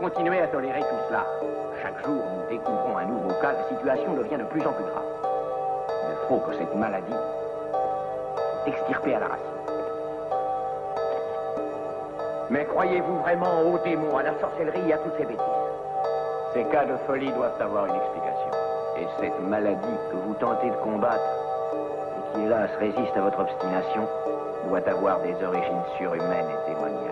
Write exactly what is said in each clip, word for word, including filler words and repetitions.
continuer à tolérer tout cela? Chaque jour, nous découvrons un nouveau cas, la situation devient de plus en plus grave. Il faut que cette maladie soit extirpée à la racine. Mais croyez-vous vraiment aux démons, à la sorcellerie et à toutes ces bêtises? Ces cas de folie doivent avoir une explication. Et cette maladie que vous tentez de combattre, et qui hélas résiste à votre obstination, doit avoir des origines surhumaines et démoniaques.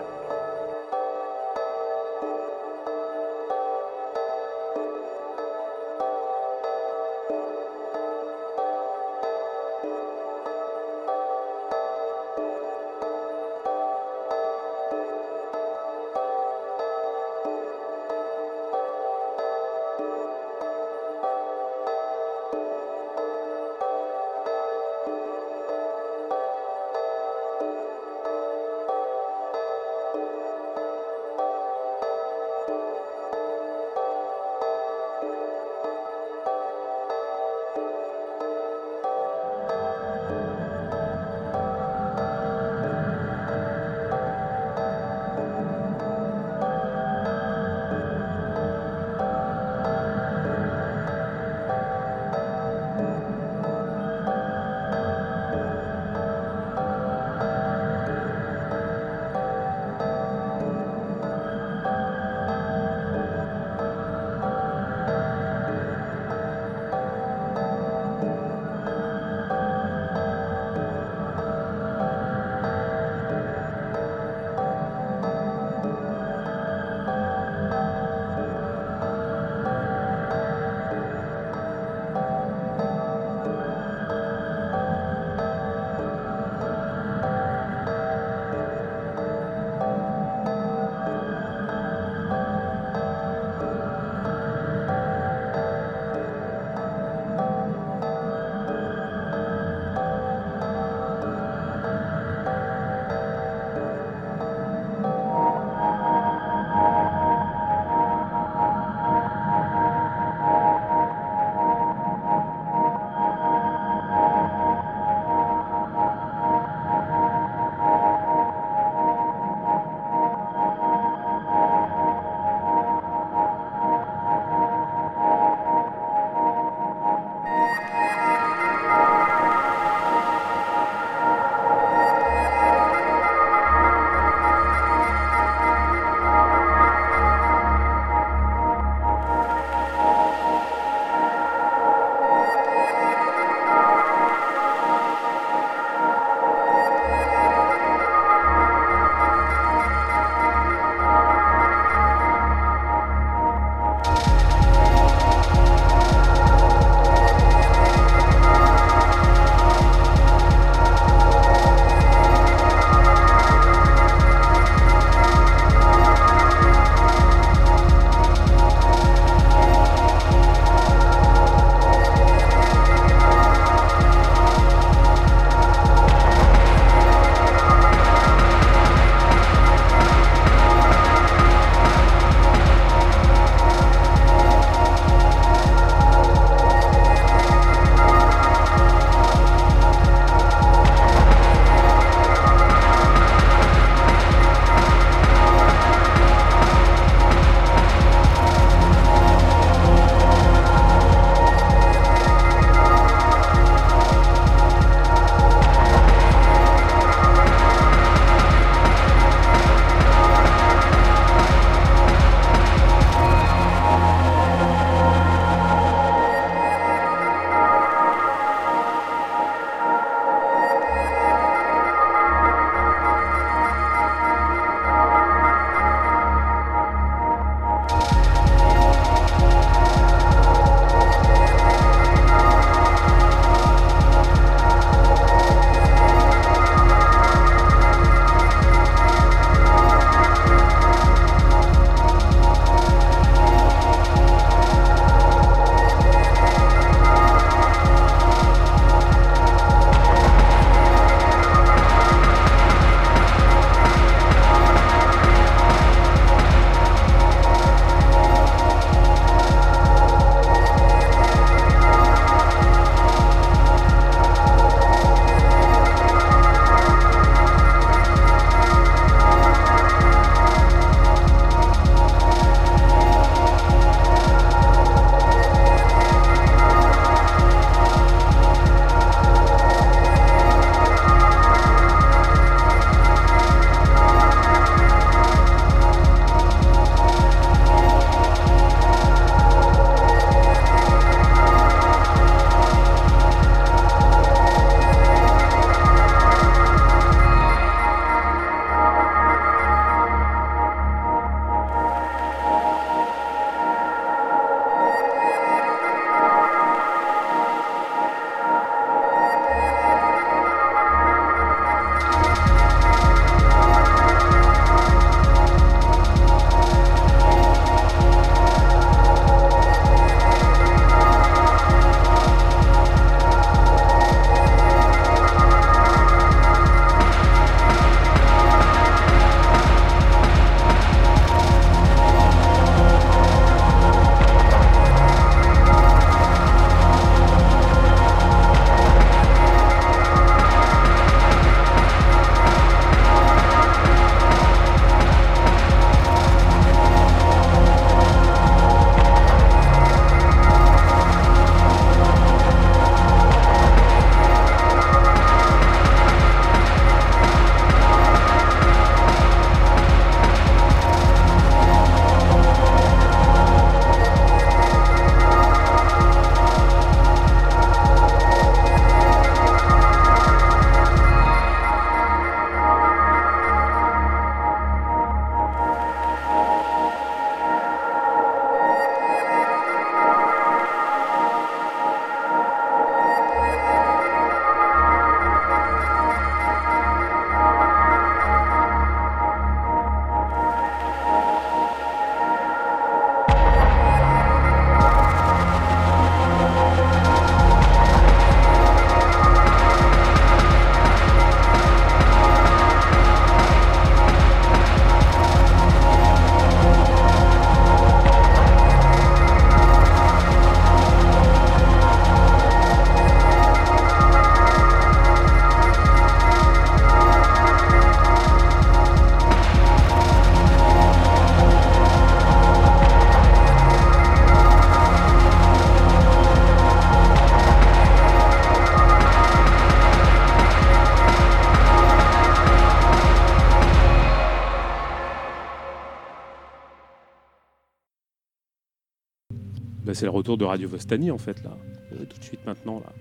Bah, c'est le retour de Radio Vostani, en fait, là. Euh, tout de suite, maintenant, là.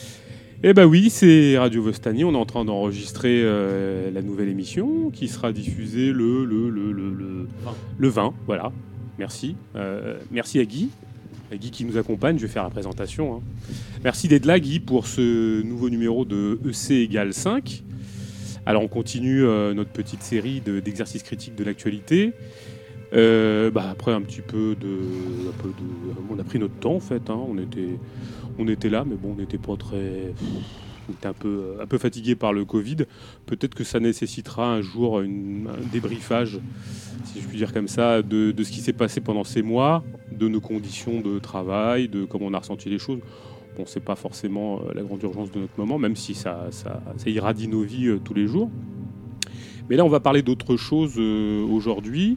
Eh bah oui, c'est Radio Vostani. On est en train d'enregistrer euh, la nouvelle émission qui sera diffusée le, le, le, le, le, le vingt. Voilà. Merci. Euh, merci à Guy. À Guy qui nous accompagne. Je vais faire la présentation. Hein. Merci d'être là, Guy, pour ce nouveau numéro de E C égale cinq. Alors, on continue euh, notre petite série de, d'exercices critiques de l'actualité. Euh, bah après un petit peu de, un peu de, on a pris notre temps en fait. Hein. On était, on était là, mais bon, on n'était pas très, on était un peu, un peu fatigué par le Covid. Peut-être que ça nécessitera un jour une, un débriefage, si je puis dire comme ça, de, de ce qui s'est passé pendant ces mois, de nos conditions de travail, de comment on a ressenti les choses. Bon, c'est pas forcément la grande urgence de notre moment, même si ça, ça, ça irradie nos vies euh, tous les jours. Mais là, on va parler d'autre chose euh, aujourd'hui.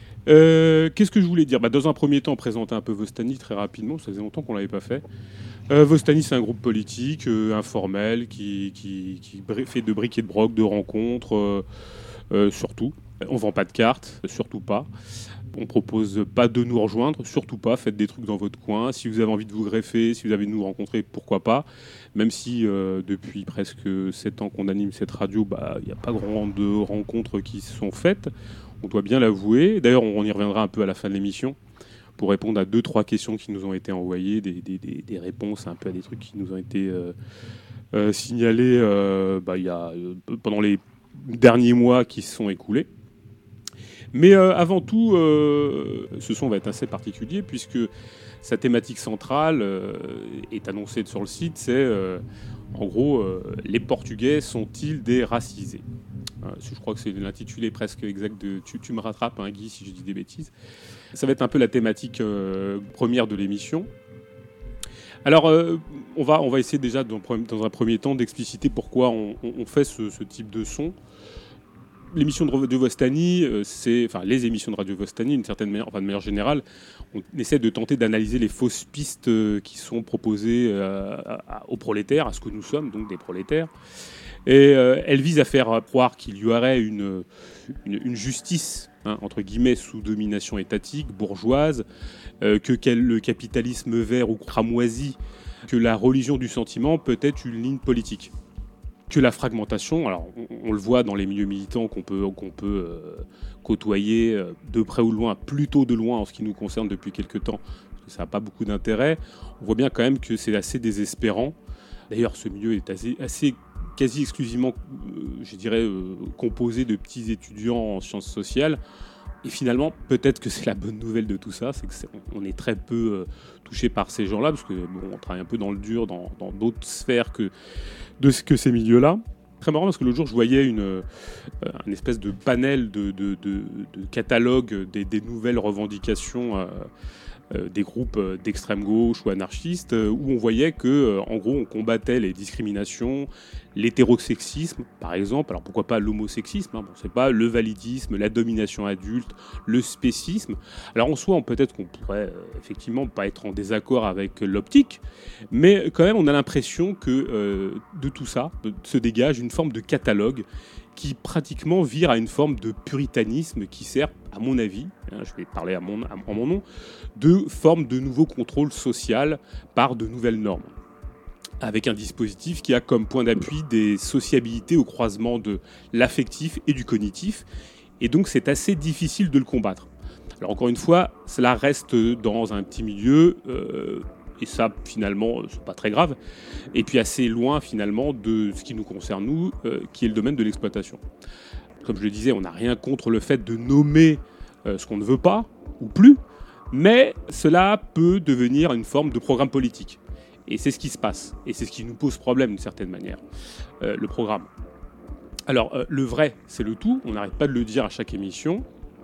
Euh, qu'est-ce que je voulais dire bah, Dans un premier temps, présenter un peu Vostani très rapidement, ça faisait longtemps qu'on ne l'avait pas fait. Euh, Vostani, c'est un groupe politique euh, informel qui, qui, qui fait de briques et de broc, de rencontres, euh, euh, surtout. On ne vend pas de cartes, surtout pas. On ne propose pas de nous rejoindre, surtout pas. Faites des trucs dans votre coin. Si vous avez envie de vous greffer, si vous avez envie de nous rencontrer, pourquoi pas. Même si euh, depuis presque sept ans qu'on anime cette radio, bah, il n'y a pas grand de rencontres qui se sont faites. On doit bien l'avouer. D'ailleurs, on y reviendra un peu à la fin de l'émission pour répondre à deux, trois questions qui nous ont été envoyées, des, des, des, des réponses un peu à des trucs qui nous ont été euh, euh, signalés euh, bah, il y a, euh, pendant les derniers mois qui se sont écoulés. Mais euh, avant tout, euh, ce son va être assez particulier puisque sa thématique centrale euh, est annoncée sur le site, c'est euh, en gros, euh, les Portugais sont-ils des racisés ? Je crois que c'est l'intitulé presque exact de... Tu, tu me rattrapes, hein, Guy, si je dis des bêtises. Ça va être un peu la thématique euh, première de l'émission. Alors, euh, on, va, on va essayer déjà, dans, dans un premier temps, d'expliciter pourquoi on, on fait ce, ce type de son. L'émission de Radio Vostani, euh, c'est... Enfin, les émissions de Radio Vostani, d'une certaine manière, enfin, de manière générale, on essaie de tenter d'analyser les fausses pistes euh, qui sont proposées euh, à, aux prolétaires, à ce que nous sommes, donc des prolétaires. Et euh, elle vise à faire croire qu'il y aurait une, une, une justice, hein, entre guillemets, sous domination étatique, bourgeoise, euh, que quel, le capitalisme vert ou cramoisi, que la religion du sentiment peut être une ligne politique. Que la fragmentation, alors on, on le voit dans les milieux militants qu'on peut, qu'on peut euh, côtoyer euh, de près ou de loin, plutôt de loin en ce qui nous concerne depuis quelques temps, parce que ça n'a pas beaucoup d'intérêt. On voit bien quand même que c'est assez désespérant. D'ailleurs, ce milieu est assez... assez quasi exclusivement, euh, je dirais, euh, composé de petits étudiants en sciences sociales. Et finalement, peut-être que c'est la bonne nouvelle de tout ça, c'est qu'on est très peu euh, touché par ces gens-là, parce que bon, on travaille un peu dans le dur, dans, dans d'autres sphères que, de, que ces milieux-là. Très marrant, parce que l'autre jour, je voyais une, euh, une espèce de panel de, de, de, de catalogue des, des nouvelles revendications euh, Euh, des groupes euh, d'extrême gauche ou anarchistes, euh, où on voyait que, euh, en gros, on combattait les discriminations, l'hétérosexisme, par exemple. Alors pourquoi pas l'homosexisme, hein, bon, c'est pas le validisme, la domination adulte, le spécisme. Alors en soi, peut-être qu'on pourrait euh, effectivement pas être en désaccord avec l'optique, mais quand même, on a l'impression que euh, de tout ça se dégage une forme de catalogue qui pratiquement vire à une forme de puritanisme qui sert, à mon avis, hein, je vais parler à mon, à, en mon nom, de forme de nouveau contrôle social par de nouvelles normes, avec un dispositif qui a comme point d'appui des sociabilités au croisement de l'affectif et du cognitif, et donc c'est assez difficile de le combattre. Alors encore une fois, cela reste dans un petit milieu... Euh, Et ça, finalement, c'est pas très grave. Et puis assez loin, finalement, de ce qui nous concerne, nous, euh, qui est le domaine de l'exploitation. Comme je le disais, on n'a rien contre le fait de nommer euh, ce qu'on ne veut pas, ou plus, mais cela peut devenir une forme de programme politique. Et c'est ce qui se passe. Et c'est ce qui nous pose problème, d'une certaine manière, euh, le programme. Alors, euh, le vrai, c'est le tout. On n'arrête pas de le dire à chaque émission.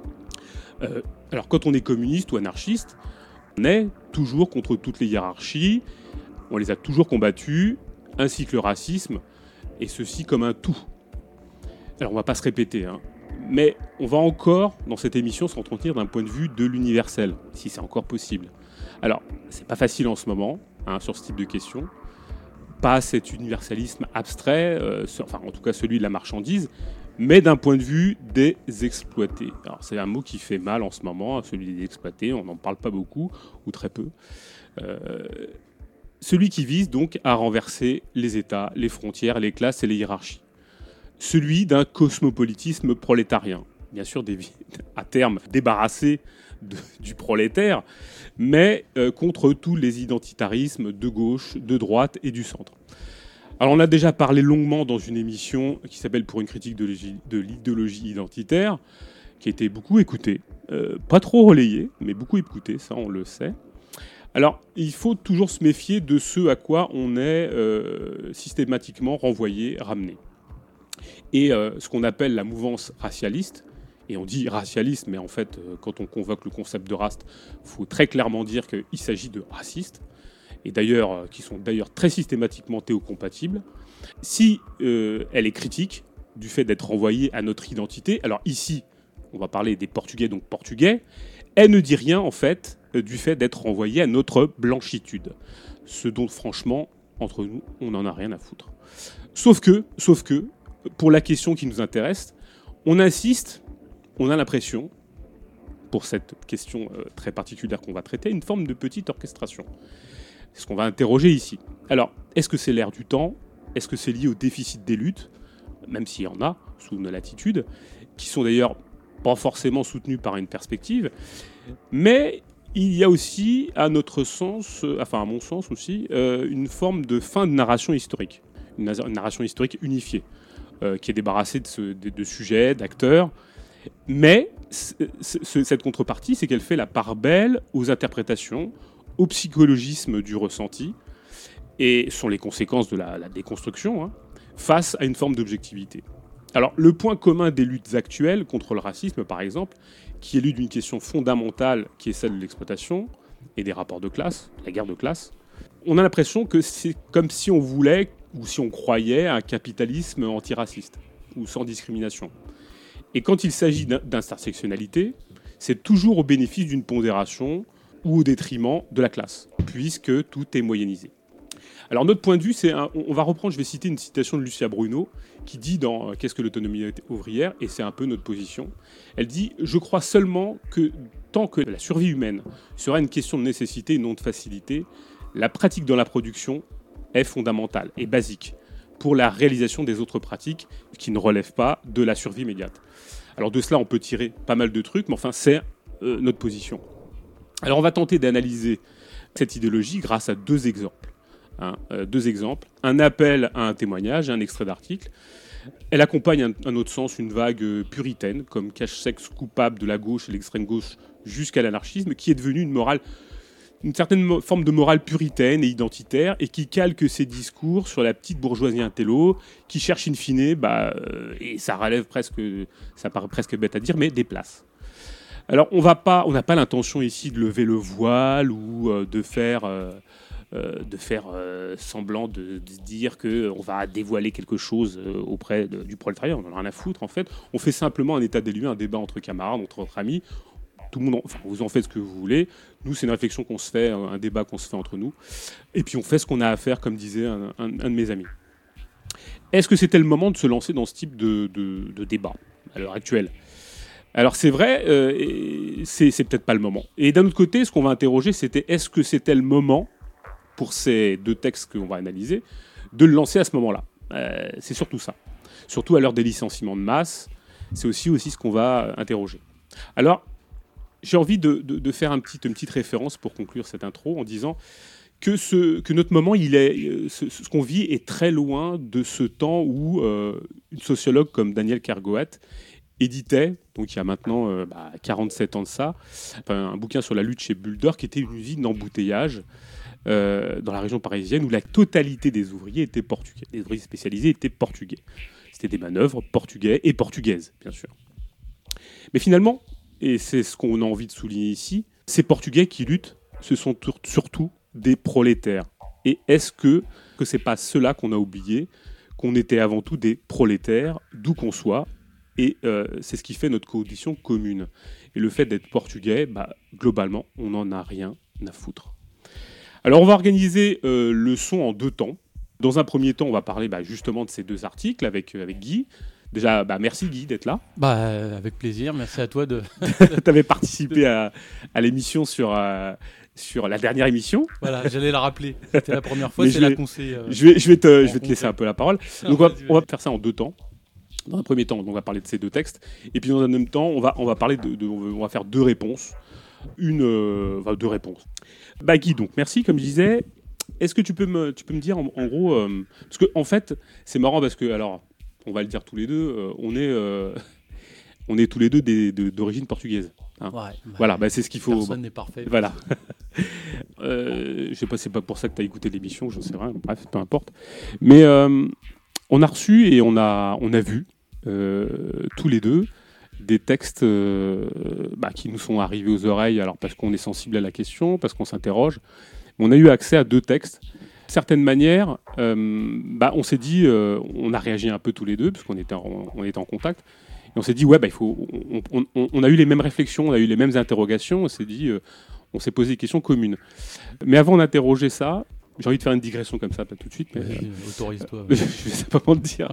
Euh, alors, quand on est communiste ou anarchiste, on est toujours contre toutes les hiérarchies, on les a toujours combattues, ainsi que le racisme, et ceci comme un tout. Alors on ne va pas se répéter, hein, mais on va encore, dans cette émission, s'entretenir d'un point de vue de l'universel, si c'est encore possible. Alors, c'est pas facile en ce moment, hein, sur ce type de questions. Pas cet universalisme abstrait, euh, enfin en tout cas celui de la marchandise, mais d'un point de vue des exploités. Alors c'est un mot qui fait mal en ce moment, celui des exploités, on n'en parle pas beaucoup, ou très peu. Euh, celui qui vise donc à renverser les États, les frontières, les classes et les hiérarchies. Celui d'un cosmopolitisme prolétarien. Bien sûr, des, à terme débarrassé de, du prolétaire, mais euh, contre tous les identitarismes de gauche, de droite et du centre. Alors on a déjà parlé longuement dans une émission qui s'appelle Pour une critique de, de l'idéologie identitaire, qui a été beaucoup écoutée, euh, pas trop relayée, mais beaucoup écoutée, ça on le sait. Alors il faut toujours se méfier de ce à quoi on est euh, systématiquement renvoyé, ramené. Et euh, ce qu'on appelle la mouvance racialiste, et on dit racialiste, mais en fait, euh, quand on convoque le concept de race, il faut très clairement dire qu'il s'agit de racistes, et d'ailleurs, euh, qui sont d'ailleurs très systématiquement théocompatibles. Si euh, elle est critique du fait d'être renvoyée à notre identité, alors ici, on va parler des Portugais, donc portugais, elle ne dit rien en fait euh, du fait d'être renvoyée à notre blanchitude. Ce dont franchement, entre nous, on n'en a rien à foutre. Sauf que, sauf que, pour la question qui nous intéresse, on insiste, on a l'impression, pour cette question euh, très particulière qu'on va traiter, une forme de petite orchestration. C'est ce qu'on va interroger ici. Alors, est-ce que c'est l'air du temps ? Est-ce que c'est lié au déficit des luttes ? Même s'il y en a, sous nos latitudes, qui sont d'ailleurs pas forcément soutenues par une perspective. Mais il y a aussi, à notre sens, euh, enfin à mon sens aussi, euh, une forme de fin de narration historique. Une, une narration historique unifiée, euh, qui est débarrassée de, ce, de, de sujets, d'acteurs. Mais c- c- cette contrepartie, c'est qu'elle fait la part belle aux interprétations, au psychologisme du ressenti, et sont les conséquences de la, la déconstruction, hein, face à une forme d'objectivité. Alors, le point commun des luttes actuelles contre le racisme, par exemple, qui est l'élude d'une question fondamentale, qui est celle de l'exploitation et des rapports de classe, la guerre de classe, on a l'impression que c'est comme si on voulait, ou si on croyait, à un capitalisme antiraciste, ou sans discrimination. Et quand il s'agit d'intersectionnalité, c'est toujours au bénéfice d'une pondération ou au détriment de la classe, puisque tout est moyennisé. Alors notre point de vue, c'est un, on va reprendre, je vais citer une citation de Lucia Bruno, qui dit dans « Qu'est-ce que l'autonomie ouvrière ?» et c'est un peu notre position. Elle dit « Je crois seulement que tant que la survie humaine sera une question de nécessité et non de facilité, la pratique dans la production est fondamentale et basique pour la réalisation des autres pratiques qui ne relèvent pas de la survie immédiate. » Alors de cela, on peut tirer pas mal de trucs, mais enfin, c'est euh, notre position. Alors on va tenter d'analyser cette idéologie grâce à deux exemples. Hein, euh, deux exemples. Un appel à un témoignage, un extrait d'article. Elle accompagne, un, un autre sens, une vague euh, puritaine, comme cache-sexe coupable de la gauche et l'extrême gauche jusqu'à l'anarchisme, qui est devenue une morale, une certaine mo- forme de morale puritaine et identitaire, et qui calque ses discours sur la petite bourgeoisie intello, qui cherche in fine, bah, euh, et ça relève presque, ça paraît presque bête à dire, mais des places. Alors on va pas, on n'a pas l'intention ici de lever le voile ou euh, de faire, euh, euh, de faire euh, semblant de, de dire que on va dévoiler quelque chose euh, auprès de, du prolétariat. On n'en a rien à foutre en fait. On fait simplement un état des lieux, un débat entre camarades, entre, entre amis. Tout le monde, en, enfin vous en faites ce que vous voulez. Nous c'est une réflexion qu'on se fait, un débat qu'on se fait entre nous. Et puis on fait ce qu'on a à faire, comme disait un, un, un de mes amis. Est-ce que c'était le moment de se lancer dans ce type de, de, de débat à l'heure actuelle ? Alors c'est vrai, euh, c'est, c'est peut-être pas le moment. Et d'un autre côté, ce qu'on va interroger, c'était est-ce que c'était le moment, pour ces deux textes qu'on va analyser, de le lancer à ce moment-là. Euh, c'est surtout ça. Surtout à l'heure des licenciements de masse, c'est aussi, aussi ce qu'on va interroger. Alors, j'ai envie de, de, de faire un petit, une petite référence pour conclure cette intro en disant que, ce, que notre moment, il est, ce, ce qu'on vit est très loin de ce temps où euh, une sociologue comme Danielle Kergoat éditait, donc il y a maintenant euh, bah, quarante-sept ans de ça, enfin, un bouquin sur la lutte chez Bulder, qui était une usine d'embouteillage euh, dans la région parisienne, où la totalité des ouvriers étaient portugais. Les ouvriers spécialisés étaient portugais. C'était des manœuvres portugais et portugaises, bien sûr. Mais finalement, et c'est ce qu'on a envie de souligner ici, ces Portugais qui luttent, ce sont surtout des prolétaires. Et est-ce que, que c'est pas cela qu'on a oublié, qu'on était avant tout des prolétaires, d'où qu'on soit. Et euh, c'est ce qui fait notre condition commune. Et le fait d'être portugais, bah, globalement, on n'en a rien à foutre. Alors, on va organiser euh, le son en deux temps. Dans un premier temps, on va parler bah, justement de ces deux articles avec, euh, avec Guy. Déjà, bah, merci Guy d'être là. Bah, euh, avec plaisir, merci à toi de... Tu avais participé à, à l'émission sur, euh, sur la dernière émission. Voilà, j'allais la rappeler. C'était la première fois, Mais c'est je vais- là qu'on s'est... euh, Je vais, je vais, te, je vais te on- laisser on- un peu la parole. Ah, Donc, on va, vas-y, on va vas-y. faire ça en deux temps. Dans un premier temps, on va parler de ces deux textes. Et puis, dans un même temps, on va, on va, parler de, de- on va faire deux réponses. Une, euh, enfin, deux réponses. Bah, Guy, donc, merci. Comme je disais, est-ce que tu peux me, tu peux me dire, en, en gros... euh, parce qu'en en fait, c'est marrant parce que, alors, on va le dire tous les deux, euh, on, est, euh, on est tous les deux des- de- d'origine portugaise. Hein. Ouais, bah, Voilà, bah, c'est ce qu'il faut... Personne n'est parfait. Voilà. euh, je sais pas, c'est pas pour ça que tu as écouté l'émission, je sais rien. Bref, peu importe. Mais euh, on a reçu et on a, on a vu euh, tous les deux des textes euh, bah, qui nous sont arrivés aux oreilles. Alors parce qu'on est sensible à la question, parce qu'on s'interroge. On a eu accès à deux textes. De certaines manières, euh, bah, on s'est dit, euh, on a réagi un peu tous les deux parce qu'on était, en, on était en contact. Et on s'est dit, ouais, bah, il faut, on, on- on- on a eu les mêmes réflexions, on a eu les mêmes interrogations. On s'est dit, euh, on s'est posé des questions communes. Mais avant d'interroger ça, j'ai envie de faire une digression comme ça, pas tout de suite. Mais, Vas-y, euh, autorise-toi. je vais simplement te dire.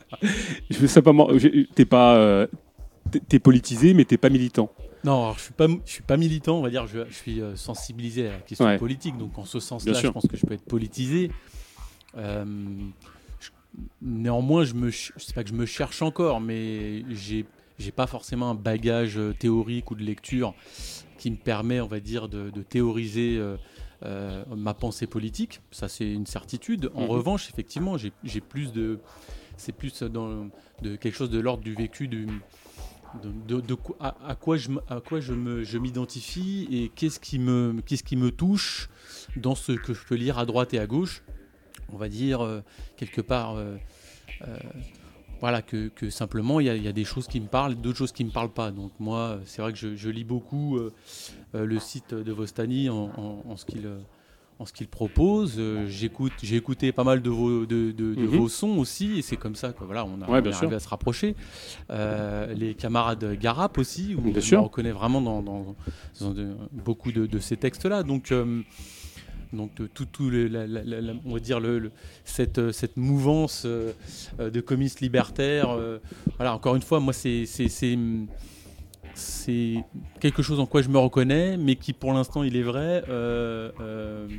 je vais simplement. j'ai- T'es pas, euh, t'es- t'es politisé, mais t'es pas militant. Non, alors, je suis pas, je suis pas militant, on va dire. Je, je suis euh, sensibilisé à la question Ouais. politique, donc en ce Bien sens-là, sûr. je pense que je peux être politisé. Euh, je- néanmoins, je me, ch- je sais pas que je me cherche encore, mais j'ai, j'ai pas forcément un bagage euh, théorique ou de lecture qui me permet, on va dire, de, de théoriser euh, euh, ma pensée politique. Ça, c'est une certitude. En Mhm. revanche, effectivement, j'ai, j'ai plus de, c'est plus dans de quelque chose de l'ordre du vécu du de, de- de quoi- à, à quoi je, m- à quoi je, me, je m'identifie et qu'est-ce qui, me, qu'est-ce qui me touche dans ce que je peux lire à droite et à gauche. On va dire euh, quelque part euh, euh, voilà, que, que simplement il y, a- il y a des choses qui me parlent, d'autres choses qui ne me parlent pas. Donc moi, c'est vrai que je, je lis beaucoup euh, euh, le site de Vostani en, en- en ce qu'il euh, en ce qu'il propose. Euh, j'écoute, j'ai écouté pas mal de vos, de, de- de Mhm. vos sons aussi, et c'est comme ça que voilà, on a, Ouais, on bien est sûr. arrivé à se rapprocher. Euh, les camarades Garap aussi, où Bien on sûr. me reconnaît vraiment dans, dans- dans de- beaucoup de, de ces textes-là. Donc euh, donc de tout, tout le- la- la- la- la- on va dire le, le- cette, euh, cette mouvance euh, euh, de communistes libertaires. euh, voilà, encore une fois, moi c'est c'est c'est c'est quelque chose en quoi je me reconnais, mais qui pour l'instant il est vrai. Euh, euh,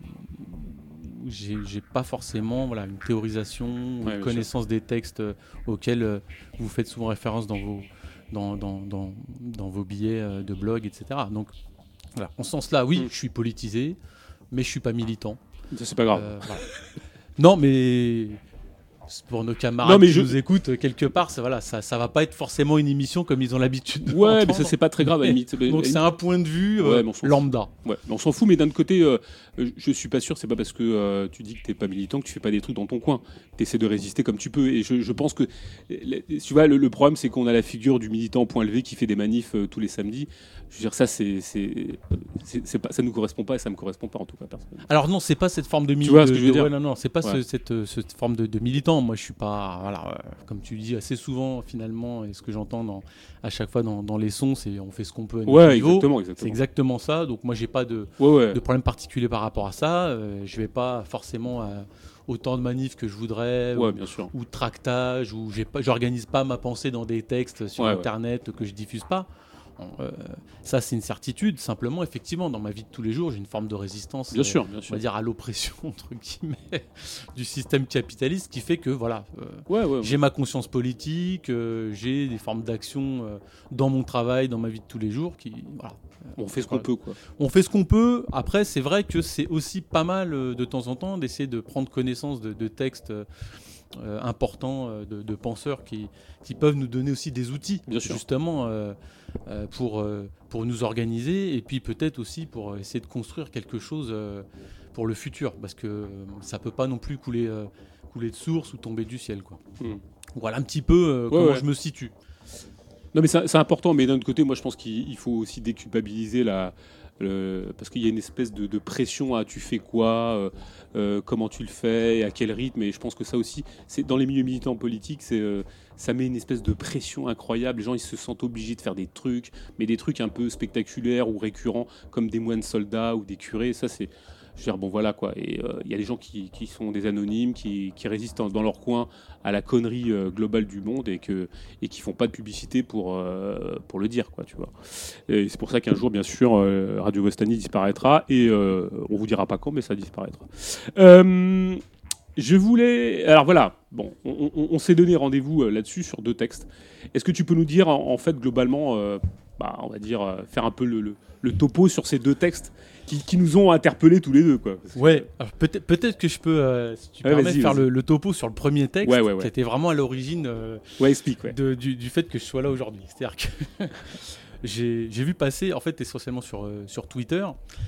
j'ai j'ai pas forcément voilà, une théorisation, Ouais, une bien connaissance des textes euh, auxquels euh, vous faites souvent référence dans vos, dans, dans, dans, dans vos billets euh, de blog, et cetera. Donc voilà, en ce sens-là, oui, Mm. je suis politisé, mais je suis pas militant. Ça, c'est pas grave. Euh, voilà. Non, mais c'est pour nos camarades Non, mais qui je- nous écoutent, euh, quelque part, ça, voilà, ça, ça va pas être forcément une émission comme ils ont l'habitude de ouais, mais l'entendre. ça, c'est pas très grave à la limite. Donc c'est un point de vue euh, Ouais, mais on s'en fout. lambda. Ouais, mais on s'en fout, mais d'un autre côté, euh, euh, je suis pas sûr, c'est pas parce que euh, tu dis que t'es pas militant que tu fais pas des trucs dans ton coin. Tu essaies de résister comme tu peux. Et je, je pense que, euh, tu vois, le, le problème, c'est qu'on a la figure du militant point levé qui fait des manifs euh, tous les samedis. Je veux dire, ça, c'est, c'est, c'est, c'est pas, ça nous correspond pas et ça me correspond pas en tout cas, personnellement. Alors non, c'est pas cette forme de Tu militant. vois ce que je veux dire ? Non, non, c'est pas ce- Ouais. cette, euh, cette forme de, de militant. Moi, je suis pas, voilà, euh, comme tu dis assez souvent finalement, et ce que j'entends dans, à chaque fois dans, dans les sons, c'est on fait ce qu'on peut à notre Ouais, niveau. exactement, C'est exactement. exactement ça. Donc moi, j'ai pas de, Ouais, ouais. de problème particulier par rapport à ça. Euh, je vais pas forcément à autant de manifs que je voudrais. Ouais, ou, bien sûr. ou de tractage, ou j'ai pas, j'organise pas ma pensée dans des textes sur Ouais, ouais. Internet que je diffuse pas. Euh, ça, c'est une certitude. Simplement, effectivement, dans ma vie de tous les jours, j'ai une forme de résistance. Bien euh, sûr, bien on sûr. va dire à l'oppression entre guillemets du système capitaliste, qui fait que voilà, euh, Ouais, ouais, ouais. j'ai ma conscience politique, euh, j'ai des formes d'action euh, dans mon travail, dans ma vie de tous les jours, qui voilà. On fait ce qu'on peut, quoi. On fait ce qu'on peut. Après, c'est vrai que c'est aussi pas mal euh, de temps en temps d'essayer de prendre connaissance de, de textes euh, euh, importants, euh, de, de penseurs qui, qui peuvent nous donner aussi des outils, Bien sûr. justement, euh, euh, pour, euh, pour nous organiser et puis peut-être aussi pour essayer de construire quelque chose euh, pour le futur, parce que euh, ça peut pas non plus couler, euh, couler de source ou tomber du ciel, quoi. Mm. Voilà un petit peu euh, comment ouais. je me situe. Non, mais c'est c'est important, mais d'un autre côté, moi, je pense qu'il il faut aussi déculpabiliser la. le- parce qu'il y a une espèce de, de pression à tu fais quoi, euh, euh, comment tu le fais, et à quel rythme. Et je pense que ça aussi, c'est dans les milieux militants politiques, c'est, euh, ça met une espèce de pression incroyable. Les gens, ils se sentent obligés de faire des trucs, mais des trucs un peu spectaculaires ou récurrents, comme des moines soldats ou des curés. Ça, c'est. Je veux dire, bon voilà quoi. Et il euh, y a des gens qui, qui sont des anonymes, qui, qui résistent dans, dans leur coin à la connerie euh, globale du monde et, que, et qui font pas de publicité pour, euh, pour le dire, quoi, tu vois. Et c'est pour ça qu'un jour, bien sûr, euh, Radio Vostani disparaîtra et euh, on vous dira pas quand, mais ça disparaîtra. Euh, je voulais... Alors voilà, bon, on, on, on s'est donné rendez-vous euh, là-dessus sur deux textes. Est-ce que tu peux nous dire, en, en fait, globalement, euh, bah, on va dire, euh, faire un peu le, le, le topo sur ces deux textes qui, qui nous ont interpellés tous les deux, quoi. Parce ouais, que... alors peut-être, peut-être que je peux, euh, si tu ouais, permets, vas-y, faire vas-y. le, le topo sur le premier texte, ouais, ouais, ouais. qui était vraiment à l'origine euh, ouais, explique, ouais. de, du, du fait que je sois là aujourd'hui. C'est-à-dire que j'ai, j'ai vu passer, en fait, essentiellement sur, euh, sur Twitter,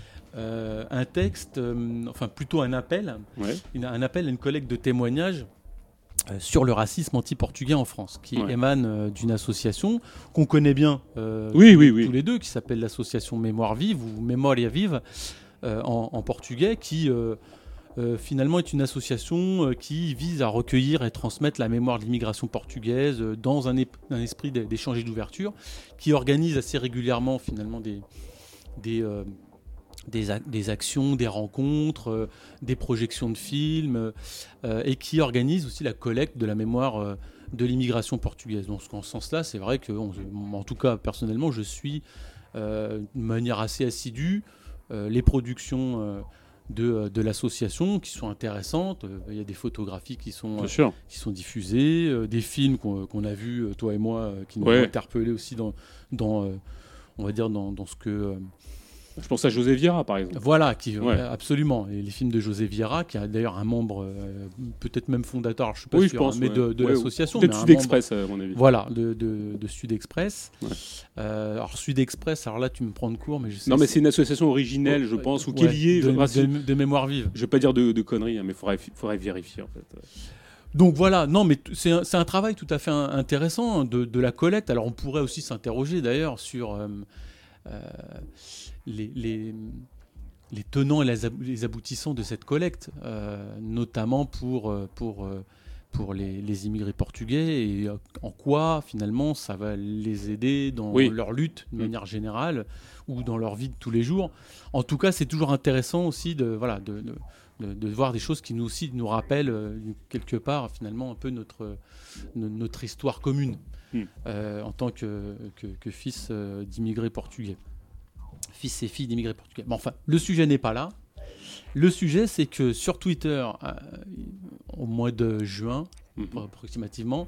euh, un texte, euh, enfin plutôt un appel, ouais. une, un appel à une collecte de témoignages Euh, sur le racisme anti-portugais en France, qui ouais. émane euh, d'une association qu'on connaît bien euh, oui, tous, oui, oui. tous les deux, qui s'appelle l'association Mémoire Vive ou Memoria Vive euh, en, en portugais, qui euh, euh, finalement est une association euh, qui vise à recueillir et transmettre la mémoire de l'immigration portugaise euh, dans un, ép- un esprit d'échange et d'ouverture, qui organise assez régulièrement finalement des... des euh, Des, ac- des actions, des rencontres, euh, des projections de films, euh, et qui organise aussi la collecte de la mémoire euh, de l'immigration portugaise. Donc, en ce sens-là, c'est vrai que, on, en tout cas, personnellement, je suis euh, de manière assez assidue euh, les productions euh, de, de l'association qui sont intéressantes. Il euh, y a des photographies qui sont, euh, qui sont diffusées, euh, des films qu'on, qu'on a vus, toi et moi, euh, qui nous ouais. ont interpellés aussi dans, dans euh, on va dire, dans, dans ce que... Euh, Je pense à José Vieira, par exemple. Voilà, qui, ouais. absolument. Et les films de José Vieira, qui a d'ailleurs un membre, euh, peut-être même fondateur, je ne suis pas oui, sûr, je pense, hein, mais ouais. de, de ouais, l'association. Peut-être Sud Express, à mon avis. Voilà, de, de, de Sud Express. Ouais. Euh, alors Sud Express, alors là, tu me prends de court, mais je sais. Non, mais c'est une association originelle, oh, je pense, ou ouais, qui est liée. De, je de, de, de mémoire vive. Je ne vais pas dire de, de conneries, hein, mais il faudrait, faudrait vérifier, en fait. Donc voilà, non, mais c'est un, c'est un travail tout à fait intéressant de, de la collecte. Alors on pourrait aussi s'interroger d'ailleurs sur euh, euh, les, les, les tenants et les aboutissants de cette collecte, euh, notamment pour, pour, pour les, les immigrés portugais, et en quoi finalement ça va les aider dans oui. leur lutte de manière générale ou dans leur vie de tous les jours. En tout cas, c'est toujours intéressant aussi de, voilà, de, de De, de voir des choses qui nous aussi nous rappellent euh, quelque part finalement un peu notre, notre histoire commune mm. euh, en tant que, que, que fils euh, d'immigrés portugais. Fils et filles d'immigrés portugais. Bon, enfin, le sujet n'est pas là. Le sujet, c'est que sur Twitter, euh, au mois de juin, mm-hmm. approximativement,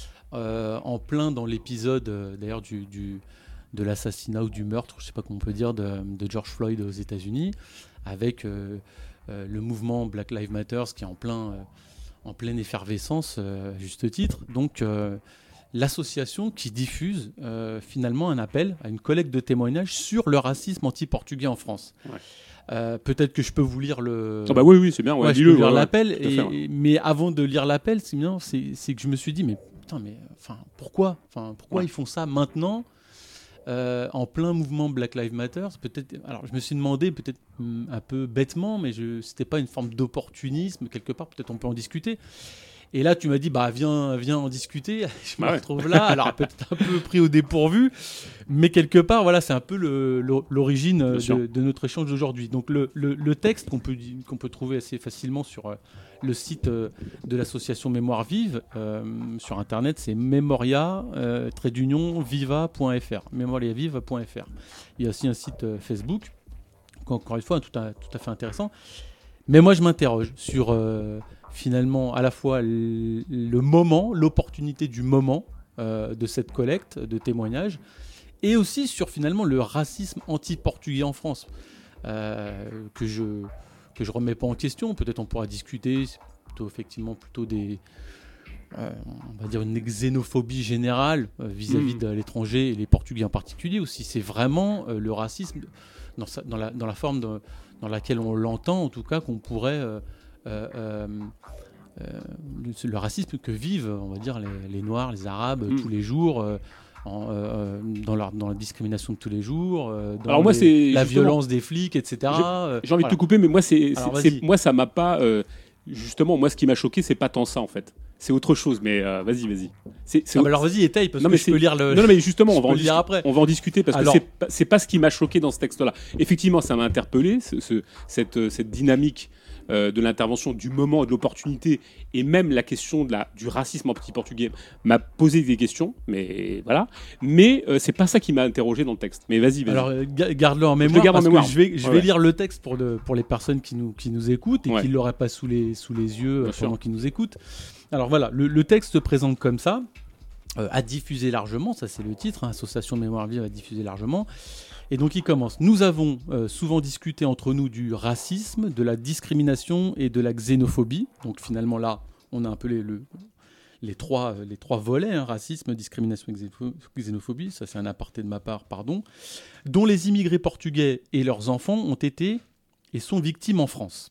euh, en plein dans l'épisode euh, d'ailleurs du, du, de l'assassinat ou du meurtre, je ne sais pas comment on peut dire, de, de George Floyd aux États-Unis, avec euh, Euh, le mouvement Black Lives Matter qui est en, plein, euh, en pleine effervescence, euh, à juste titre. Donc, euh, l'association qui diffuse euh, finalement un appel à une collecte de témoignages sur le racisme anti-portugais en France. Ouais. Euh, peut-être que je peux vous lire le... Ah bah oui, oui, c'est bien. Ouais, ouais, je peux lire ouais, l'appel. Ouais, et, fait, ouais. Mais avant de lire l'appel, c'est, bien, c'est, c'est que je me suis dit, mais putain, mais enfin, pourquoi, enfin, pourquoi ouais. ils font ça maintenant ? Euh, en plein mouvement Black Lives Matter, peut-être. Alors, je me suis demandé, peut-être un peu bêtement, mais je, c'était pas une forme d'opportunisme quelque part. Peut-être on peut en discuter. Et là, tu m'as dit, bah viens, viens en discuter. Je me ah ouais. retrouve là. Alors peut-être un peu pris au dépourvu, mais quelque part, voilà, c'est un peu le, l'origine de, de notre échange d'aujourd'hui. Donc le, le, le texte qu'on peut qu'on peut trouver assez facilement sur euh, le site euh, de l'association Mémoire Vive euh, sur internet, c'est memoria euh, trait d'union viva point f r, memoriaviva point f r. Il y a aussi un site euh, Facebook, encore une fois tout à, tout à fait intéressant. Mais moi, je m'interroge sur euh, finalement à la fois le, le moment, l'opportunité du moment euh, de cette collecte de témoignages, et aussi sur finalement le racisme anti-portugais en France, euh, que je que je remets pas en question. Peut-être on pourra discuter. C'est plutôt effectivement plutôt des euh, on va dire une xénophobie générale euh, vis-à-vis mmh. de l'étranger et les Portugais en particulier, ou si c'est vraiment euh, le racisme dans, sa, dans, la, dans la forme de, dans laquelle on l'entend, en tout cas, qu'on pourrait euh, euh, euh, le, le racisme que vivent, on va dire, les, les Noirs, les Arabes mmh. tous les jours. Euh, En, euh, dans, la, dans la discrimination de tous les jours, euh, dans Alors moi, les, c'est la violence des flics, et cetera. J'ai, j'ai envie voilà. de te couper, mais moi, c'est, c'est, c'est, moi ça m'a pas... Euh, justement, moi, ce qui m'a choqué, c'est pas tant ça, en fait. c'est autre chose, mais euh, vas-y, vas-y. C'est, c'est ah bah alors vas-y, étaye, parce non, que je peux lire le... Non, non mais justement, on va, en discu- après. on va en discuter, parce alors... que c'est pas, c'est pas ce qui m'a choqué dans ce texte-là. Effectivement, ça m'a interpellé, ce, ce, cette, cette dynamique euh, de l'intervention, du moment et de l'opportunité, et même la question de la, du racisme en petit portugais m'a posé des questions, mais voilà. Mais euh, c'est pas ça qui m'a interrogé dans le texte. Mais vas-y, vas-y. Alors, euh, garde-le en mémoire, garde parce en mémoire. que je vais, je ouais, vais ouais. lire le texte pour, le, pour les personnes qui nous, qui nous écoutent et ouais. qui ne l'auraient pas sous les, sous les yeux Bien pendant sûr. qu'ils nous écoutent. Alors voilà, le, le texte se présente comme ça, euh, à diffuser largement, ça c'est le titre, hein, Association Mémoire Vive à diffuser largement. Et donc il commence. Nous avons euh, souvent discuté entre nous du racisme, de la discrimination et de la xénophobie. Donc finalement là, on a un peu les, le, les, trois, les trois volets, hein, racisme, discrimination et xénophobie, ça c'est un aparté de ma part, pardon, dont les immigrés portugais et leurs enfants ont été et sont victimes en France.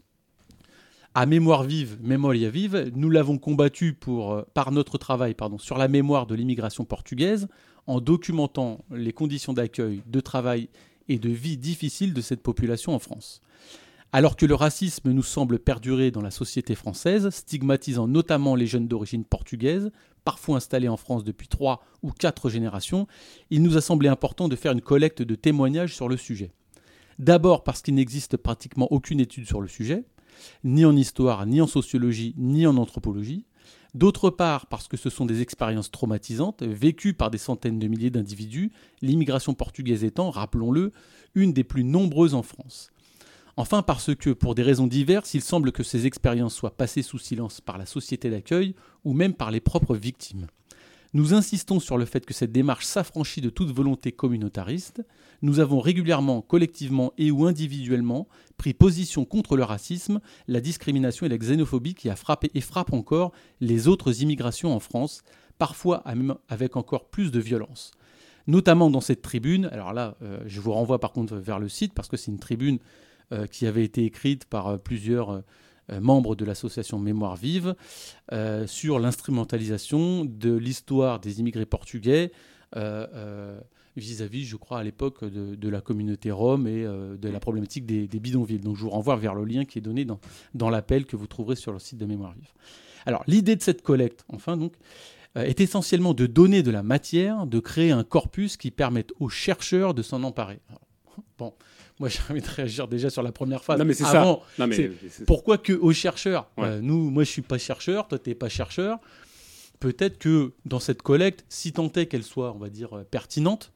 À Mémoire Vive, Memoria Vive, nous l'avons combattu pour, par notre travail pardon, sur la mémoire de l'immigration portugaise, en documentant les conditions d'accueil, de travail et de vie difficiles de cette population en France. Alors que le racisme nous semble perdurer dans la société française, stigmatisant notamment les jeunes d'origine portugaise, parfois installés en France depuis trois ou quatre générations, il nous a semblé important de faire une collecte de témoignages sur le sujet. D'abord parce qu'il n'existe pratiquement aucune étude sur le sujet, ni en histoire, ni en sociologie, ni en anthropologie. D'autre part, parce que ce sont des expériences traumatisantes, vécues par des centaines de milliers d'individus, l'immigration portugaise étant, rappelons-le, une des plus nombreuses en France. Enfin, parce que, pour des raisons diverses, il semble que ces expériences soient passées sous silence par la société d'accueil ou même par les propres victimes. Nous insistons sur le fait que cette démarche s'affranchit de toute volonté communautariste. Nous avons régulièrement, collectivement et ou individuellement, pris position contre le racisme, la discrimination et la xénophobie qui a frappé et frappe encore les autres immigrations en France, parfois avec encore plus de violence. Notamment dans cette tribune, alors là, euh, je vous renvoie par contre vers le site, parce que c'est une tribune euh, qui avait été écrite par euh, plusieurs... Euh, Euh, membre de l'association Mémoire Vive, euh, sur l'instrumentalisation de l'histoire des immigrés portugais euh, euh, vis-à-vis, je crois, à l'époque de, de la communauté rome et euh, de la problématique des, des bidonvilles. Donc je vous renvoie vers le lien qui est donné dans, dans l'appel que vous trouverez sur le site de Mémoire Vive. Alors l'idée de cette collecte, enfin, donc, euh, est essentiellement de donner de la matière, de créer un corpus qui permette aux chercheurs de s'en emparer. Alors, bon... Moi, j'ai envie de réagir déjà sur la première phase. Non, mais c'est Avant, ça. Non, mais c'est c'est... Pourquoi que aux chercheurs ouais. euh, Nous, moi, je suis pas chercheur, toi, t'es pas chercheur. Peut-être que dans cette collecte, si tant est qu'elle soit, on va dire, pertinente,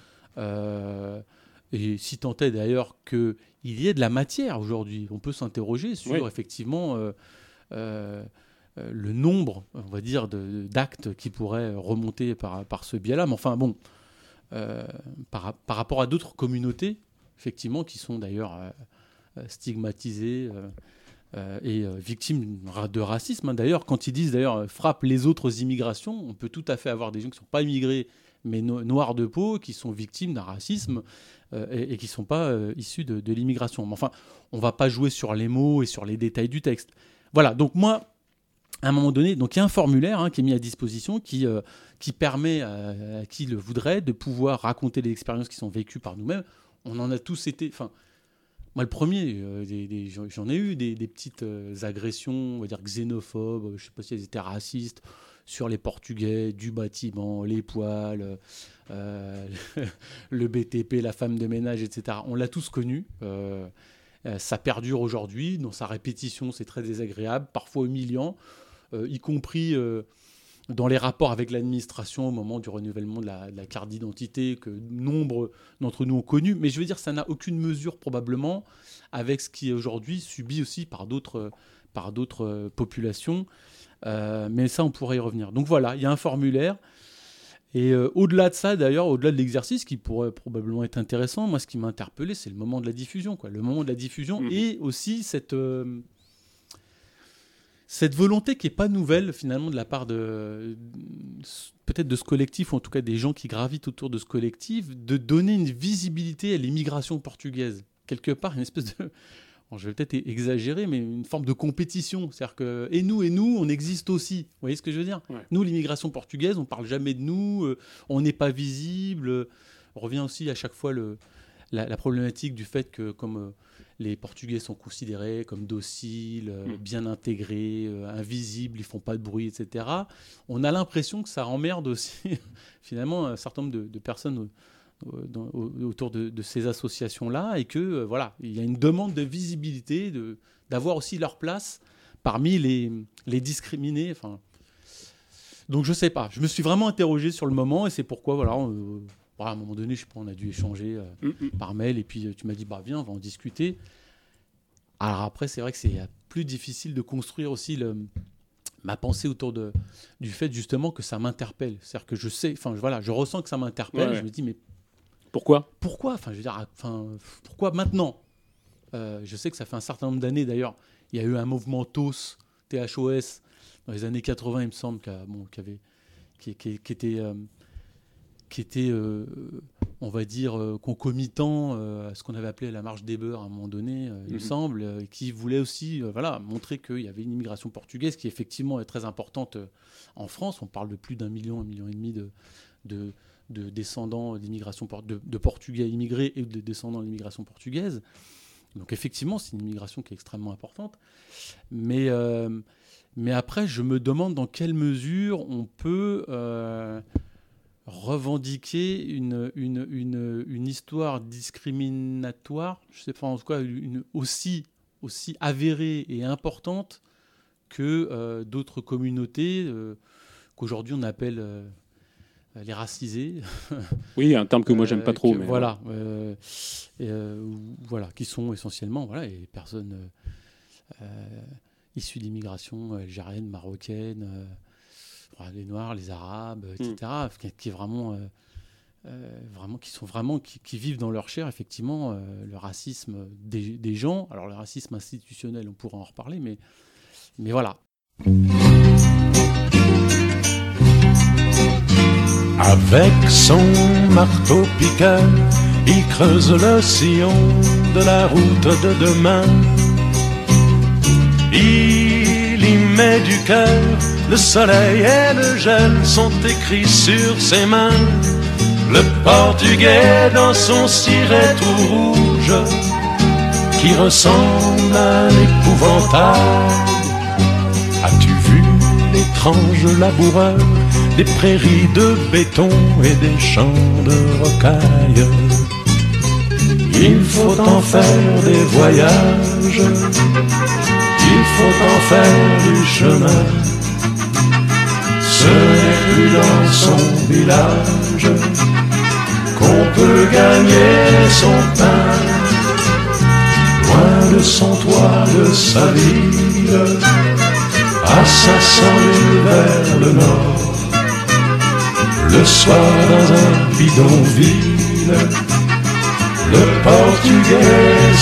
euh, et si tant est d'ailleurs qu'il y ait de la matière aujourd'hui, on peut s'interroger sur, oui. effectivement, euh, euh, le nombre, on va dire, de, d'actes qui pourraient remonter par, par ce biais-là. Mais enfin, bon, euh, par, par rapport à d'autres communautés, effectivement, qui sont d'ailleurs euh, stigmatisés euh, euh, et euh, victimes de racisme. Hein. D'ailleurs, quand ils disent d'ailleurs frappe les autres immigrations, on peut tout à fait avoir des gens qui ne sont pas immigrés, mais no- noirs de peau, qui sont victimes d'un racisme euh, et, et qui ne sont pas euh, issus de, de l'immigration. Mais enfin, on ne va pas jouer sur les mots et sur les détails du texte. Voilà, donc moi, à un moment donné, donc il y a un formulaire hein, qui est mis à disposition qui, euh, qui permet à, à qui le voudrait de pouvoir raconter les expériences qui sont vécues par nous-mêmes. On en a tous été... Enfin, moi, le premier, euh, des, des, j'en ai eu des, des petites euh, agressions, on va dire xénophobes, je ne sais pas si elles étaient racistes, sur les Portugais, du bâtiment, les poils, euh, le B T P, la femme de ménage, et cetera. On l'a tous connu. Euh, euh, ça perdure aujourd'hui. Dans sa répétition, c'est très désagréable, parfois humiliant, euh, y compris... Euh, dans les rapports avec l'administration au moment du renouvellement de la, de la carte d'identité que nombre d'entre nous ont connu. Mais je veux dire, ça n'a aucune mesure probablement avec ce qui est aujourd'hui subi aussi par d'autres, par d'autres populations. Euh, mais ça, on pourrait y revenir. Donc voilà, il y a un formulaire. Et euh, au-delà de ça, d'ailleurs, au-delà de l'exercice qui pourrait probablement être intéressant, moi, ce qui m'a interpellé, c'est le moment de la diffusion, quoi. Le moment de la diffusion mmh. et aussi cette... Euh, Cette volonté qui n'est pas nouvelle, finalement, de la part de, peut-être de ce collectif, ou en tout cas des gens qui gravitent autour de ce collectif, de donner une visibilité à l'immigration portugaise. Quelque part, une espèce de... Bon, je vais peut-être exagérer, mais une forme de compétition. C'est-à-dire que, et nous, et nous, on existe aussi. Vous voyez ce que je veux dire ? Ouais. Nous, l'immigration portugaise, on ne parle jamais de nous, euh, on n'est pas visible. On revient aussi à chaque fois le... la, la problématique du fait que comme euh, les Portugais sont considérés comme dociles, euh, mmh. bien intégrés, euh, invisibles, ils font pas de bruit, et cetera. On a l'impression que ça emmerde aussi finalement un certain nombre de, de personnes euh, dans, autour de, de ces associations-là, et que euh, voilà, il y a une demande de visibilité, de, d'avoir aussi leur place parmi les, les discriminés. Enfin, donc je sais pas. Je me suis vraiment interrogé sur le moment, et c'est pourquoi voilà. On, à un moment donné, je sais pas, on a dû échanger euh, mm-hmm. par mail, et puis tu m'as dit bah viens, on va en discuter. Alors après, c'est vrai que c'est plus difficile de construire aussi le, ma pensée autour de, du fait justement que ça m'interpelle. C'est-à-dire que je sais, enfin voilà, je ressens que ça m'interpelle. Ouais, ouais. Je me dis mais pourquoi Pourquoi Enfin, je veux dire, enfin, pourquoi maintenant euh, Je sais que ça fait un certain nombre d'années d'ailleurs. Il y a eu un mouvement T O S, T H O S, dans les années quatre-vingts, il me semble, qui, a, bon, qui avait, qui, qui, qui était euh, qui était, euh, on va dire, euh, concomitant euh, à ce qu'on avait appelé la marche des beurs à un moment donné, euh, il mm-hmm. me semble, euh, qui voulait aussi euh, voilà, montrer qu'il y avait une immigration portugaise qui effectivement est très importante euh, en France. On parle de plus d'un million, un million et demi de, de, de descendants d'immigration de, de Portugais immigrés et de descendants de l'immigration portugaise. Donc effectivement, c'est une immigration qui est extrêmement importante. Mais, euh, mais après, je me demande dans quelle mesure on peut... Euh, revendiquer une, une, une, une histoire discriminatoire, je sais pas, en tout cas une, aussi, aussi avérée et importante que euh, d'autres communautés euh, qu'aujourd'hui on appelle euh, les racisés. Oui, un terme que moi j'aime euh, pas trop. Que, mais voilà, euh, et, euh, voilà, qui sont essentiellement voilà, les personnes euh, issues d'immigration algérienne, marocaine, euh, les Noirs, les Arabes, et cetera, mmh. qui, qui, est vraiment, euh, euh, vraiment, qui, sont vraiment qui, qui vivent dans leur chair, effectivement, euh, le racisme des, des gens. Alors, le racisme institutionnel, on pourra en reparler, mais, mais voilà. Avec son marteau-piqueur, il creuse le sillon de la route de demain. Il y met du cœur. Le soleil et le gel sont écrits sur ses mains. Le Portugais dans son ciré tout rouge, qui ressemble à un épouvantail. As-tu vu l'étrange laboureur des prairies de béton et des champs de rocailles? Il faut en faire des voyages, il faut en faire du chemin. Ce n'est plus dans son village qu'on peut gagner son pain. Loin de son toit, de sa ville, à cinq cents milles vers le nord. Le soir dans un bidonville, le Portugais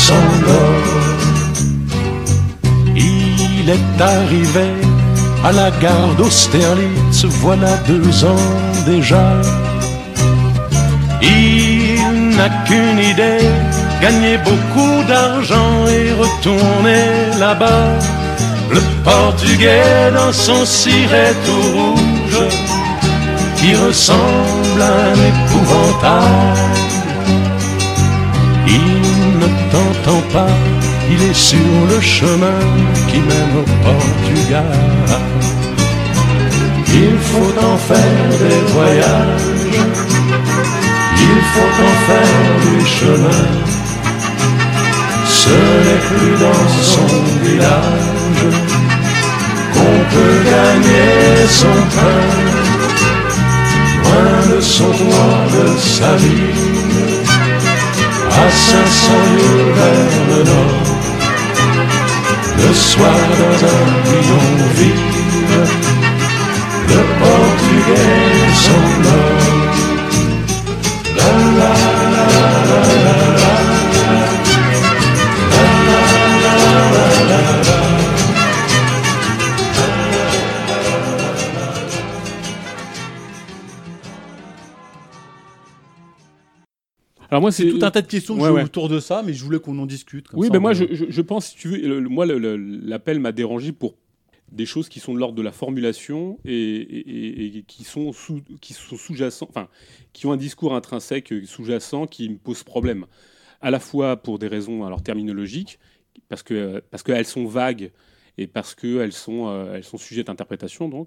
s'endort. Il est arrivé à la gare d'Austerlitz, voilà deux ans déjà. Il n'a qu'une idée, gagner beaucoup d'argent et retourner là-bas. Le Portugais dans son ciré tout rouge, qui ressemble à un épouvantail. Il ne t'entend pas, il est sur le chemin qui mène au Portugal. Il faut en faire des voyages, il faut en faire du chemin. Ce n'est plus dans son village qu'on peut gagner son pain. Loin de son toit, de sa ville, à cinq cents milles vers le nord. Le soir dans un bidonville, le Portugais s'endort. La la la la la la, la la la la la la. Alors moi, c'est tout un tas de questions que ouais, j'ai ouais. autour de ça, mais je voulais qu'on en discute. Comme oui, ça, ben moi, de... je, je, je pense, si tu veux, le, moi, le, le, l'appel m'a dérangé pour des choses qui sont de l'ordre de la formulation et, et, et qui sont sous, qui sont sous-jacents, enfin, qui ont un discours intrinsèque sous-jacent qui me pose problème. à la fois pour des raisons alors terminologiques, parce que parce qu'elles sont vagues et parce qu'elles sont euh, elles sont sujettes à interprétation donc,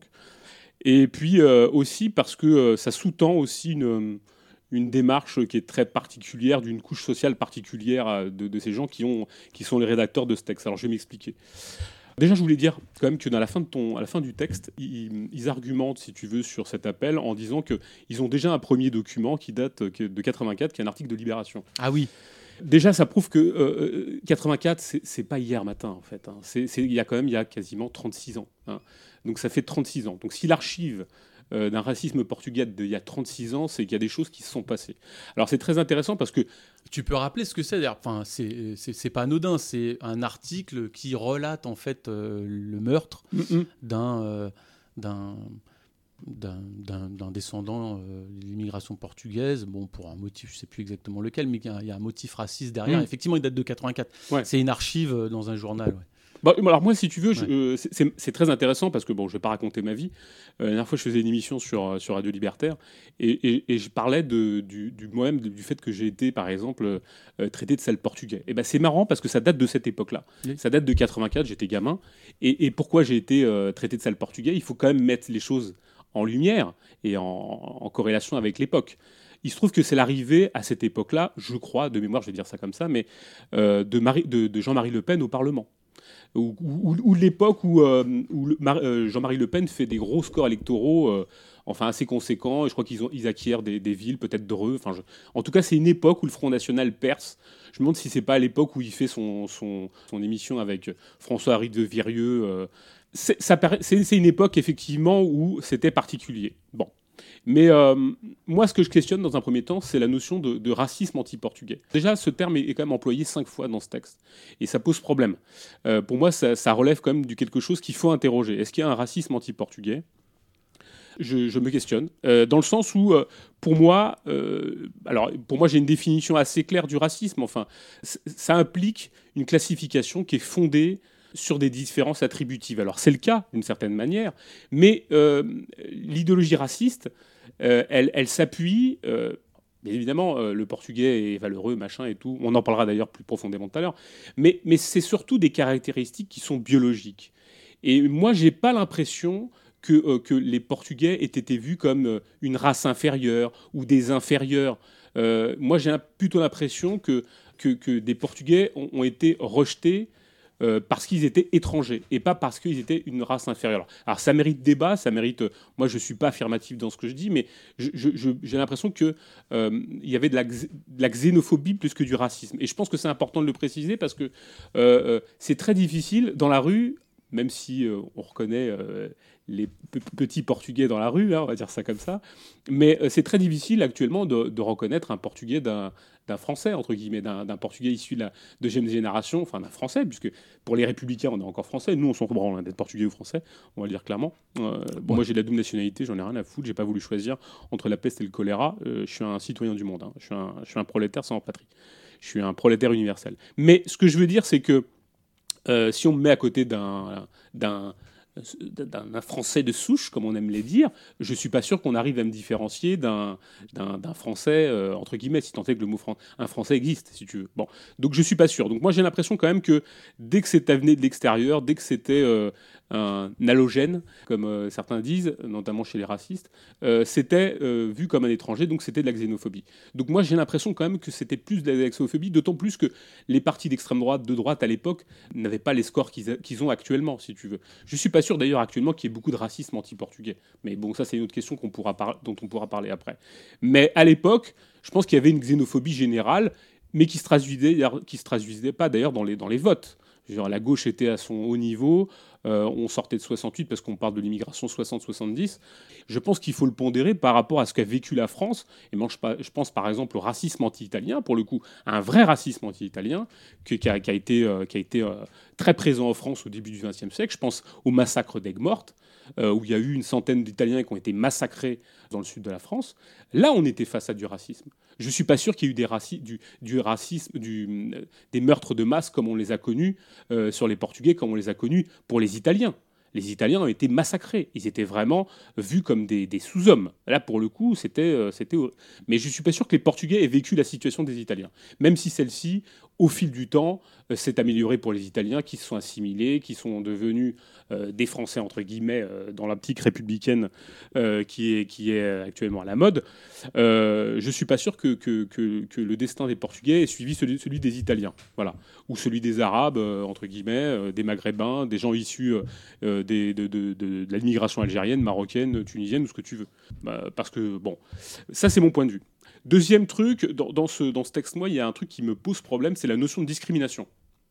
et puis euh, aussi parce que euh, ça sous-tend aussi une une démarche qui est très particulière d'une couche sociale particulière de, de ces gens qui ont qui sont les rédacteurs de ce texte. Alors je vais m'expliquer. Déjà, je voulais dire quand même que dans la fin de ton, à la fin du texte, ils, ils argumentent, si tu veux, sur cet appel en disant qu'ils ont déjà un premier document qui date de quatre-vingt-quatre, qui est un article de Libération. Ah oui. Déjà, ça prouve que euh, quatre-vingt-quatre, c'est, c'est pas hier matin, en fait. Hein. C'est, c'est, il y a quand même il y a quasiment trente-six ans. Hein. Donc ça fait trente-six ans. Donc si l'archive euh, d'un racisme portugais d'il y a trente-six ans, c'est qu'il y a des choses qui se sont passées. Alors c'est très intéressant parce que... Tu peux rappeler ce que c'est d'ailleurs. Enfin, c'est, c'est, c'est pas anodin. C'est un article qui relate en fait euh, le meurtre mm-hmm. d'un, euh, d'un, d'un, d'un, d'un descendant euh, de l'immigration portugaise. Bon, pour un motif, je sais plus exactement lequel, mais il y, y a un motif raciste derrière. Mm. Effectivement, il date de quatre-vingt-quatre. Ouais. C'est une archive dans un journal. Ouais. Bah, alors moi, si tu veux, je, ouais. euh, c'est, c'est, c'est très intéressant parce que bon, je vais pas raconter ma vie. Euh, la dernière fois, je faisais une émission sur sur Radio Libertaire et, et, et je parlais de, du, du moi-même du fait que j'ai été, par exemple, euh, traité de sale portugais. Et ben c'est marrant parce que ça date de cette époque-là. Oui. Ça date de quatre-vingt-quatre. J'étais gamin. Et, et pourquoi j'ai été euh, traité de sale portugais ? Il faut quand même mettre les choses en lumière et en, en corrélation avec l'époque. Il se trouve que c'est l'arrivée à cette époque-là, je crois, de mémoire, je vais dire ça comme ça, mais euh, de, Marie, de, de Jean-Marie Le Pen au Parlement. Ou, ou, ou l'époque où, euh, où le, euh, Jean-Marie Le Pen fait des gros scores électoraux, euh, enfin assez conséquents. Et je crois qu'ils ont, ils acquièrent des, des villes, peut-être Dreux. Enfin, je... En tout cas, c'est une époque où le Front National perce. Je me demande si c'est pas à l'époque où il fait son, son, son émission avec François-Henri de Virieux. Euh... C'est, ça, c'est, c'est une époque effectivement où c'était particulier. Bon. Mais euh, moi, ce que je questionne dans un premier temps, c'est la notion de, de racisme anti-portugais. Déjà, ce terme est, est quand même employé cinq fois dans ce texte. Et ça pose problème. Euh, pour moi, ça, ça relève quand même de quelque chose qu'il faut interroger. Est-ce qu'il y a un racisme anti-portugais ? je, je me questionne. Euh, dans le sens où, euh, pour moi, euh, alors, pour moi, j'ai une définition assez claire du racisme. Enfin, ça implique une classification qui est fondée sur des différences attributives. Alors c'est le cas d'une certaine manière, mais euh, l'idéologie raciste, euh, elle, elle s'appuie, euh, bien évidemment, euh, le portugais est valeureux, machin et tout, on en parlera d'ailleurs plus profondément tout à l'heure, mais, mais c'est surtout des caractéristiques qui sont biologiques. Et moi, j'ai pas l'impression que, euh, que les Portugais aient été vus comme euh, une race inférieure ou des inférieurs. Euh, moi, j'ai plutôt l'impression que, que, que des Portugais ont, ont été rejetés Euh, parce qu'ils étaient étrangers et pas parce qu'ils étaient une race inférieure. Alors, alors ça mérite débat, ça mérite... Euh, moi, je ne suis pas affirmatif dans ce que je dis, mais je, je, je, j'ai l'impression qu'il euh, y avait de la, de la xénophobie plus que du racisme. Et je pense que c'est important de le préciser parce que euh, euh, c'est très difficile dans la rue, même si euh, on reconnaît euh, les p- petits Portugais dans la rue, hein, on va dire ça comme ça, mais euh, c'est très difficile actuellement de, de reconnaître un Portugais d'un... d'un Français, entre guillemets, d'un, d'un Portugais issu de la deuxième génération, enfin d'un Français, puisque pour les Républicains, on est encore Français. Nous, on s'en branle hein, d'être Portugais ou Français, on va le dire clairement. Euh, bon, ouais. Moi, j'ai la double nationalité, j'en ai rien à foutre, j'ai pas voulu choisir entre la peste et le choléra. Euh, je suis un citoyen du monde, hein. je, suis un, je suis un prolétaire sans patrie. Je suis un prolétaire universel. Mais ce que je veux dire, c'est que euh, si on me met à côté d'un... d'un d'un Français de souche, comme on aime les dire, je ne suis pas sûr qu'on arrive à me différencier d'un, d'un, d'un Français, euh, entre guillemets, si tant est que le mot fran- un Français existe, si tu veux. Bon. Donc je ne suis pas sûr. Donc moi j'ai l'impression quand même que dès que c'était venu de l'extérieur, dès que c'était euh, un halogène, comme euh, certains disent, notamment chez les racistes, euh, c'était euh, vu comme un étranger, donc c'était de la xénophobie. Donc moi j'ai l'impression quand même que c'était plus de la xénophobie, d'autant plus que les partis d'extrême droite, de droite à l'époque, n'avaient pas les scores qu'ils, a, qu'ils ont actuellement, si tu veux. Je ne suis pas sûr d'ailleurs actuellement qu'il y ait beaucoup de racisme anti-portugais. Mais bon, ça c'est une autre question qu'on pourra par... dont on pourra parler après. Mais à l'époque, je pense qu'il y avait une xénophobie générale, mais qui se traduisait, qui se traduisait pas d'ailleurs dans les, dans les votes. Genre, la gauche était à son haut niveau, euh, on sortait de soixante-huit parce qu'on parle de l'immigration soixante soixante-dix. Je pense qu'il faut le pondérer par rapport à ce qu'a vécu la France. Et moi, je, je pense par exemple au racisme anti-italien, pour le coup, un vrai racisme anti-italien qui, qui, a, qui a été, euh, qui a été euh, très présent en France au début du vingtième siècle. Je pense au massacre d'Aigues-Mortes, euh, où il y a eu une centaine d'Italiens qui ont été massacrés dans le sud de la France. Là, on était face à du racisme. Je ne suis pas sûr qu'il y ait eu des raci- du, du racisme, du, des meurtres de masse comme on les a connus euh, sur les Portugais, comme on les a connus pour les Italiens. les Italiens ont été massacrés. Ils étaient vraiment vus comme des, des sous-hommes. Là, pour le coup, c'était, euh, c'était... Mais je ne suis pas sûr que les Portugais aient vécu la situation des Italiens. Même si celle-ci, au fil du temps, euh, s'est améliorée pour les Italiens, qui se sont assimilés, qui sont devenus euh, des Français, entre guillemets, euh, dans l'optique républicaine euh, qui, est, qui est actuellement à la mode. Euh, je ne suis pas sûr que, que, que, que le destin des Portugais ait suivi celui, celui des Italiens. Voilà. Ou celui des Arabes, euh, entre guillemets, euh, des Maghrébins, des gens issus euh, des, de, de, de, de l'immigration algérienne, marocaine, tunisienne, ou ce que tu veux. Bah, parce que, bon, ça c'est mon point de vue. Deuxième truc, dans, dans ce, dans ce texte-moi, il y a un truc qui me pose problème, c'est la notion de discrimination.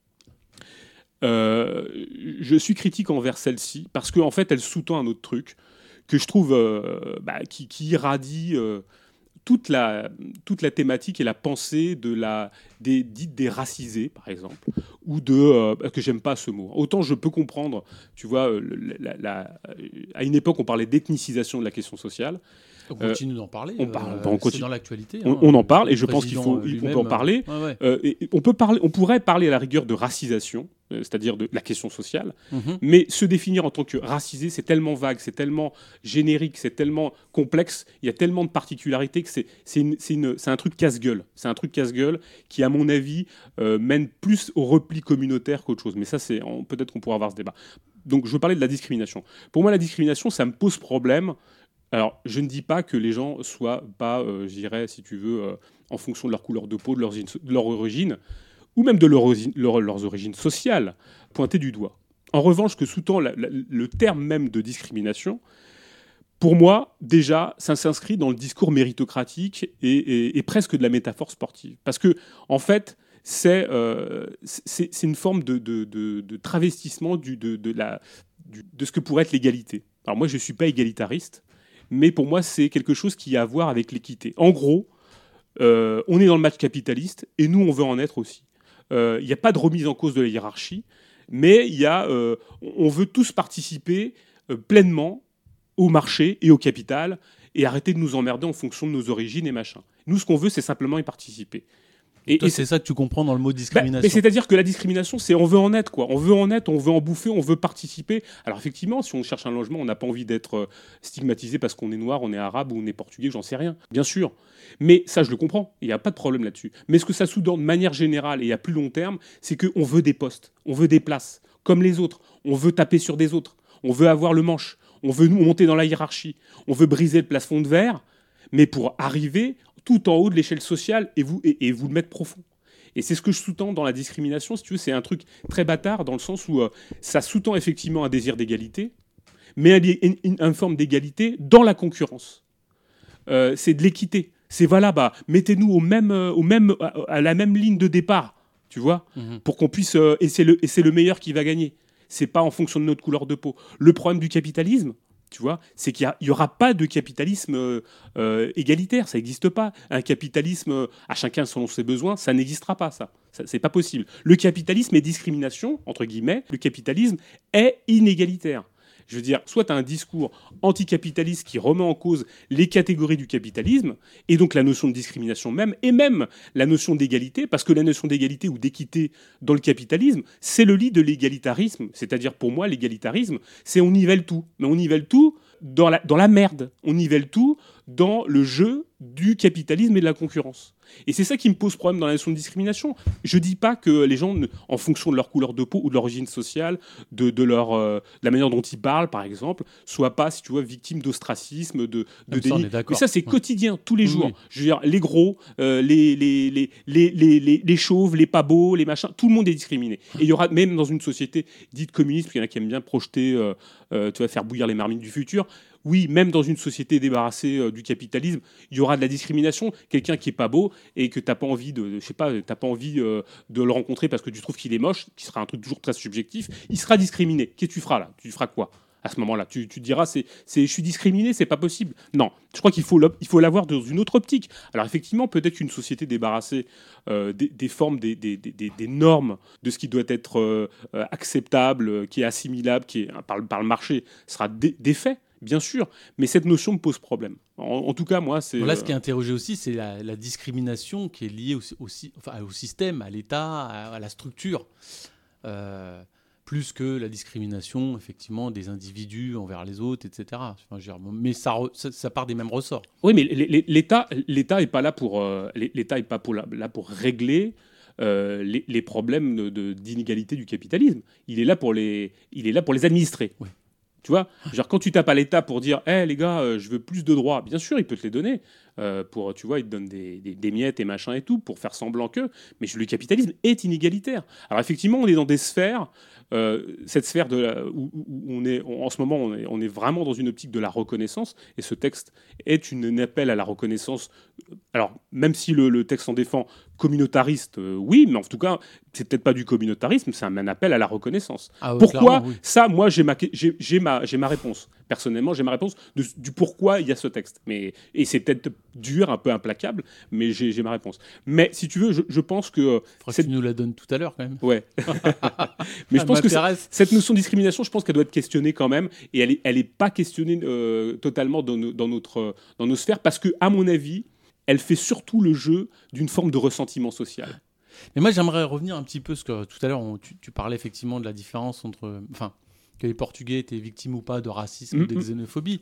Euh, je suis critique envers celle-ci, parce qu'en en fait, elle sous-tend un autre truc que je trouve euh, bah, qui, qui irradie... Euh, Toute la, toute la thématique et la pensée de la, des, dites des racisés, par exemple, ou de... Euh, parce que j'aime pas ce mot. Autant je peux comprendre, tu vois, la, la, à une époque, on parlait d'ethnicisation de la question sociale. On continue euh, d'en parler. On, parle, euh, on continue. C'est dans l'actualité. On, hein, on en parle, et je pense qu'il faut, on peut en parler. Ouais, ouais. Euh, et on, peut parler. On pourrait parler à la rigueur de racisation, euh, c'est-à-dire de la question sociale, mm-hmm. mais se définir en tant que racisé, c'est tellement vague, c'est tellement générique, c'est tellement complexe, il y a tellement de particularités que c'est, c'est, une, c'est, une, c'est un truc casse-gueule. C'est un truc casse-gueule qui, à mon avis, euh, mène plus au repli communautaire qu'autre chose. Mais ça, c'est, on, peut-être qu'on pourra avoir ce débat. Donc, je veux parler de la discrimination. Pour moi, la discrimination, ça me pose problème. Alors, je ne dis pas que les gens soient pas, euh, je dirais, si tu veux, euh, en fonction de leur couleur de peau, de leur, de leur origine, ou même de leur, leur, leurs origines sociales, pointés du doigt. En revanche, ce que sous-tend la, la, le terme même de discrimination, pour moi, déjà, ça s'inscrit dans le discours méritocratique et, et, et presque de la métaphore sportive. Parce que, en fait, c'est, euh, c'est, c'est une forme de, de, de, de travestissement du, de, de, la, du, de ce que pourrait être l'égalité. Alors moi, je ne suis pas égalitariste, mais pour moi, c'est quelque chose qui a à voir avec l'équité. En gros, euh, on est dans le match capitaliste, et nous, on veut en être aussi. Il euh, n'y a pas de remise en cause de la hiérarchie, mais y a, euh, on veut tous participer euh, pleinement au marché et au capital, et arrêter de nous emmerder en fonction de nos origines et machin. Nous, ce qu'on veut, c'est simplement y participer. Et, Toi, et c'est, c'est ça que tu comprends dans le mot discrimination. Bah, mais c'est-à-dire que la discrimination, c'est on veut en être, quoi. On veut en être, on veut en bouffer, on veut participer. Alors effectivement, si on cherche un logement, on n'a pas envie d'être stigmatisé parce qu'on est noir, on est arabe ou on est portugais, j'en sais rien. Bien sûr. Mais ça, je le comprends. Il n'y a pas de problème là-dessus. Mais ce que ça sous-tend de manière générale et à plus long terme, c'est qu'on veut des postes, on veut des places, comme les autres. On veut taper sur des autres. On veut avoir le manche. On veut nous monter dans la hiérarchie. On veut briser le plafond de verre, mais pour arriver tout en haut de l'échelle sociale et vous, et, et vous le mettre profond. Et c'est ce que je sous-tends dans la discrimination, si tu veux, c'est un truc très bâtard dans le sens où euh, ça sous-tend effectivement un désir d'égalité, mais une, une, une forme d'égalité dans la concurrence. Euh, c'est de l'équité. C'est voilà, bah, mettez-nous au même, euh, au même, à, à la même ligne de départ, tu vois, mmh. pour qu'on puisse. Euh, et, c'est le, et c'est le meilleur qui va gagner. C'est pas en fonction de notre couleur de peau. Le problème du capitalisme, tu vois, c'est qu'il n'y aura pas de capitalisme euh, euh, égalitaire, ça n'existe pas. Un capitalisme euh, à chacun selon ses besoins, ça n'existera pas, ça. ça. C'est pas possible. Le capitalisme est discrimination, entre guillemets. Le capitalisme est inégalitaire. Je veux dire, soit tu as un discours anticapitaliste qui remet en cause les catégories du capitalisme, et donc la notion de discrimination même, et même la notion d'égalité, parce que la notion d'égalité ou d'équité dans le capitalisme, c'est le lit de l'égalitarisme. C'est-à-dire, pour moi, l'égalitarisme, c'est on nivelle tout. Mais on nivelle tout dans la, dans la merde. On nivelle tout dans le jeu du capitalisme et de la concurrence. Et c'est ça qui me pose problème dans la notion de discrimination. Je ne dis pas que les gens, en fonction de leur couleur de peau ou de leur origine sociale, de, de, leur, euh, de la manière dont ils parlent, par exemple, soient pas, si tu vois, victimes d'ostracisme, de, de déni. Mais ça, c'est ouais. quotidien, tous les jours. Oui. Je veux dire, les gros, euh, les, les, les, les, les, les, les chauves, les pas beaux, les machins, tout le monde est discriminé. Et il y aura, même dans une société dite communiste, parce qu'il y en a qui aiment bien projeter, euh, euh, tu vas faire bouillir les marmites du futur. Oui, même dans une société débarrassée euh, du capitalisme, il y aura de la discrimination. Quelqu'un qui est pas beau et que t'as pas envie de, je sais pas, t'as pas envie euh, de le rencontrer parce que tu trouves qu'il est moche, qui sera un truc toujours très subjectif, il sera discriminé. Qu'est-ce que tu feras là ? Tu feras quoi à ce moment-là ? Tu, tu te diras, c'est, c'est, je suis discriminé, c'est pas possible. Non, je crois qu'il faut, il faut l'avoir dans une autre optique. Alors effectivement, peut-être qu'une société débarrassée euh, des, des formes, des, des, des, des normes, de ce qui doit être euh, acceptable, qui est assimilable, qui est par, par le marché, sera dé, défait. Bien sûr, mais cette notion me pose problème. En, en tout cas, moi, c'est... Bon, là, ce qui est interrogé aussi, c'est la, la discrimination qui est liée au, au, enfin, au système, à l'État, à, à la structure. Euh, plus que la discrimination, effectivement, des individus envers les autres, et cetera. Enfin, je veux dire, mais ça, re, ça, ça part des mêmes ressorts. Oui, mais l'État, l'État est pas là pour, euh, l'État est pas pour là, là pour régler euh, les, les problèmes de, de, d'inégalité du capitalisme. Il est là pour les, il est là pour les administrer. Oui. Tu vois, genre quand tu tapes à l'État pour dire, hé hey, les gars, euh, je veux plus de droits, bien sûr, il peut te les donner. Euh, pour, tu vois, il te donne des, des, des miettes et machin et tout pour faire semblant que. Mais le capitalisme est inégalitaire. Alors effectivement, on est dans des sphères. Euh, cette sphère de la, où, où on est, on, en ce moment, on est, on est vraiment dans une optique de la reconnaissance, et ce texte est une, un appel à la reconnaissance. Alors, même si le, le texte en défend communautariste, euh, oui, mais en tout cas, c'est peut-être pas du communautarisme, c'est un, un appel à la reconnaissance. Ah, ouais, pourquoi oui. Ça, moi, j'ai ma, j'ai, j'ai ma, j'ai ma réponse. Personnellement, j'ai ma réponse de, du pourquoi il y a ce texte. Mais, et c'est peut-être dur, un peu implacable, mais j'ai, j'ai ma réponse. Mais si tu veux, je, je pense que... Faudrait que tu nous la donnes tout à l'heure, quand même. Ouais. Mais je pense que ça, cette notion de discrimination, je pense qu'elle doit être questionnée quand même, et elle n'est elle est pas questionnée euh, totalement dans, no, dans, notre, dans nos sphères, parce que, à mon avis, elle fait surtout le jeu d'une forme de ressentiment social. Mais moi, j'aimerais revenir un petit peu, parce que tout à l'heure, on, tu, tu parlais effectivement de la différence entre... Enfin, que les Portugais étaient victimes ou pas de racisme, mm-hmm. ou de xénophobie.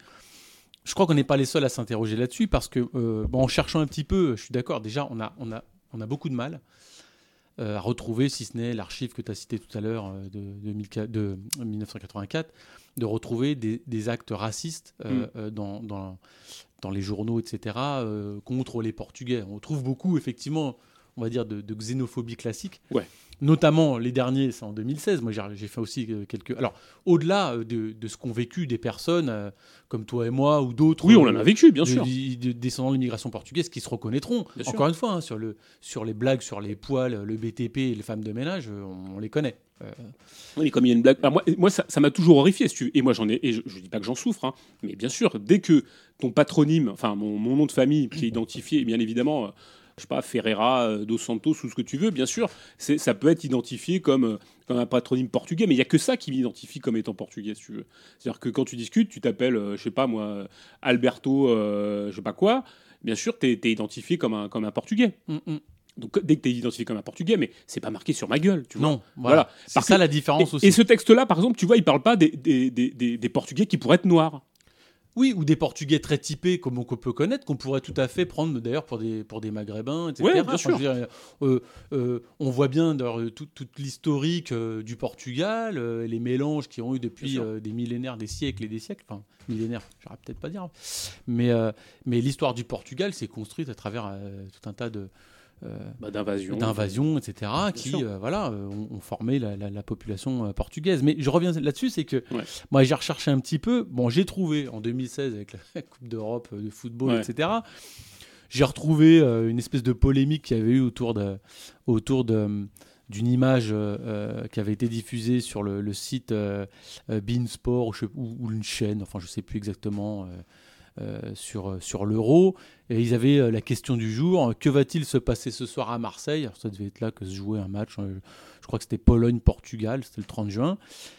Je crois qu'on n'est pas les seuls à s'interroger là-dessus, parce que, euh, bon, en cherchant un petit peu, je suis d'accord, déjà, on a, on a, on a beaucoup de mal euh, à retrouver, si ce n'est l'archive que tu as citée tout à l'heure euh, de, de, de dix-neuf cent quatre-vingt-quatre, de retrouver des, des actes racistes euh, mm. euh, dans, dans, dans les journaux, et cetera, euh, contre les Portugais. On trouve beaucoup, effectivement, on va dire, de, de xénophobie classique. Ouais. Notamment, les derniers, c'est en deux mille seize. Moi, j'ai, j'ai fait aussi quelques... Alors, au-delà de, de ce qu'ont vécu des personnes euh, comme toi et moi ou d'autres... Oui, on en a vécu, bien de, sûr. De, de, descendants de l'immigration portugaise qui se reconnaîtront. Bien Encore sûr. une fois, hein, sur, le, sur les blagues, sur les poils, le B T P et les femmes de ménage, on, on les connaît. Euh... Oui, comme il y a une blague... Alors moi, moi, ça, ça m'a toujours horrifié, si tu veux. Et moi, j'en ai... Et je ne dis pas que j'en souffre, hein, mais bien sûr, dès que ton patronyme, enfin, mon, mon nom de famille qui est identifié, bien évidemment... Euh, je sais pas, Ferreira, Dos Santos ou ce que tu veux, bien sûr, c'est, ça peut être identifié comme, comme un patronyme portugais, mais il n'y a que ça qui m'identifie comme étant portugais, si tu veux. C'est-à-dire que quand tu discutes, tu t'appelles, euh, je sais pas moi, Alberto, euh, je sais pas quoi, bien sûr, tu es identifié comme un, comme un portugais. Mm-hmm. Donc dès que tu es identifié comme un portugais, mais c'est pas marqué sur ma gueule, tu vois. Non, voilà. voilà. C'est Parce ça que, la différence et, aussi. Et ce texte-là, par exemple, tu vois, il parle pas des, des, des, des, des portugais qui pourraient être noirs. Oui, ou des Portugais très typés, comme on peut connaître, qu'on pourrait tout à fait prendre d'ailleurs pour des, pour des Maghrébins, et cetera. Oui, bien sûr. Enfin, je veux dire, euh, euh, on voit bien tout, toute l'historique euh, du Portugal, euh, les mélanges qu'ils ont eu depuis euh, des millénaires, des siècles et des siècles. Enfin, millénaires, j'aurais peut-être pas dire. Mais, euh, mais l'histoire du Portugal s'est construite à travers euh, tout un tas de... Euh, bah, d'invasion, d'invasion, et cetera, qui euh, voilà, euh, ont, ont formé la, la, la population euh, portugaise. Mais je reviens là-dessus, c'est que ouais. moi j'ai recherché un petit peu. Bon, j'ai trouvé en deux mille seize avec la Coupe d'Europe de football, ouais. et cetera. J'ai retrouvé euh, une espèce de polémique qu'il y avait eu autour de, autour de d'une image euh, qui avait été diffusée sur le, le site euh, Beansport ou, ou, ou une chaîne, enfin je sais plus exactement. Euh, Euh, sur, sur l'Euro, et ils avaient euh, la question du jour, que va-t-il se passer ce soir à Marseille? Alors, ça devait être là que se jouait un match, euh, je crois que c'était Pologne-Portugal, c'était le trente juin,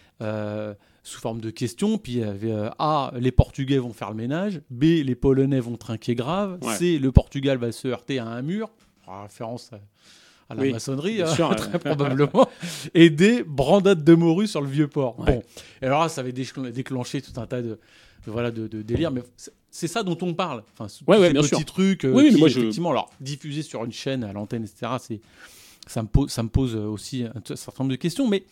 euh, sous forme de question. Puis il y avait euh, A, les Portugais vont faire le ménage, B, les Polonais vont trinquer grave, ouais. C, le Portugal va se heurter à un mur, en référence à, à la oui, maçonnerie, hein, sûr, très probablement, et D, brandade de morue sur le Vieux-Port. Ouais. Bon. Et alors là, ça avait déclenché tout un tas de voilà de, de délire, mais c'est ça dont on parle, enfin ouais, ouais, ces bien petits sûr. trucs euh, oui, qui, moi, effectivement je... alors diffusés sur une chaîne à l'antenne, etc., c'est ça me pose ça me pose aussi un, un certain nombre de questions. Mais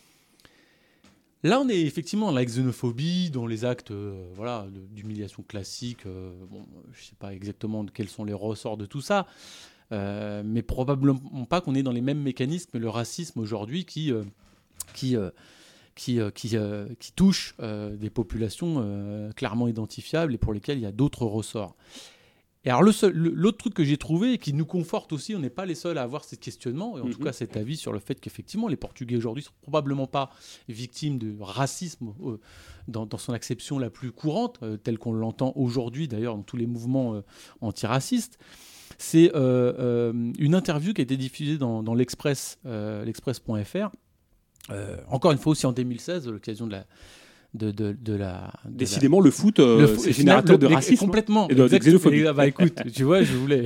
là on est effectivement dans la xénophobie, dans les actes euh, voilà de, d'humiliation classique. Euh, bon, je sais pas exactement quels sont les ressorts de tout ça, euh, mais probablement pas qu'on est dans les mêmes mécanismes que le racisme aujourd'hui qui euh, qui euh, qui, euh, qui, euh, qui touchent euh, des populations euh, clairement identifiables et pour lesquelles il y a d'autres ressorts. Et alors le seul, le, l'autre truc que j'ai trouvé et qui nous conforte aussi, on n'est pas les seuls à avoir ces questionnements, et en mm-hmm. tout cas cet avis sur le fait qu'effectivement les Portugais aujourd'hui ne sont probablement pas victimes de racisme euh, dans, dans son acception la plus courante, euh, telle qu'on l'entend aujourd'hui d'ailleurs dans tous les mouvements euh, antiracistes. C'est euh, euh, une interview qui a été diffusée dans, dans l'Express, euh, l'express point f r. Euh, encore une fois aussi en deux mille seize, à l'occasion de la, de, de, de la. De Décidément, la... le foot, euh, le fo- c'est générateur de le- racisme complètement. et de, de Exactement. xénophobie. Et, bah écoute, tu vois, je voulais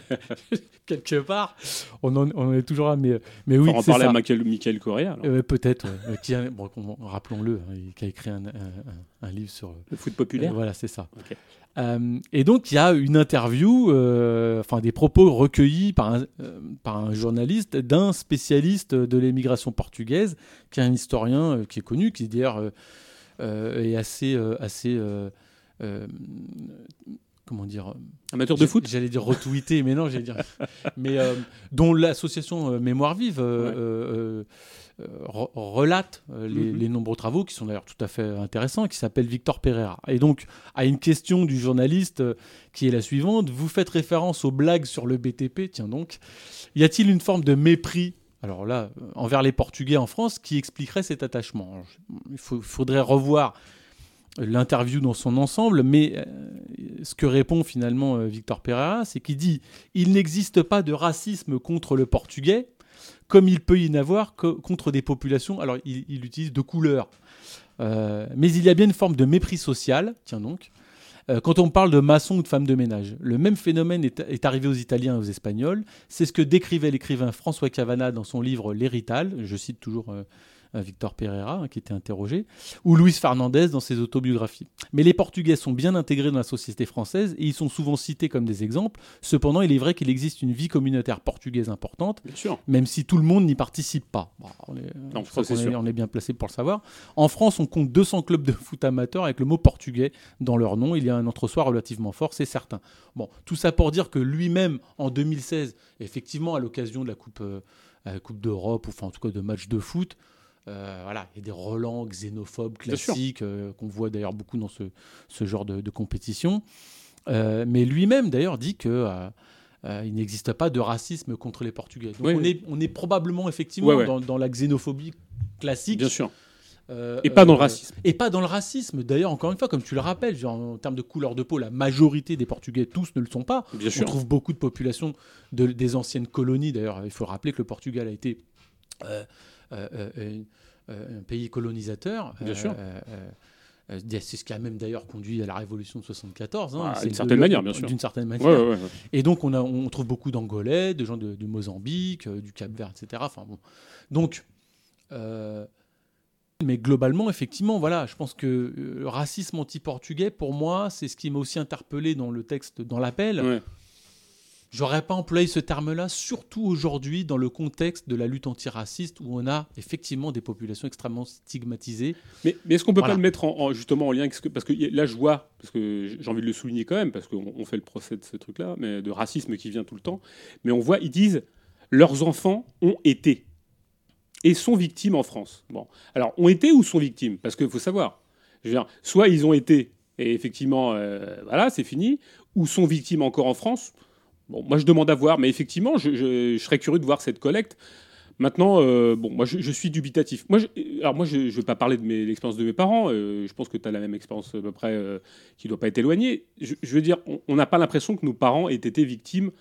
quelque part, on en, on en est toujours là, mais mais oui, On en c'est parlait ça. à Michael, Michael Correa, alors. Euh, peut-être, ouais. qui a, bon, qu'on- rappelons-le, hein, qui a écrit un, un, un- un livre sur. Le foot populaire. Euh, voilà, c'est ça. Ok. Euh, et donc, il y a une interview, euh, enfin des propos recueillis par un, euh, par un journaliste d'un spécialiste de l'émigration portugaise, qui est un historien euh, qui est connu, qui d'ailleurs euh, euh, est assez, euh, assez euh, euh, comment dire, Amateur de foot. J'allais dire retweeté, mais non, j'allais dire, mais euh, dont l'association euh, Mémoire Vive euh, Ouais. euh, euh, re- relate euh, les, Mhm. les nombreux travaux qui sont d'ailleurs tout à fait intéressants, qui s'appelle Victor Pereira. Et donc, à une question du journaliste euh, qui est la suivante, vous faites référence aux blagues sur le B T P, tiens donc, y a-t-il une forme de mépris, alors là, euh, envers les Portugais en France, qui expliquerait cet attachement? Alors, je- Il faut- faudrait revoir l'interview dans son ensemble, mais euh, ce que répond finalement euh, Victor Pereira, c'est qu'il dit « Il n'existe pas de racisme contre le portugais, comme il peut y en avoir co- contre des populations. » Alors, il, il utilise de couleurs. Euh, mais il y a bien une forme de mépris social, tiens donc, euh, quand on parle de maçons ou de femmes de ménage. Le même phénomène est, est arrivé aux Italiens et aux Espagnols. C'est ce que décrivait l'écrivain François Cavana dans son livre L'Hérital, je cite toujours euh, Victor Pereira, hein, qui était interrogé, ou Luis Fernandez dans ses autobiographies. Mais les Portugais sont bien intégrés dans la société française et ils sont souvent cités comme des exemples. Cependant, il est vrai qu'il existe une vie communautaire portugaise importante, Bien sûr. même si tout le monde n'y participe pas. Bon, on, est, Non, je ça, crois c'est qu'on est, sûr. on est bien placé pour le savoir. En France, on compte deux cents clubs de foot amateurs avec le mot portugais dans leur nom. Il y a un entre-soi relativement fort, c'est certain. Bon, tout ça pour dire que lui-même, en deux mille seize, effectivement, à l'occasion de la Coupe, euh, la coupe d'Europe, ou enfin, en tout cas de matchs de foot, Euh, voilà, il y a des relents xénophobes classiques euh, qu'on voit d'ailleurs beaucoup dans ce, ce genre de, de compétition. Euh, mais lui-même d'ailleurs dit que euh, euh, il n'existe pas de racisme contre les Portugais. Donc Oui, on, oui. est, on est probablement effectivement Ouais, ouais. Dans, dans la xénophobie classique. Bien sûr. Euh, Et pas dans le euh, racisme. Et pas dans le racisme. D'ailleurs, encore une fois, comme tu le rappelles, genre, en termes de couleur de peau, la majorité des Portugais, tous ne le sont pas. Bien On sûr. trouve beaucoup de populations de, des anciennes colonies. D'ailleurs, il faut rappeler que le Portugal a été euh, euh, euh, euh, un pays colonisateur. Bien sûr. Euh, euh, euh, c'est ce qui a même d'ailleurs conduit à la révolution de soixante-quatorze. Hein. Ah, C'est d'une le- certaine le- manière, bien sûr. D'une certaine manière. Ouais, ouais, ouais. Et donc, on, a, on trouve beaucoup d'Angolais, de gens de, du Mozambique, euh, du Cap-Vert, et cetera. Enfin, bon. Donc, euh, mais globalement, effectivement, voilà, je pense que euh, le racisme anti-portugais, pour moi, c'est ce qui m'a aussi interpellé dans le texte, dans l'appel. Ouais. J'aurais pas employé ce terme-là, surtout aujourd'hui, dans le contexte de la lutte antiraciste, où on a effectivement des populations extrêmement stigmatisées. Mais, mais est-ce qu'on peut Voilà. pas le mettre en, en- justement en lien avec ce que, parce que y a- là je vois, parce que j'ai envie de le souligner quand même, parce qu'on on fait le procès de ce truc-là, mais de racisme qui vient tout le temps. Mais on voit, ils disent leurs enfants ont été et sont victimes en France. Bon, alors ont été ou sont victimes? Parce qu'il faut savoir, je veux dire, soit ils ont été et effectivement, euh, voilà, c'est fini, ou sont victimes encore en France. Bon, moi je demande à voir, mais effectivement, je, je- je serais curieux de voir cette collecte. Maintenant, euh, bon, moi je, je suis dubitatif. Moi, je, alors moi, je ne vais pas parler de mes- l'expérience de mes parents. euh, je pense que tu as la même expérience à peu près euh, qui ne doit pas être éloignée. Je, je veux dire, on- on n'a pas l'impression que nos parents aient été victimes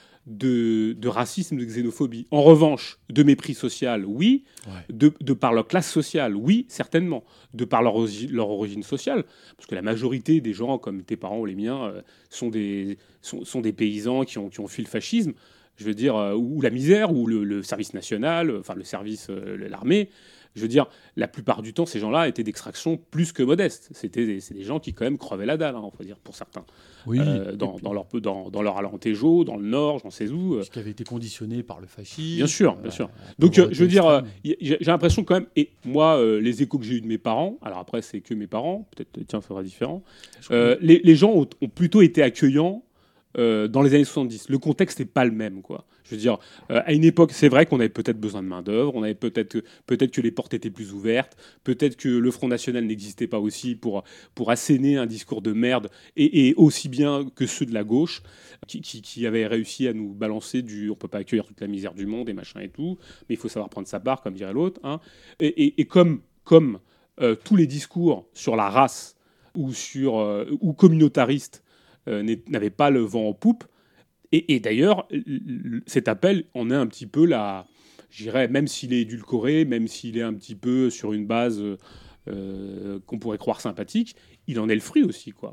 de, de racisme, de xénophobie. En revanche, de mépris social, oui. Ouais. De, de par leur classe sociale, oui, certainement. De par leur, origi- leur origine sociale. Parce que la majorité des gens, comme tes parents ou les miens, euh, sont, des, sont, sont des paysans qui ont, qui ont fui le fascisme. Je veux dire, euh, ou la misère, ou le, le service national, enfin le service, euh, l'armée. Je veux dire, la plupart du temps, ces gens-là étaient d'extraction plus que modeste. C'était des, c'est des gens qui quand même crevaient la dalle, hein, on va dire, pour certains. Oui, Euh, dans, dans leur dans, dans leur Alentejo, dans le Nord, j'en sais où. euh, qui avait été conditionné par le fascisme. Bien sûr, bien euh, sûr. la Donc, euh, pauvreté je veux dire, euh, extrême. y- j'ai j'ai l'impression quand même, et moi, euh, les échos que j'ai eus de mes parents, alors après, c'est que mes parents, peut-être, tiens, ça sera différent, euh, les, les gens ont, ont plutôt été accueillants euh, dans les années soixante-dix. Le contexte n'est pas le même, quoi. Je veux dire, euh, à une époque, c'est vrai qu'on avait peut-être besoin de main-d'œuvre, on avait peut-être que, peut-être que les portes étaient plus ouvertes, peut-être que le Front National n'existait pas aussi pour, pour asséner un discours de merde, et, et aussi bien que ceux de la gauche, qui, qui, qui avaient réussi à nous balancer du on peut pas accueillir toute la misère du monde et machin et tout, mais il faut savoir prendre sa part, comme dirait l'autre. Hein. Et, et, et comme, comme euh, tous les discours sur la race ou, sur, euh, ou communautaristes euh, n'est- n'avaient pas le vent en poupe, et, et d'ailleurs, l- l- cet appel en est un petit peu la. Je dirais, même s'il est édulcoré, même s'il est un petit peu sur une base euh, euh, qu'on pourrait croire sympathique, il en est le fruit aussi, quoi.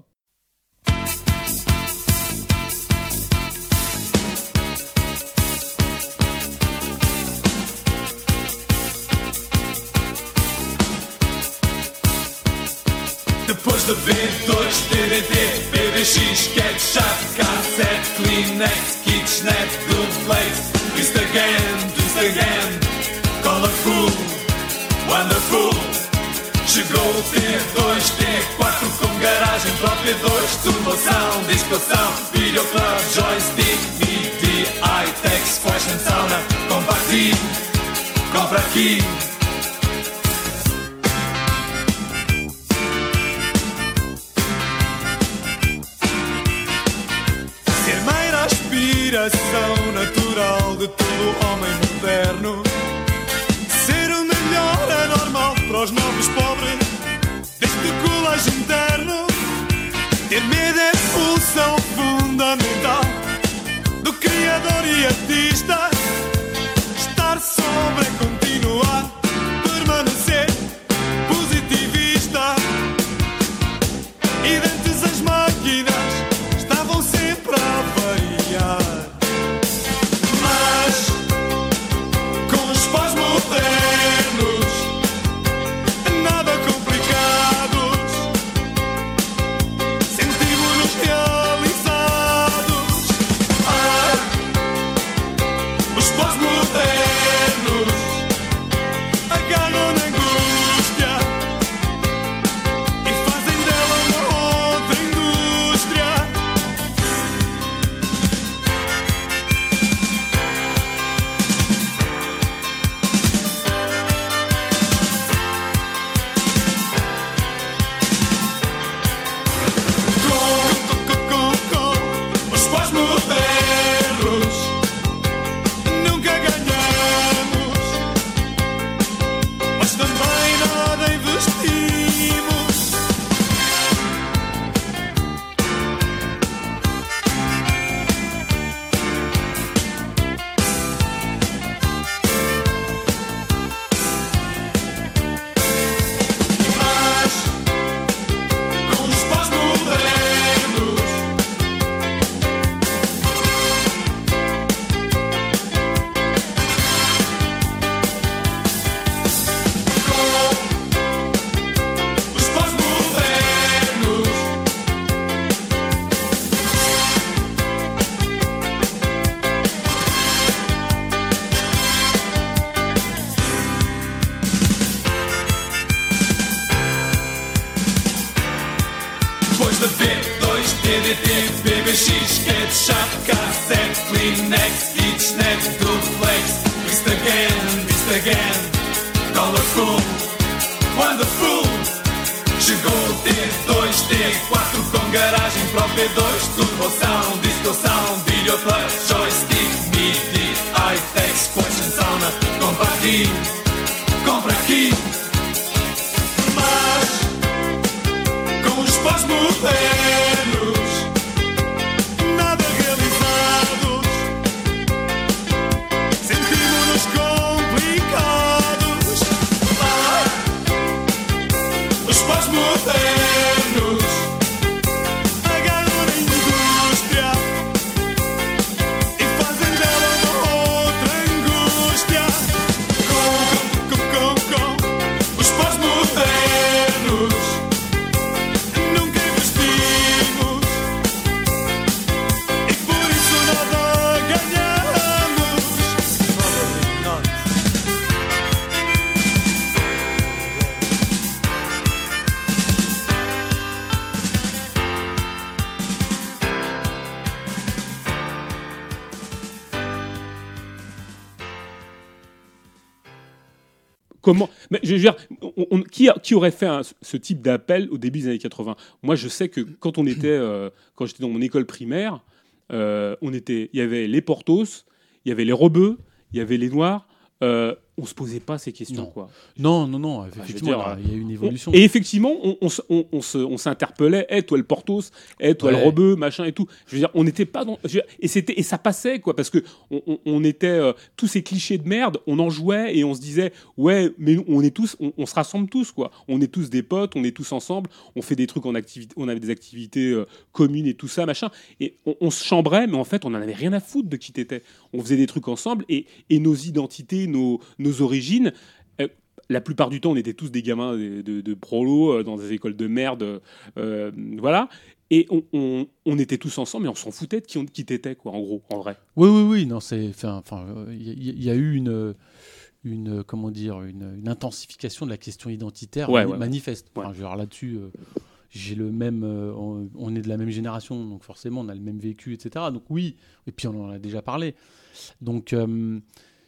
Depois de ver dois D V D, B B X, ketchup, cassete, Kleenex, KitchenAid, duplex, do it again, do it again, colorful, wonderful. Chegou o T dois, T quatro com garagem própria, dois, turboção, discussão, videoclub, joystick, M D, iTex, fashion sauna, compacti, compra aqui. Inspiração natural de todo homem moderno. Ser o melhor é normal para os novos pobres deste colégio interno. Ter medo é pulsão fundamental do criador e artista. Estar sobre é continuar, permanecer positivista. E dentes as máquinas estavam sempre a variar. Mas com os pós-modernos nada complicados, sentimos-nos realizados. Ah, os pós-modernos agarram na angústia e fazem dela uma outra indústria. Com, com, com, com os pós-modernos nunca ganhamos, mas também nada investimos. Mas com os pós-modernos com os pós-modernos depois de ver dois D D T, B B X, ketchup, cassete, Kleenex, KitchenAid, duplex, this again, this again, colorful, wonderful. Chegou o T dois, T quatro com garagem própria, dois, turboção, distorção, videoclub, joystick, M D, iTex, fashion sauna, compra aqui, compra aqui. Mas com os pós-modernos nada realizados, sentimos-nos complicados. Ah, os pós-modernos agarram na indústria e fazem dela uma outra angústia. Com, com, com, com os pós-modernos nunca investimos e por isso nada ganhamos. Nada, Comment mais je veux dire, on- on- qui, a- qui aurait fait un- ce type d'appel au début des années quatre-vingts? Moi, je sais que quand on était, euh, quand j'étais dans mon école primaire, euh, on était, il y avait les Portos, il y avait les Rebeux, il y avait les Noirs. euh, on se posait pas ces questions, Non. quoi. Non, non, non, je veux effectivement, dire, il y a eu une évolution. Et effectivement, on, on, se- on, on se- on s'interpellait, hey, toi le Portos, hey, toi Ouais. le Rebeu, machin et tout. Je veux dire, on n'était pas dans. je veux dire, et, c'était, et ça passait, quoi, parce que on, on, on était. euh, tous ces clichés de merde, on en jouait et on se disait, ouais, mais on est tous. On, on se rassemble tous, quoi. On est tous des potes, on est tous ensemble, on fait des trucs en activité, on avait des activités euh, communes et tout ça, machin. Et on, on se chambrait, mais en fait, on n'en avait rien à foutre de qui t'étais. On faisait des trucs ensemble et, et nos identités, nos, nos origines. euh, La plupart du temps, on était tous des gamins de, de, de prolos euh, dans des écoles de merde, euh, voilà. Et on, on, on était tous ensemble et on s'en foutait de qui, on, qui t'étais, quoi, en gros, en vrai. Oui, oui, oui, non, c'est, enfin, enfin, il y, y- y a eu une, une, comment dire, une, une intensification de la question identitaire Ouais, mani- ouais, manifeste. ouais. Enfin, je veux dire, là-dessus, euh, j'ai le même, euh, on, on est de la même génération, donc forcément, on a le même vécu, et cetera. Donc oui, et puis on en a déjà parlé. Donc euh,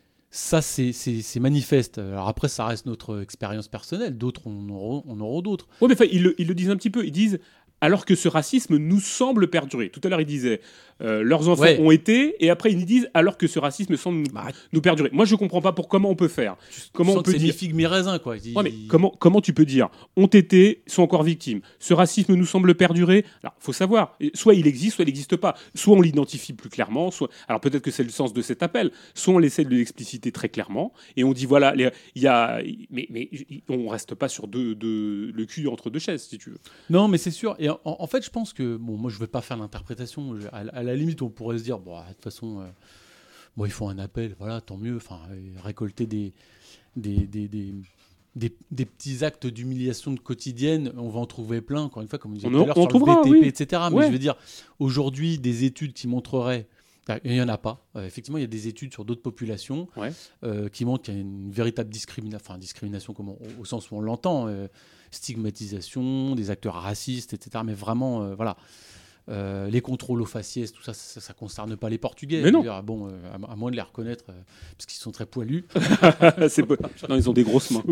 ça, c'est, c'est, c'est manifeste. Alors après, ça reste notre expérience personnelle. D'autres, on en aura, on en aura d'autres. Ouais, mais enfin, ils le, ils le disent un petit peu. Ils disent, alors que ce racisme nous semble perdurer. Tout à l'heure, ils disaient, euh, leurs enfants Ouais. ont été, et après, ils nous disent, alors que ce racisme semble nous, Bah, nous perdurer. Moi, je comprends pas pour comment on peut faire. Comment tu on sens peut que c'est dire. mi-figue, mi-raisin, quoi. Il- Ouais, mais comment, comment tu peux dire ont été, sont encore victimes. Ce racisme nous semble perdurer. Alors, faut savoir, soit il existe, soit il n'existe pas. Soit on l'identifie plus clairement, soit. Alors peut-être que c'est le sens de cet appel. Soit on essaie de l'expliciter très clairement et on dit voilà, les- il y a, mais, mais on reste pas sur deux, deux- le cul entre deux chaises, si tu veux. Non, mais c'est sûr. Et en, en fait, je pense que, bon, moi, je ne vais pas faire l'interprétation. Je- À, à la limite, on pourrait se dire, bon, de toute façon, euh, bon, ils font un appel, voilà, tant mieux. Enfin, euh, récolter des, des, des, des, des- des petits actes d'humiliation de quotidienne, on va en trouver plein. Encore une fois, comme on disait On tout à en- l'heure, on sur trouvera, le B T P, oui. et cetera. Mais Ouais. je veux dire, aujourd'hui, des études qui montreraient. Il n'y en a pas. Euh, effectivement, il y a des études sur d'autres populations Ouais. euh, qui montrent qu'il y a une véritable discrimination, enfin discrimination comme on- au, sens où on l'entend, euh, stigmatisation, des acteurs racistes, et cetera. Mais vraiment, euh, voilà. Euh, les contrôles aux faciès, tout ça, ça ne concerne pas les Portugais. Mais non. Je veux dire, bon, euh, à, à moins de les reconnaître, euh, parce qu'ils sont très poilus. C'est peu- Non, ils ont des grosses mains.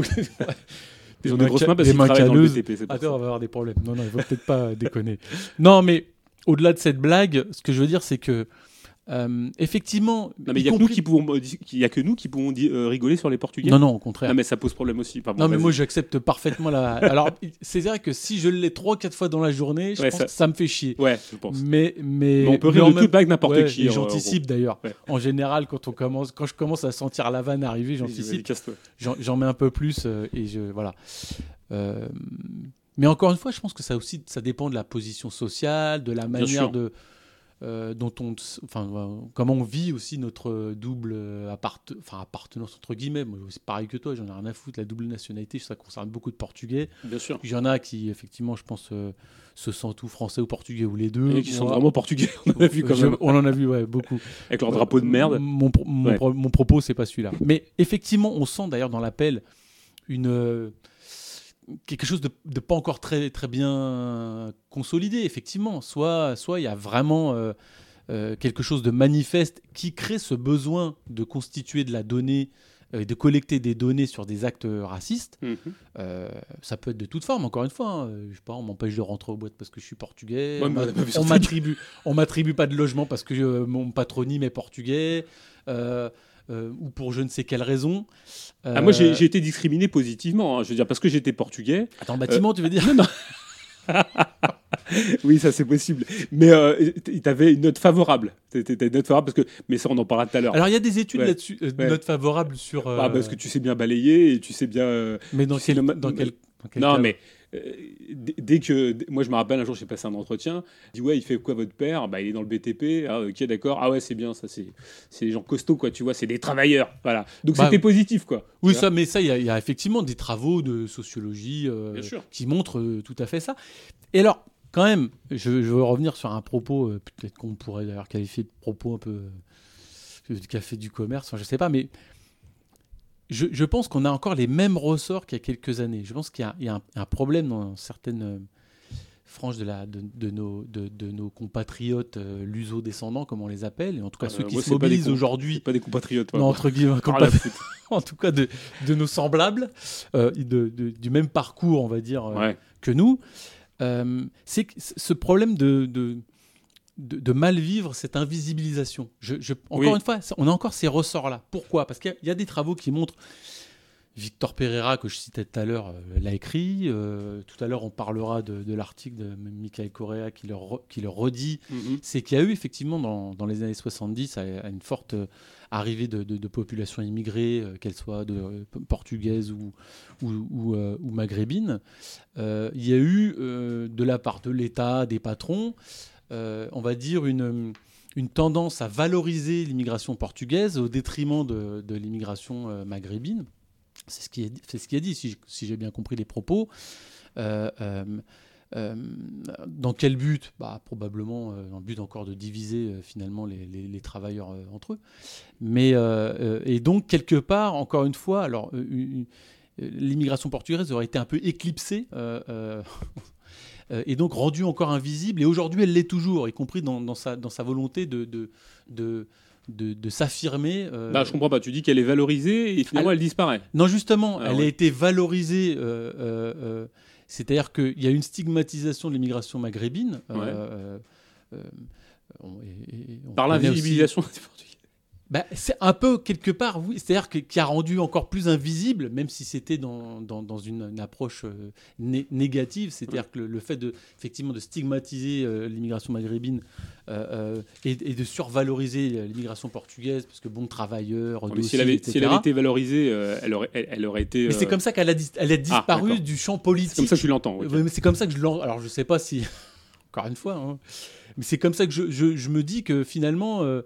Ils ont des mains grosses ca- mains parce des qu'ils mains travaillent dans le calleuses. B T P. C'est pour Attends, on ça. va avoir des problèmes. Non, non, il ne faut peut-être pas déconner. Non, mais au-delà de cette blague, ce que je veux dire, c'est que, euh, effectivement. Non, mais il y y a que nous compris- qui pouvons, il y a que nous qui pouvons di- euh, rigoler sur les Portugais. Non, non, au contraire. Non, mais ça pose problème aussi. Pardon, Non, mais vas-y. moi, j'accepte parfaitement la. Alors, c'est vrai que si je l'ai trois, quatre fois dans la journée, je Ouais, pense ça- que ça me fait chier. Ouais, je pense. Mais, mais, Mais on peut mais rire en de même- tout avec n'importe ouais, qui. et en- j'anticipe d'ailleurs. Ouais. En général, quand on commence, quand je commence à sentir la vanne arriver, Vas-y, vas-y, j'anticipe. casse-toi. J'en, j'en mets un peu plus euh, et je voilà. Euh, mais encore une fois, je pense que ça aussi, ça dépend de la position sociale, de la manière sûr. de euh, dont on, enfin, euh, comment on vit aussi notre double euh, apparte- enfin, appartenance entre guillemets. Moi, c'est pareil que toi, j'en ai rien à foutre. La double nationalité, ça concerne beaucoup de Portugais. Bien sûr. Il y en a qui, effectivement, je pense, euh, se sentent ou français ou portugais ou les deux. Et qui sont Moi, vraiment portugais. On en a vu quand je- même. on en a vu, ouais, beaucoup. Avec leur drapeau de merde. Mon, pro- mon, Ouais. pro- mon propos, c'est pas celui-là. Mais effectivement, on sent d'ailleurs dans l'appel une euh, quelque chose de, de pas encore très très bien consolidé. Effectivement, soit soit il y a vraiment euh, euh, quelque chose de manifeste qui crée ce besoin de constituer de la donnée et de collecter des données sur des actes racistes. Mhm. Euh, ça peut être de toute forme, encore une fois. Hein. Je sais pas, on m'empêche de rentrer aux boîtes parce que je suis portugais. Ouais, on mais on m'a- a pas vu sur on Facebook. m'attribue, on m'attribue pas de logement parce que euh, mon patronyme est portugais. Euh, euh, ou pour je ne sais quelle raison. Ah, moi, j'ai Euh, j'ai été discriminé positivement. hein. Je veux dire, parce que j'étais portugais. Attends, le bâtiment, tu veux dire? Oui, ça c'est possible. Mais euh, tu avais une note favorable. Tu une note favorable parce que. Mais ça, on en parlera tout à l'heure. Alors, il y a des études Ouais. là-dessus, euh, Ouais. notes favorables sur. euh, Ah, parce que tu sais bien balayer et tu sais bien. euh, Mais dans tu sais quel, le- dans quel, dans quel Non, cadre? mais euh, d- dès que. d- Moi, je me rappelle un jour, j'ai passé un entretien. Il dit ouais, il fait quoi votre père? Bah, il est dans le B T P. Ah, ok, d'accord. Ah ouais, c'est bien. Ça, c'est c'est des gens costauds, quoi. Tu vois, c'est des travailleurs. Voilà. Donc Bah, c'était positif, quoi. Oui, Tu vois ça, mais ça, il y, a- il y a effectivement des travaux de sociologie euh, Bien sûr. qui montrent euh, tout à fait ça. Et alors, quand même, je, je veux revenir sur un propos, euh, peut-être qu'on pourrait d'ailleurs qualifier de propos un peu euh, du café du commerce, enfin, je sais pas, mais je, je pense qu'on a encore les mêmes ressorts qu'il y a quelques années. Je pense qu'il y a, il y a un, un problème dans certaines euh, franges de, la, de, de, nos, de, de nos compatriotes euh, luso-descendants, comme on les appelle, et en tout cas Euh, ceux qui moi, se c'est pas des mobilisent com- aujourd'hui. Pas des compatriotes. Non, entre guillemets, Par la compa- foot. en tout cas de, de nos semblables, euh, de, de- du même parcours, on va dire, euh, Ouais. que nous, euh, c'est que c- ce problème de, de, de, de mal vivre cette invisibilisation. Je, je, encore Oui. une fois, on a encore ces ressorts-là. Pourquoi ? Parce qu'il y a, il y a des travaux qui montrent. Victor Pereira, que je citais tout à l'heure, euh, l'a écrit. Euh, tout à l'heure, on parlera de, de l'article de Michael Correa qui le, re, qui le redit. Mhm. C'est qu'il y a eu effectivement dans, dans les années soixante-dix à, à une forte euh, arrivée de, de, de populations immigrées, euh, qu'elles soient de, euh, portugaises ou, ou, ou, euh, ou maghrébines. Euh, il y a eu, euh, de la part de l'État, des patrons, euh, on va dire une, une tendance à valoriser l'immigration portugaise au détriment de, de l'immigration euh, maghrébine. C'est ce qui est, c'est ce qui est dit, si, si j'ai bien compris les propos. Euh, euh, euh, dans quel but ? Bah, probablement euh, dans le but encore de diviser euh, finalement les, les, les travailleurs euh, entre eux. Mais, euh, euh, et donc, quelque part, encore une fois, alors, euh, une, une, l'immigration portugaise aurait été un peu éclipsée euh, euh, et donc rendue encore invisible. Et aujourd'hui, elle l'est toujours, y compris dans, dans, sa, dans sa volonté de... de, de De, de s'affirmer. Euh... Bah, je comprends pas. Tu dis qu'elle est valorisée et finalement elle, elle disparaît. Non, justement, ah, elle ouais. a été valorisée. Euh, euh, euh, c'est-à-dire qu'il y a une stigmatisation de l'immigration maghrébine. Ouais. Euh, euh, on, et, et on Par l'invisibilisation des Portugais. Bah, c'est un peu quelque part, oui. C'est-à-dire que, qui a rendu encore plus invisible, même si c'était dans, dans, dans une, une approche euh, né- négative. C'est-à-dire ouais. que le, le fait de, effectivement, de stigmatiser euh, l'immigration maghrébine euh, euh, et, et de survaloriser l'immigration portugaise, parce que bon, travailleur, ouais, dossier, si, elle avait, et cetera. Si elle avait été valorisée, euh, elle, aurait, elle, elle aurait été. Mais euh... c'est comme ça qu'elle a, dis- elle a disparu ah, du champ politique. C'est comme ça que tu l'entends. Okay. Mais c'est comme ça que je l'entends. Alors, je sais pas si. Encore une fois. Hein. Mais c'est comme ça que je, je, je me dis que finalement. Euh,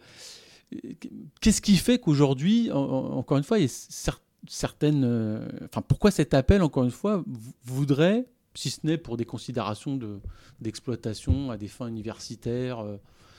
Qu'est-ce qui fait qu'aujourd'hui, en, en, encore une fois, il y a cer- certaines... Euh, enfin, pourquoi cet appel, encore une fois, v- voudrait, si ce n'est pour des considérations de, d'exploitation à des fins universitaires, euh,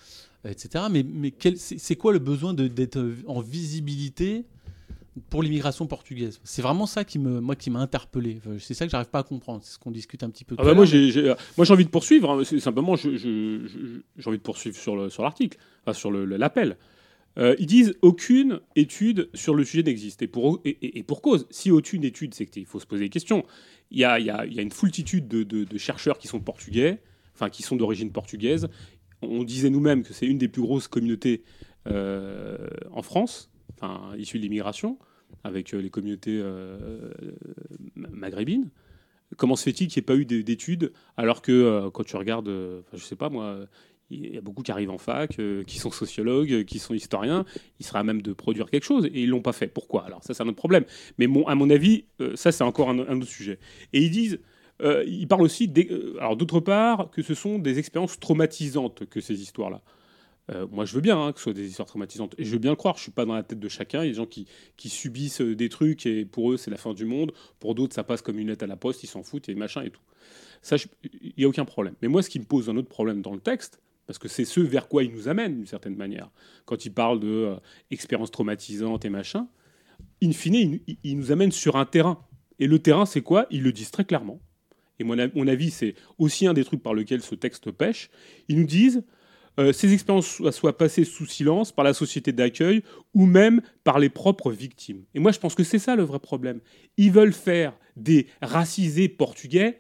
et cetera. Mais, mais quel, c'est, c'est quoi le besoin de, d'être en visibilité pour l'immigration portugaise ? C'est vraiment ça qui, me, moi, qui m'a interpellé. C'est ça que j'arrive pas à comprendre. C'est ce qu'on discute un petit peu. Ah bah moi, j'ai, j'ai, moi, j'ai envie de poursuivre. Hein. C'est simplement, je, je, je, j'ai envie de poursuivre sur, le, sur l'article, enfin, sur le, l'appel. Euh, ils disent aucune étude sur le sujet n'existe. Et pour, et, et, et pour cause, si aucune étude, c'est qu'il faut se poser des questions. Il y a, il y a, il y a une foultitude de, de, de chercheurs qui sont portugais, enfin qui sont d'origine portugaise. On disait nous-mêmes que c'est une des plus grosses communautés euh, en France, enfin issues de l'immigration, avec euh, les communautés euh, maghrébines. Comment se fait-il qu'il n'y ait pas eu d'études alors que euh, quand tu regardes, euh, je sais pas moi. Il y a beaucoup qui arrivent en fac, euh, qui sont sociologues, euh, qui sont historiens. Il serait à même de produire quelque chose. Et ils ne l'ont pas fait. Pourquoi ? Alors ça, c'est un autre problème. Mais mon, à mon avis, euh, ça, c'est encore un, un autre sujet. Et ils disent... Euh, ils parlent aussi... Des, euh, alors d'autre part, que ce sont des expériences traumatisantes que ces histoires-là. Euh, moi, je veux bien hein, que ce soit des histoires traumatisantes. Et je veux bien le croire. Je ne suis pas dans la tête de chacun. Il y a des gens qui, qui subissent des trucs et pour eux, c'est la fin du monde. Pour d'autres, ça passe comme une lettre à la poste. Ils s'en foutent et machin et tout. Ça, il n'y a aucun problème. Mais moi, ce qui me pose un autre problème dans le texte, parce que c'est ce vers quoi il nous amène, d'une certaine manière. Quand il parle de euh, expériences traumatisantes et machin, in fine, il, il nous amène sur un terrain. Et le terrain, c'est quoi ? Ils le disent très clairement. Et mon, mon avis, c'est aussi un des trucs par lesquels ce texte pêche. Ils nous disent euh, ces expériences soient, soient passées sous silence par la société d'accueil ou même par les propres victimes. Et moi, je pense que c'est ça le vrai problème. Ils veulent faire des racisés portugais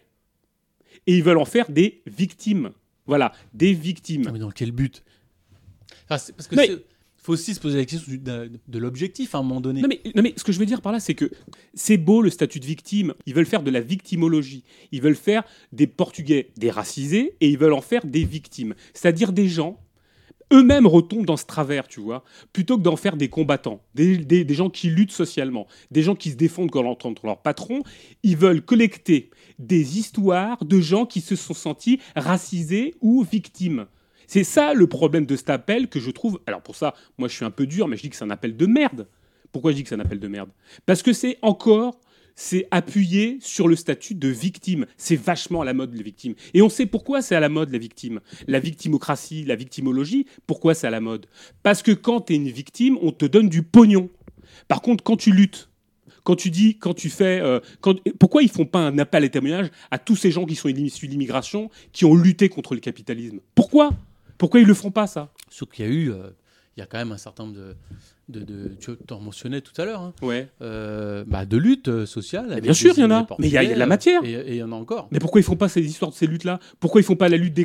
et ils veulent en faire des victimes. Voilà, des victimes. Ah, mais dans quel but ? Enfin, c'est parce que mais, c'est, faut aussi se poser la question de, de l'objectif à un moment donné. Non mais, non mais ce que je veux dire par là, c'est que c'est beau le statut de victime. Ils veulent faire de la victimologie. Ils veulent faire des Portugais des racisés et ils veulent en faire des victimes. C'est-à-dire des gens, eux-mêmes retombent dans ce travers, tu vois, plutôt que d'en faire des combattants, des, des, des gens qui luttent socialement, des gens qui se défendent contre leur patron. Ils veulent collecter des histoires de gens qui se sont sentis racisés ou victimes. C'est ça le problème de cet appel que je trouve... Alors pour ça, moi je suis un peu dur, mais je dis que c'est un appel de merde. Pourquoi je dis que c'est un appel de merde ? Parce que c'est encore... c'est appuyé sur le statut de victime. C'est vachement à la mode, les victimes. Et on sait pourquoi c'est à la mode, la victime. La victimocratie, la victimologie, pourquoi c'est à la mode ? Parce que quand tu es une victime, on te donne du pognon. Par contre, quand tu luttes, quand tu dis, quand tu fais... Euh, quand, pourquoi ils ne font pas un appel à témoignage à tous ces gens qui sont issus de l'immigration, qui ont lutté contre le capitalisme ? Pourquoi ? Pourquoi ils ne le font pas, ça ? Sauf qu'il y a eu... Euh, il y a quand même un certain nombre de... De, de, tu en mentionnais tout à l'heure, hein, ouais. euh, bah de lutte sociale. Bien sûr, il y en a, mais il y, y a de la matière. Et il y en a encore. Mais pourquoi ils font pas ces histoires de ces luttes-là ? Pourquoi ils font pas la lutte des classes ?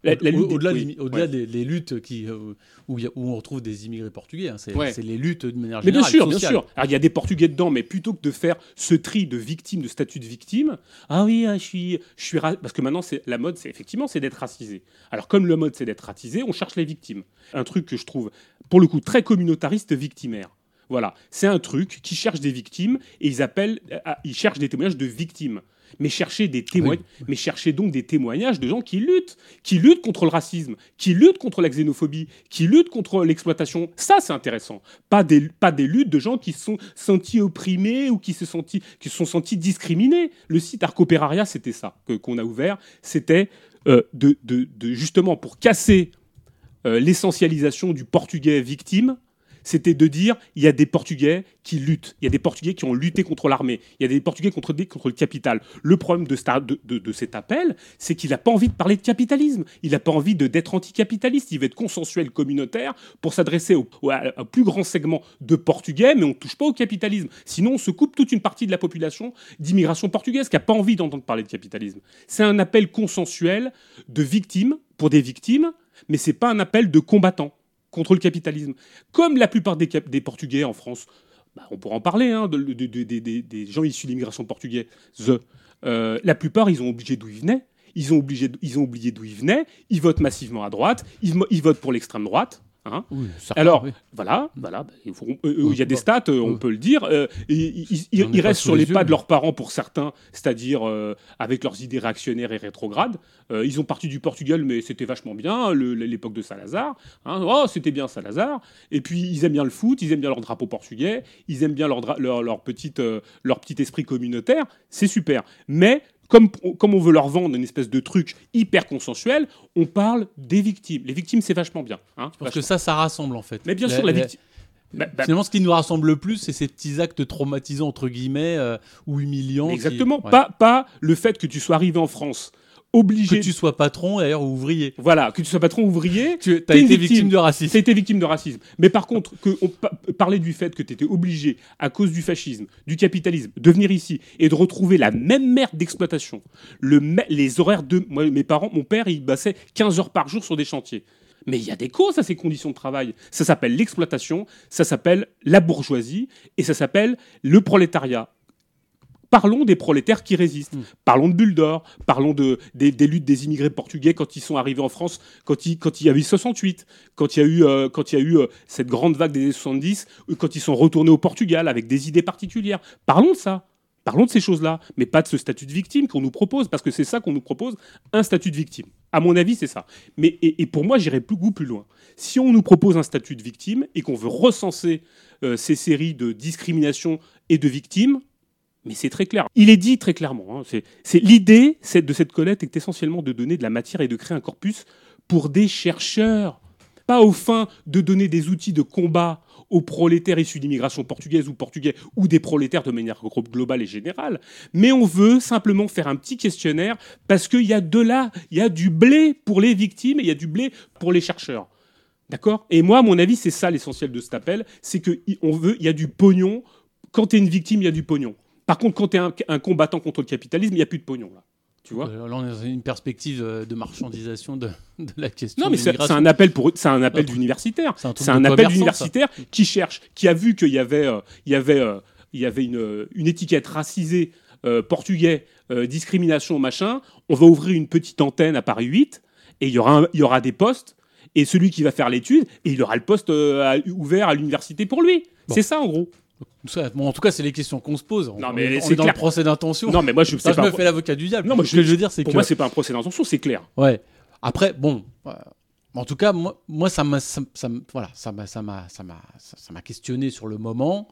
La, la lutte Au-delà, des, des, au-delà ouais. des, des luttes qui, euh, où, y a, où on retrouve des immigrés portugais, hein, c'est, Ouais. c'est les luttes de manière Mais bien générale. sûr, sociales. bien sûr. Alors, il y a des Portugais dedans, mais plutôt que de faire ce tri de victimes, de statut de victime, ah oui, ah, je suis, je suis ra- parce que maintenant c'est la mode, c'est effectivement c'est d'être racisé. Alors comme le mode c'est d'être racisé, on cherche les victimes. Un truc que je trouve pour le coup très communautariste, victimaire. Voilà, c'est un truc qui cherche des victimes et ils appellent, à, ils cherchent des témoignages de victimes. Mais chercher des témoignages, Oui. mais chercher donc des témoignages de gens qui luttent, qui luttent contre le racisme, qui luttent contre la xénophobie, qui luttent contre l'exploitation. Ça, c'est intéressant. Pas des, pas des luttes de gens qui se sont sentis opprimés ou qui se, senti, qui se sont sentis discriminés. Le site Arcopéraria, c'était ça que, qu'on a ouvert. C'était euh, de, de, de, justement pour casser euh, l'essentialisation du portugais victime. C'était de dire il y a des Portugais qui luttent, il y a des Portugais qui ont lutté contre l'armée, il y a des Portugais contre, contre le capital. Le problème de, sta- de, de, de cet appel, c'est qu'il n'a pas envie de parler de capitalisme, il n'a pas envie de, d'être anticapitaliste, il veut être consensuel communautaire pour s'adresser au, au, à un plus grand segment de Portugais, mais on ne touche pas au capitalisme. Sinon, on se coupe toute une partie de la population d'immigration portugaise qui n'a pas envie d'entendre parler de capitalisme. C'est un appel consensuel de victimes, pour des victimes, mais ce n'est pas un appel de combattants contre le capitalisme. Comme la plupart des, cap- des Portugais en France, bah, on pourra en parler, hein, de, de, de, de, de, des gens issus de l'immigration portugaise, euh, la plupart, ils ont oublié d'où ils venaient, ils ont, obligé, ils ont oublié d'où ils venaient, ils votent massivement à droite, ils, ils votent pour l'extrême droite. Hein. Oui, certains, Alors, oui. voilà, voilà bah, il faut- euh, euh, il y a des bah, stats, euh, on oui. peut le dire. euh, et ils ils- ils- J'en ai ils pas restent sous sur les les yeux, pas mais- de leurs parents pour certains, c'est-à-dire euh, avec leurs idées réactionnaires et rétrogrades. Euh, ils ont parti du Portugal, mais c'était vachement bien, le- l'époque de Salazar. Hein. Oh, c'était bien Salazar. Et puis, ils aiment bien le foot, ils aiment bien leur drapeau portugais, ils aiment bien leur, dra- leur, leur, petite, euh, leur petit esprit communautaire. C'est super. Mais Comme, comme on veut leur vendre une espèce de truc hyper consensuel, on parle des victimes. Les victimes, c'est vachement bien. Hein, Parce que ça, ça rassemble en fait. Mais bien La- sûr, la la- victime. Bah, bah, Finalement, ce qui nous rassemble le plus, c'est ces petits actes traumatisants, entre guillemets, euh, ou humiliants. qui- exactement. ouais. Pas, pas le fait que tu sois arrivé en France obligé. Que tu sois patron, d'ailleurs, ou ouvrier. Voilà, que tu sois patron ouvrier. Tu as t'es une été victime de racisme. Tu as été victime de racisme. Mais par contre, que on pa- parlait du fait que tu étais obligé, à cause du fascisme, du capitalisme, de venir ici et de retrouver la même merde d'exploitation, le me- les horaires de. Moi, mes parents, mon père, il bossait quinze heures par jour sur des chantiers. Mais il y a des causes à ces conditions de travail. Ça s'appelle l'exploitation, ça s'appelle la bourgeoisie et ça s'appelle le prolétariat. Parlons des prolétaires qui résistent. Mm. Parlons de Bulle d'Or. Parlons de, des, des luttes des immigrés portugais quand ils sont arrivés en France, quand il, quand il y a eu soixante-huit, quand il y a eu, euh, quand il y a eu euh, cette grande vague des années soixante-dix, euh, quand ils sont retournés au Portugal avec des idées particulières. Parlons de ça. Parlons de ces choses-là, mais pas de ce statut de victime qu'on nous propose, parce que c'est ça qu'on nous propose, un statut de victime. À mon avis, c'est ça. Mais, et, et pour moi, j'irais beaucoup plus loin. Si on nous propose un statut de victime et qu'on veut recenser euh, ces séries de discrimination et de victimes, mais c'est très clair. Il est dit très clairement. Hein, c'est, c'est, l'idée c'est, de cette collecte est essentiellement de donner de la matière et de créer un corpus pour des chercheurs. Pas aux fins de donner des outils de combat aux prolétaires issus d'immigration portugaise ou portugais ou des prolétaires de manière globale et générale. Mais on veut simplement faire un petit questionnaire parce qu'il y a de là, il y a du blé pour les victimes et il y a du blé pour les chercheurs. D'accord ? Et moi, à mon avis, c'est ça l'essentiel de cet appel. C'est qu'on veut, il y a du pognon. Quand tu es une victime, il y a du pognon. Par contre, quand tu es un, un combattant contre le capitalisme, il n'y a plus de pognon. Là. Tu vois ? Euh, Là, on est dans une perspective euh, de marchandisation de, de la question. Non, mais de c'est, l'immigration. c'est un appel pour, c'est un appel Un truc- d'universitaire. c'est un truc C'est de un appel commerçant, d'universitaire qui cherche, qui a vu qu'il y avait, euh, il y avait, euh, il y avait une, euh, une étiquette racisée euh, portugais, euh, discrimination, machin. On va ouvrir une petite antenne à Paris huit et il y aura, un- il y aura des postes. Et celui qui va faire l'étude, et il aura le poste euh, à- ouvert à l'université pour lui. Bon. C'est ça, en gros. Ça, bon, en tout cas, c'est les questions qu'on se pose. On, Non, mais on est, on c'est est dans clair. le procès d'intention. Non, mais moi, je Ça, sais je pas. me fais l'avocat du diable. Non, moi, Ce que je veux dire, c'est Pour que. moi, c'est pas un procès d'intention, c'est clair. Ouais. Après, bon. euh, en tout cas, moi, moi ça m'a, ça, ça m'a- voilà, ça m'a, ça m'a, ça m'a, ça, ça m'a questionné sur le moment,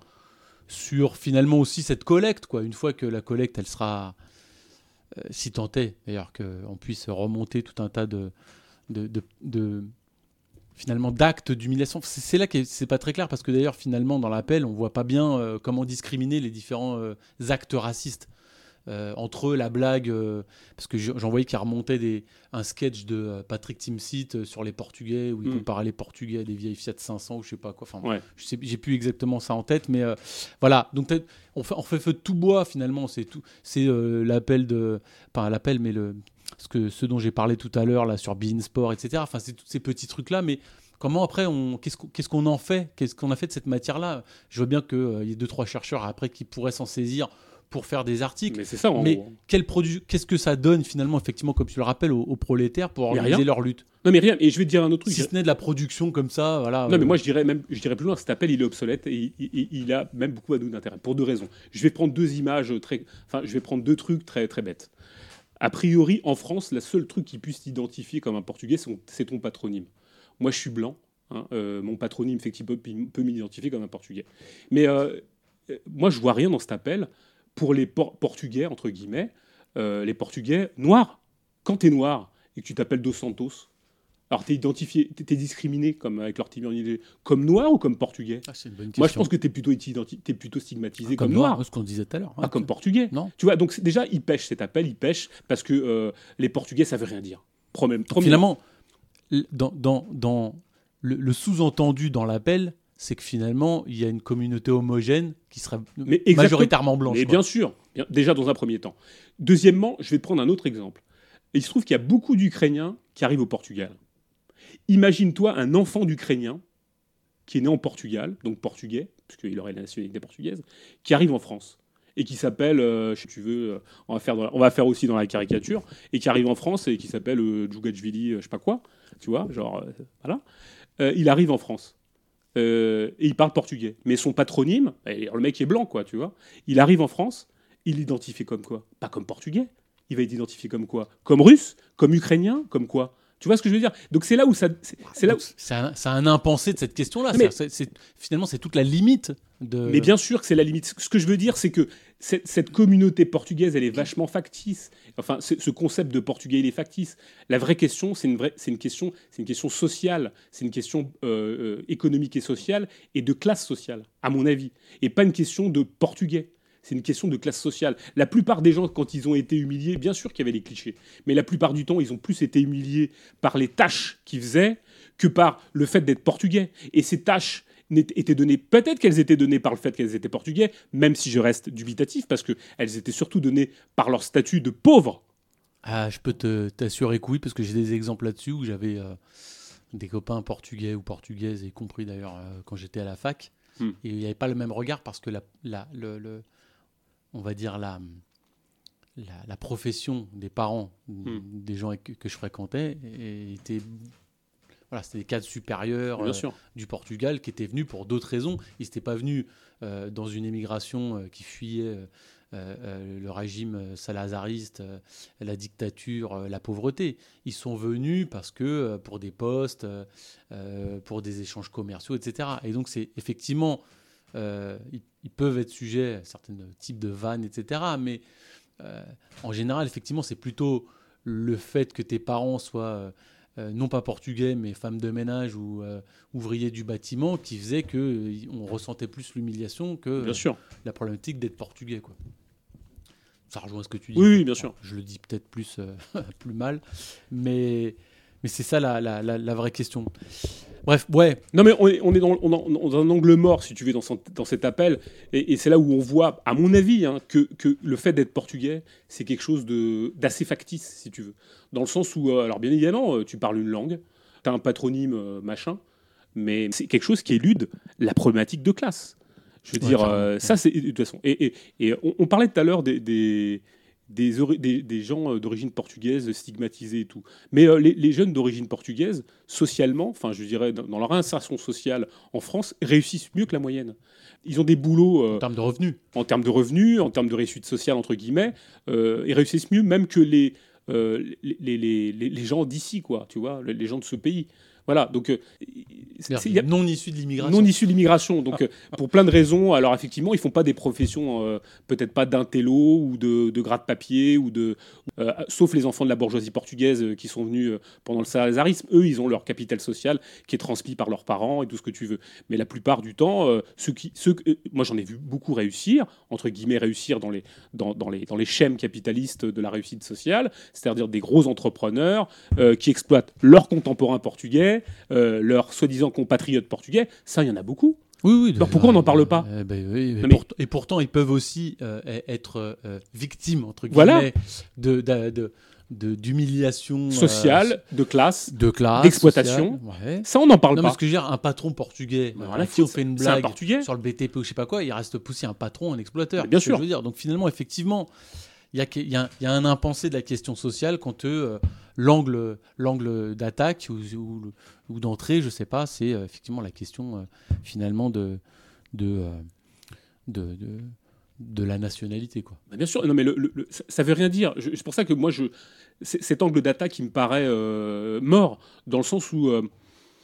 sur finalement aussi cette collecte, quoi. Une fois que la collecte, elle sera, euh, si tant est, d'ailleurs, qu'on puisse remonter tout un tas de, de, de, de- finalement d'actes d'humiliation. C'est, c'est là que c'est pas très clair parce que d'ailleurs, finalement, dans l'appel, on voit pas bien euh, comment discriminer les différents euh, actes racistes. Euh, entre eux, la blague, euh, parce que j'en voyais qui remontait des, un sketch de euh, Patrick Timsit euh, sur les Portugais, où il Mm. comparait les Portugais à des vieilles Fiat cinq cents ou je sais pas quoi. Enfin, Ouais. je sais, j'ai plus exactement ça en tête, mais euh, voilà. Donc peut-être, on fait, on fait feu de tout bois finalement. C'est tout, c'est euh, l'appel de, pas l'appel, mais le ce, que, ce dont j'ai parlé tout à l'heure là, sur Bein Sport, et cetera. Enfin, c'est tous ces petits trucs-là, mais comment après, on, qu'est-ce, qu'on, qu'est-ce qu'on en fait ? Qu'est-ce qu'on a fait de cette matière-là ? Je vois bien qu'il euh, y a deux, trois chercheurs après qui pourraient s'en saisir pour faire des articles. Mais c'est ça, en Mais gros. quel produit, qu'est-ce que ça donne finalement, effectivement, comme tu le rappelles, aux, aux prolétaires pour Mais organiser rien. leur lutte ? Non, mais rien. Et je vais te dire un autre truc. Si ce n'est de la production comme ça, voilà. Non, mais euh, moi, je dirais, même, je dirais plus loin, cet appel, il est obsolète et il, il- il a même beaucoup à nous d'intérêt, pour deux raisons. Je vais prendre deux images très... Enfin, je vais prendre deux trucs très, très bêtes. A priori, en France, le seul truc qui puisse t'identifier comme un Portugais, c'est c'est ton patronyme. Moi, je suis blanc. Hein, euh, mon patronyme, effectivement, peut, peut m'identifier comme un Portugais. Mais euh, euh, moi, je vois rien dans cet appel pour les por- Portugais, entre guillemets, euh, les Portugais noirs. Quand tu es noir et que tu t'appelles Dos Santos, alors tu es identifié, tu es discriminé comme avec leur terminologie, comme noir ou comme Portugais ? ah, c'est une bonne question. Moi, je pense que tu es plutôt, identi- t'es plutôt stigmatisé Ah, comme, comme noir. noir, ce qu'on disait tout à l'heure. Pas hein. comme portugais. Non. Tu vois, donc c'est- déjà, ils pêchent cet appel, ils pêchent parce que euh, les Portugais, ça veut rien dire. Problème. Premier- Finalement, l- dans, dans, dans le, le sous-entendu dans l'appel, c'est que finalement, il y a une communauté homogène qui serait Mais exactement. majoritairement blanche. Mais quoi. bien sûr, bien- déjà dans un premier temps. Deuxièmement, je vais te prendre un autre exemple. Et il se trouve qu'il y a beaucoup d'Ukrainiens qui arrivent au Portugal. Imagine-toi un enfant d'Ukrainien qui est né en Portugal, donc portugais, puisqu'il aurait la nationalité portugaise, qui arrive en France et qui s'appelle, euh, si tu veux, euh, on va faire, dans la- on va faire aussi dans la caricature, et qui arrive en France et qui s'appelle euh, Djougachvili, euh, je sais pas quoi, tu vois, genre, euh, voilà. Euh, il arrive en France. Euh, et il parle portugais. Mais son patronyme, et le mec est blanc, quoi, tu vois. Il arrive en France, il l'identifie comme quoi ? Pas comme portugais. Il va être identifié comme quoi ? Comme russe ? Comme ukrainien ? Comme quoi ? Tu vois ce que je veux dire ? Donc c'est là où ça... C'est, c'est là où... C'est un, c'est un impensé de cette question-là. Mais- C'est- c'est- finalement, c'est toute la limite de. Mais bien sûr que c'est la limite. Ce que je veux dire, c'est que cette, cette communauté portugaise, elle est vachement factice. Enfin, ce, ce concept de portugais, il est factice. La vraie question, c'est une, vraie, c'est une, question, c'est une question sociale. C'est une question euh, euh, économique et sociale et de classe sociale, à mon avis. Et pas une question de portugais. C'est une question de classe sociale. La plupart des gens, quand ils ont été humiliés, bien sûr qu'il y avait des clichés, mais la plupart du temps, ils ont plus été humiliés par les tâches qu'ils faisaient que par le fait d'être portugais. Et ces tâches n'étaient- étaient données, peut-être qu'elles étaient données par le fait qu'elles étaient portugais, même si je reste dubitatif, parce qu'elles étaient surtout données par leur statut de pauvre. Ah, je peux te, t'assurer que oui, parce que j'ai des exemples là-dessus où j'avais euh, des copains portugais ou portugaises, y compris d'ailleurs euh, quand j'étais à la fac, Hmm. et il n'y avait pas le même regard parce que la, la, le, le- on va dire la, la, la profession des parents Hmm. des gens que, que je fréquentais et était voilà, c'était des cadres supérieurs Bien euh, sûr. du Portugal qui étaient venus pour d'autres raisons. Ils n'étaient pas venus euh, dans une émigration euh, qui fuyait euh, euh, le régime euh, salazariste, euh, la dictature, euh, la pauvreté. Ils sont venus parce que euh, pour des postes, euh, euh, pour des échanges commerciaux, et cetera. Et donc c'est effectivement, euh, ils, ils peuvent être sujets à certains types de vannes, et cetera. Mais euh, en général, effectivement, c'est plutôt le fait que tes parents soient euh, euh, non pas portugais, mais femmes de ménage ou euh, ouvriers du bâtiment qui faisait que euh, on ressentait plus l'humiliation que Bien sûr. la problématique d'être portugais, quoi. Ça rejoint ce que tu dis. Oui, oui, bien sûr. Je le dis peut-être plus, euh, plus mal, mais, mais c'est ça la, la, la, la vraie question. Bref, ouais. Non, mais on est, on est dans, on est dans un angle mort, si tu veux, dans, son- dans cet appel. Et, et c'est là où on voit, à mon avis, hein, que, que le fait d'être portugais, c'est quelque chose de, d'assez factice, si tu veux. Dans le sens où, euh, alors bien évidemment, euh, tu parles une langue, tu as un patronyme, euh, machin, mais c'est quelque chose qui élude la problématique de classe. Je veux Ouais, dire, clairement, euh, ouais. ça, c'est de toute façon. Et, et, et on, on parlait tout à l'heure des, des, des, ori- des, des gens euh, d'origine portugaise stigmatisés et tout. Mais euh, les, les jeunes d'origine portugaise, socialement, enfin, je dirais, dans, dans leur insertion sociale en France, réussissent mieux que la moyenne. Ils ont des boulots euh, En termes de revenus. en termes de revenus, en termes de réussite sociale, entre guillemets, euh, ils réussissent mieux même que les, euh, les, les, les, les- les gens d'ici, quoi, tu vois, les, les gens de ce pays. Voilà, donc euh, c'est- c'est- il y a- non issus de l'immigration. non issus de l'immigration. Donc, euh, pour plein de raisons, alors effectivement, ils font pas des professions, euh, peut-être pas d'intello ou de, de gratte-papier, ou de, euh, sauf les enfants de la bourgeoisie portugaise euh, qui sont venus euh, pendant le salazarisme. Eux, ils ont leur capital social qui est transmis par leurs parents et tout ce que tu veux. Mais la plupart du temps, euh, ceux qui, ceux, que- euh, moi j'en ai vu beaucoup réussir, entre guillemets réussir dans les, dans, dans les, dans les schèmes capitalistes de la réussite sociale, c'est-à-dire des gros entrepreneurs euh, qui exploitent leurs contemporains portugais, euh, leurs soi-disant compatriotes portugais. Ça, il y en a beaucoup. Oui, oui. Alors pourquoi on n'en parle pas Eh ben oui, mais Non, mais- pour- Et pourtant, ils peuvent aussi euh, être euh, victimes, entre guillemets, Voilà. de, de, de, de d'humiliation sociale, euh, de classe, de classe, d'exploitation. sociale, ouais. Ça, on n'en parle Non, pas. mais ce que je veux dire, un patron portugais, Mais euh, voilà, si on fait une c'est un blague Portugais. sur le B T P ou je sais pas quoi, il reste poussé un patron, un exploiteur. Mais bien C'est ce que sûr. je veux dire. Donc finalement, effectivement, il y a, il y a, il y a un impensé de la question sociale quand euh, l'angle, l'angle d'attaque ou, ou, ou d'entrée, je sais pas, c'est euh, effectivement la question euh, finalement de de, euh, de, de de la nationalité, quoi. Bien sûr, non mais le, le, le, ça, ça veut rien dire. Je, c'est pour ça que moi, je, c'est, cet angle d'attaque, il me paraît euh, mort, dans le sens où euh,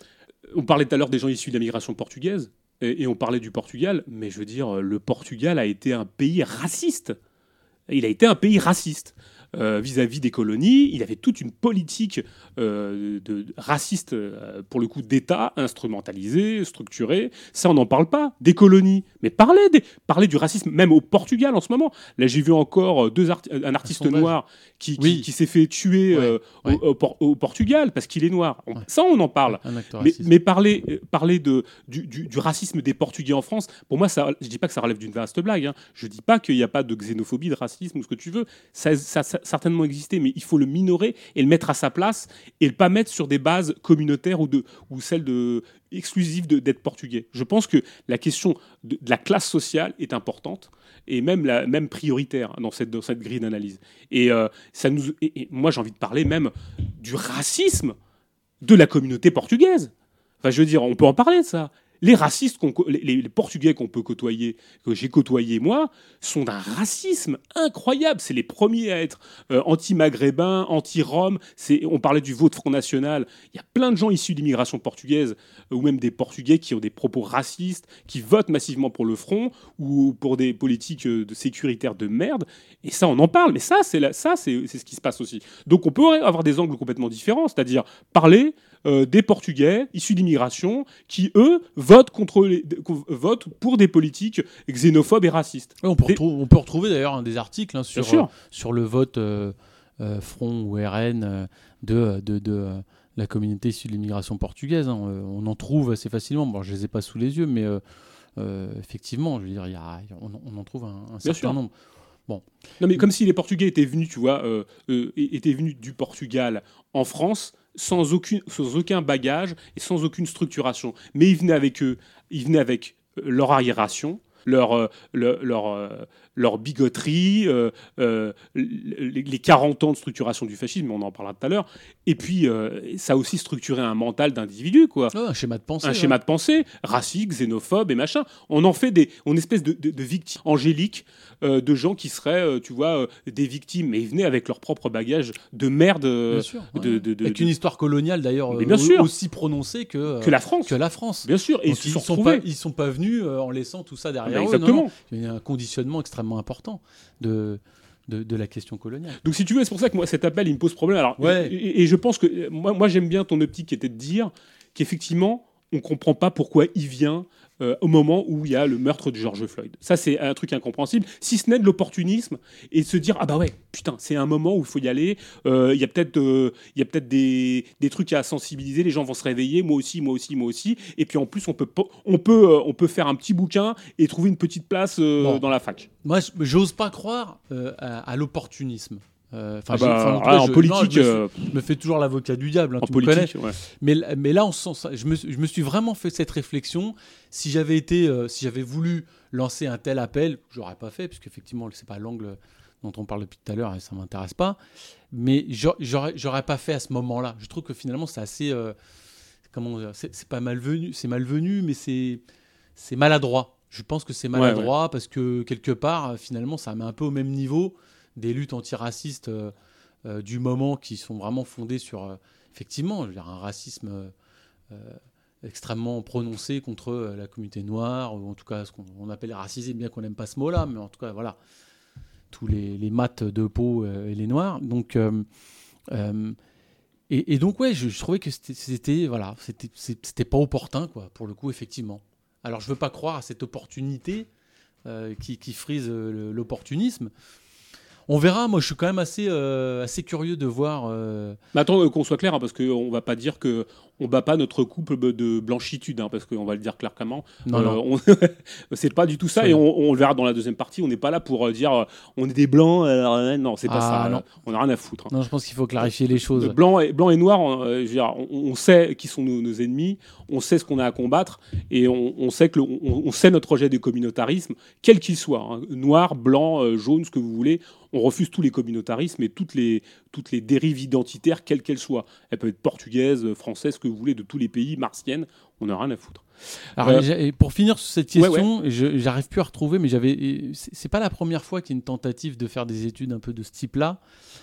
on parlait tout à l'heure des gens issus de la migration portugaise, et, et on parlait du Portugal, mais je veux dire, le Portugal a été un pays raciste. Il a été un pays raciste. Euh, vis-à-vis des colonies, il avait toute une politique euh, de, de raciste, euh, pour le coup, d'État, instrumentalisée, structurée. Ça, on n'en parle pas, des colonies. Mais parlez, des, parlez du racisme, même au Portugal en ce moment. Là, j'ai vu encore deux art- un artiste un noir qui, qui, oui. qui s'est fait tuer ouais, euh, ouais. Au, au, au Portugal parce qu'il est noir. On, ouais. Ça, on en parle. Un acteur Mais, raciste. mais parler, euh, parler de, du, du, du racisme des Portugais en France, pour moi, ça, je ne dis pas que ça relève d'une vaste blague. Hein. Je ne dis pas qu'il n'y a pas de xénophobie, de racisme ou ce que tu veux. Ça, ça, ça a certainement existé, mais il faut le minorer et le mettre à sa place et le pas mettre sur des bases communautaires ou, de, ou celles de, exclusives de, d'être portugais. Je pense que la question de, de la classe sociale est importante et même, la, même prioritaire dans cette, dans cette grille d'analyse. Et, euh, ça nous, et, et moi, j'ai envie de parler même du racisme de la communauté portugaise. Enfin, je veux dire, on peut en parler de ça. Les racistes, qu'on, les, les Portugais qu'on peut côtoyer, que j'ai côtoyé moi, sont d'un racisme incroyable. C'est les premiers à être euh, anti-maghrébins, anti-roms. C'est, on parlait du vote Front National. Il y a plein de gens issus de l'immigration portugaise, euh, ou même des Portugais qui ont des propos racistes, qui votent massivement pour le Front, ou pour des politiques euh, de sécuritaires de merde. Et ça, on en parle. Mais ça, c'est, la, ça c'est, c'est ce qui se passe aussi. Donc on peut avoir des angles complètement différents, c'est-à-dire parler Euh, des Portugais issus d'immigration qui, eux, votent, contre les, votent pour des politiques xénophobes et racistes. Ouais, on, peut Des... retrou- on peut retrouver d'ailleurs hein, des articles hein, sur, sûr. euh, sur le vote euh, euh, Front ou R N euh, de, de, de euh, la communauté issue de l'immigration portugaise. Hein. Euh, on en trouve assez facilement. Bon, je ne les ai pas sous les yeux, mais euh, euh, effectivement, je veux dire, y a, on, on en trouve un, un certain sûr. nombre. Bon. Non, mais comme si les Portugais étaient venus, tu vois, euh, euh, étaient venus du Portugal en France sans, aucune, sans aucun bagage et sans aucune structuration. Mais ils venaient avec eux, ils venaient avec leur arriération, leur, euh, leur, leur, euh, leur bigoterie, euh, euh, les, les quarante ans de structuration du fascisme, on en parlera tout à l'heure. Et puis, euh, ça a aussi structuré un mental d'individu, quoi. Oh, un schéma de pensée. Un ouais. schéma de pensée, raciste, xénophobe et machin. On en fait des, on espèce de, de, de victimes angéliques, euh, de gens qui seraient, euh, tu vois, euh, des victimes, mais ils venaient avec leur propre bagage de merde. Euh, Bien sûr, ouais. de, de, de, Avec de- une histoire coloniale d'ailleurs Mais bien euh, sûr. aussi prononcée que, euh, que la France. que la France. Bien sûr. Et Donc, ils ils se ne sont sont, pas- retrouvés. ils sont pas venus euh, en laissant tout ça derrière Ah bah, eux. exactement. Non, non. Il y a un conditionnement extrêmement important de, de, de la question coloniale. Donc si tu veux, c'est pour ça que moi cet appel il me pose problème. Alors Ouais. et, et je pense que euh, moi, moi j'aime bien ton optique qui était de dire qu'effectivement on comprend pas pourquoi il vient euh, au moment où il y a le meurtre de George Floyd. Ça c'est un truc incompréhensible. Si ce n'est de l'opportunisme et de se dire ah bah ouais putain c'est un moment où il faut y aller. Euh, Il y a peut-être euh, il y a peut-être des, des trucs à sensibiliser. Les gens vont se réveiller. Moi aussi moi aussi moi aussi. Et puis en plus on peut pas- on peut euh, on peut faire un petit bouquin et trouver une petite place euh, Bon. dans la fac. Moi, je- j'ose pas croire euh, à, à l'opportunisme. Euh, enfin, Ah j'ai- bah, enfin, en tout ah, cas, en je- politique. non, je, me suis- euh, je me fais toujours l'avocat du diable. hein, en tu me connais. politique. Ouais. Mais, l- mais là, on sent ça. Je me, je me suis vraiment fait cette réflexion. Si j'avais été, euh, si j'avais voulu lancer un tel appel, j'aurais pas fait, puisque effectivement, c'est pas l'angle dont on parle depuis tout à l'heure et ça m'intéresse pas. Mais j'a- j'aurais, j'aurais pas fait à ce moment-là. Je trouve que finalement, c'est assez, euh, comment dire, c'est, c'est pas malvenu, c'est malvenu, mais c'est, c'est maladroit. Je pense que c'est maladroit ouais. parce que quelque part, euh, finalement, ça met un peu au même niveau des luttes antiracistes euh, euh, du moment qui sont vraiment fondées sur, euh, effectivement, je veux dire, un racisme euh, euh, extrêmement prononcé contre euh, la communauté noire, ou en tout cas ce qu'on on appelle racisé, bien qu'on n'aime pas ce mot-là, mais en tout cas, voilà, tous les, les maths de peau euh, et les noirs. Donc, euh, euh, et, et donc, ouais, je, je trouvais que c'était, c'était voilà, c'était, c'était pas opportun, quoi, pour le coup, effectivement. Alors, je veux pas croire à cette opportunité euh, qui, qui frise euh, le- l'opportunisme. On verra. Moi, je suis quand même assez, euh, assez curieux de voir. Euh... Mais attends, euh, qu'on soit clair, hein, parce qu'on va pas dire que on bat pas notre couple de blanchitude, hein, parce qu'on va le dire clairement. Non, euh, non. On... c'est pas du tout ça, C'est... et on, on le verra dans la deuxième partie. On n'est pas là pour euh, dire euh, on est des blancs. Euh, non, c'est pas Ah, ça. non. Euh, on a rien à foutre. Hein. Non, je pense qu'il faut clarifier les choses. Le blanc et blanc et noir, on, euh, je veux dire, on, on sait qui sont nos, nos ennemis, on sait ce qu'on a à combattre, et on, on sait que le, on, on sait notre rejet du communautarisme, quel qu'il soit, hein, noir, blanc, euh, jaune, ce que vous voulez. On refuse tous les communautarismes et toutes les, toutes les dérives identitaires, quelles qu'elles soient. Elles peuvent être portugaises, françaises, ce que vous voulez, de tous les pays, martiennes, on n'a rien à foutre. Alors, euh, pour finir sur cette question, ouais, ouais. je j'arrive plus à retrouver, mais j'avais, c'est pas la première fois qu'il y a une tentative de faire des études un peu de ce type-là.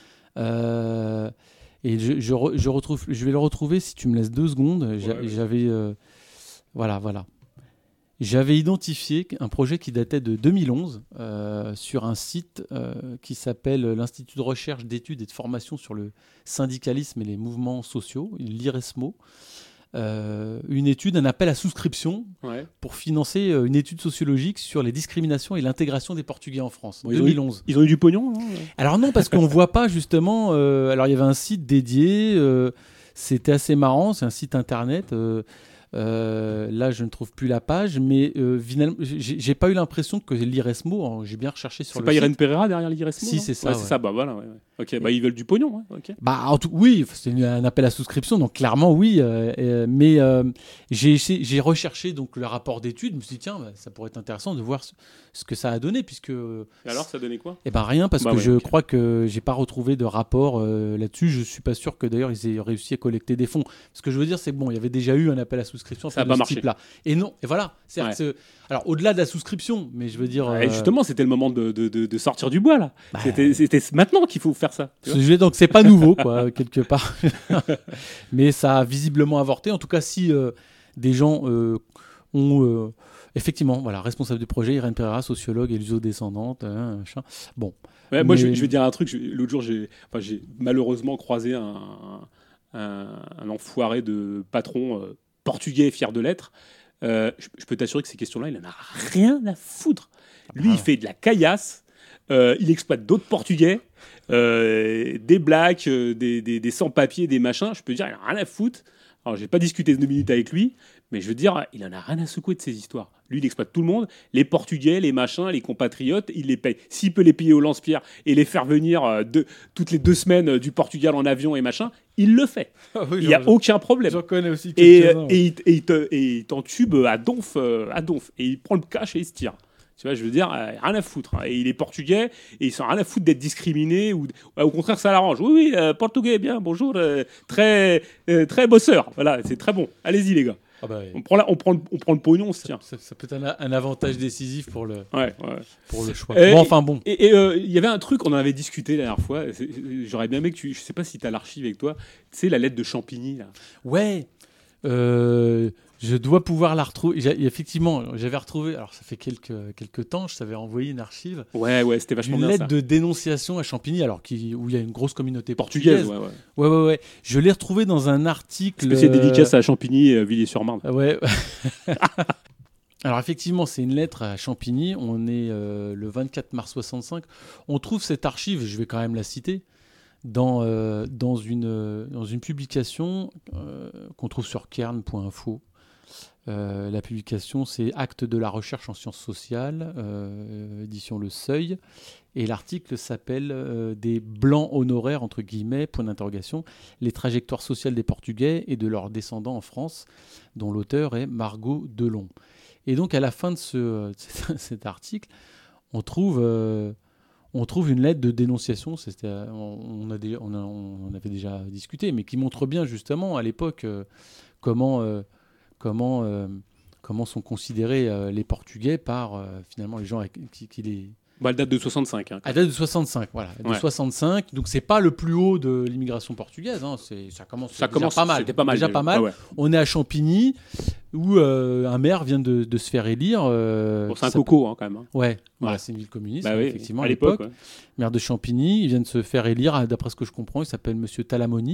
Euh, et je, je, je, retrouve, je vais le retrouver si tu me laisses deux secondes. Ouais, j'avais, euh, voilà, voilà. J'avais identifié un projet qui datait de deux mille onze euh, sur un site euh, qui s'appelle l'Institut de recherche, d'études et de formation sur le syndicalisme et les mouvements sociaux, l'IRESMO. Euh, une étude, un appel à souscription ouais. pour financer euh, une étude sociologique sur les discriminations et l'intégration des Portugais en France. Bon, deux mille onze. Ils ont eu, ils ont eu du pognon, non ? Alors non, parce qu'on ne voit pas justement... Euh, alors il y avait un site dédié, euh, c'était assez marrant, c'est un site internet... Euh, Euh, là, je ne trouve plus la page, mais euh, finalement, j'ai, j'ai pas eu l'impression que l'IRESMO, hein, j'ai bien recherché sur c'est le pas site. Irène Pereira derrière l'IRESMO ? Si, c'est ça. Ouais, ouais. c'est ça, bah voilà. Ouais, ouais. Ok, bah ils veulent du pognon. Ouais, okay. Bah, en tout, oui, c'est une, un appel à souscription, donc clairement, oui. Euh, euh, mais euh, j'ai, j'ai recherché donc, le rapport d'études, je me suis dit, tiens, bah, ça pourrait être intéressant de voir ce, ce que ça a donné, puisque... Et alors, ça donnait quoi ? Eh ben rien, parce bah que ouais, je okay. crois que j'ai pas retrouvé de rapport euh, là-dessus. Je suis pas sûr que d'ailleurs ils aient réussi à collecter des fonds. Ce que je veux dire, c'est que bon, il y avait déjà eu un appel à souscription ça de pas ce marché. type-là. Et non, et voilà. Ouais. Que, alors au-delà de la souscription, mais je veux dire. Ouais, euh... justement, c'était le moment de, de, de, de sortir du bois là. Bah, c'était, c'était maintenant qu'il faut faire ça. Donc c'est pas nouveau, quoi, quelque part. Mais ça a visiblement avorté. En tout cas, si euh, des gens euh, ont euh, effectivement, voilà, responsable du projet, Irène Pereira, sociologue et luso-descendante, hein, machin. Bon. Ouais, moi, mais... je, je vais dire un truc. Je, l'autre jour, j'ai, enfin, j'ai malheureusement croisé un, un, un enfoiré de patron euh, portugais fier de l'être. Euh, je, je peux t'assurer que ces questions-là, il en a rien à foutre. Lui, ah. il fait de la caillasse. Euh, il exploite d'autres Portugais, euh, des blacks, euh, des, des, des sans-papiers, des machins. Je peux dire, il en a rien à foutre. Alors, j'ai pas discuté deux minutes avec lui, mais je veux dire, il en a rien à secouer de ces histoires. Lui, il exploite tout le monde. Les Portugais, les machins, les compatriotes, il les paye. S'il peut les payer au lance-pierre et les faire venir euh, de, toutes les deux semaines euh, du Portugal en avion et machin, il le fait. Ah oui, il n'y a j'en, aucun problème. J'en connais aussi et, quelques-uns. Et, et, et, et, et il t'entube à donf, euh, à donf. Et il prend le cash et il se tire. Tu vois, je veux dire, euh, rien à foutre. Et il est portugais et ils sont rien à foutre d'être discriminés ou ouais, au contraire, ça l'arrange. Oui, oui, euh, portugais, bien, bonjour, euh, très, euh, très bosseur. Voilà, c'est très bon. Allez-y, les gars. Ah bah, ouais. on, prend la, on, prend le, on prend le pognon, on se tient. Ça, ça, ça peut être un, un avantage décisif pour le, ouais, ouais. pour le choix. Euh, bon, enfin bon. Et il euh, y avait un truc, on en avait discuté la dernière fois. C'est, j'aurais bien aimé que tu. Je sais pas si tu as l'archive avec toi. Tu sais, la lettre de Champigny, là. Ouais. Euh. Je dois pouvoir la retrouver. J'ai, effectivement, j'avais retrouvé. Alors, ça fait quelques, quelques temps, je t'avais envoyé une archive. Ouais, ouais, c'était vachement bien. Une lettre ça. de dénonciation à Champigny, alors qui, où il y a une grosse communauté portugaise. portugaise. Ouais, Ouais, ouais. ouais, ouais. Je l'ai retrouvée dans un article. Spécial dédicace à Champigny et Villiers-sur-Marne. Ouais. Alors, effectivement, c'est une lettre à Champigny. On est euh, le vingt-quatre mars soixante-cinq. On trouve cette archive, je vais quand même la citer. Dans, euh, dans, une, euh, dans une publication euh, qu'on trouve sur cairn point info. Euh, la publication, c'est Actes de la recherche en sciences sociales, euh, édition Le Seuil. Et l'article s'appelle euh, Des blancs honoraires, entre guillemets, point d'interrogation, les trajectoires sociales des Portugais et de leurs descendants en France, dont l'auteur est Margot Delon. Et donc, à la fin de ce, cet article, on trouve... Euh, On trouve une lettre de dénonciation, c'était, on, a déjà, on, a, on avait déjà discuté, mais qui montre bien justement à l'époque euh, comment, euh, comment, euh, comment sont considérés euh, les Portugais par euh, finalement les gens qui, qui les... Bah, elle date de soixante-cinq. Hein, elle date de soixante-cinq, voilà. De ouais. soixante-cinq, donc c'est pas le plus haut de l'immigration portugaise. Hein, c'est, ça commence, ça déjà commence pas mal. C'était pas mal. Déjà pas mal. Ouais, ouais. On est à Champigny, où euh, un maire vient de, de se faire élire. Euh, bon, c'est un coco, hein, quand même. Hein. Ouais, ouais. Voilà, c'est une ville communiste, bah, oui, effectivement, à l'époque. l'époque ouais. Maire de Champigny, il vient de se faire élire, d'après ce que je comprends, il s'appelle Monsieur Talamoni.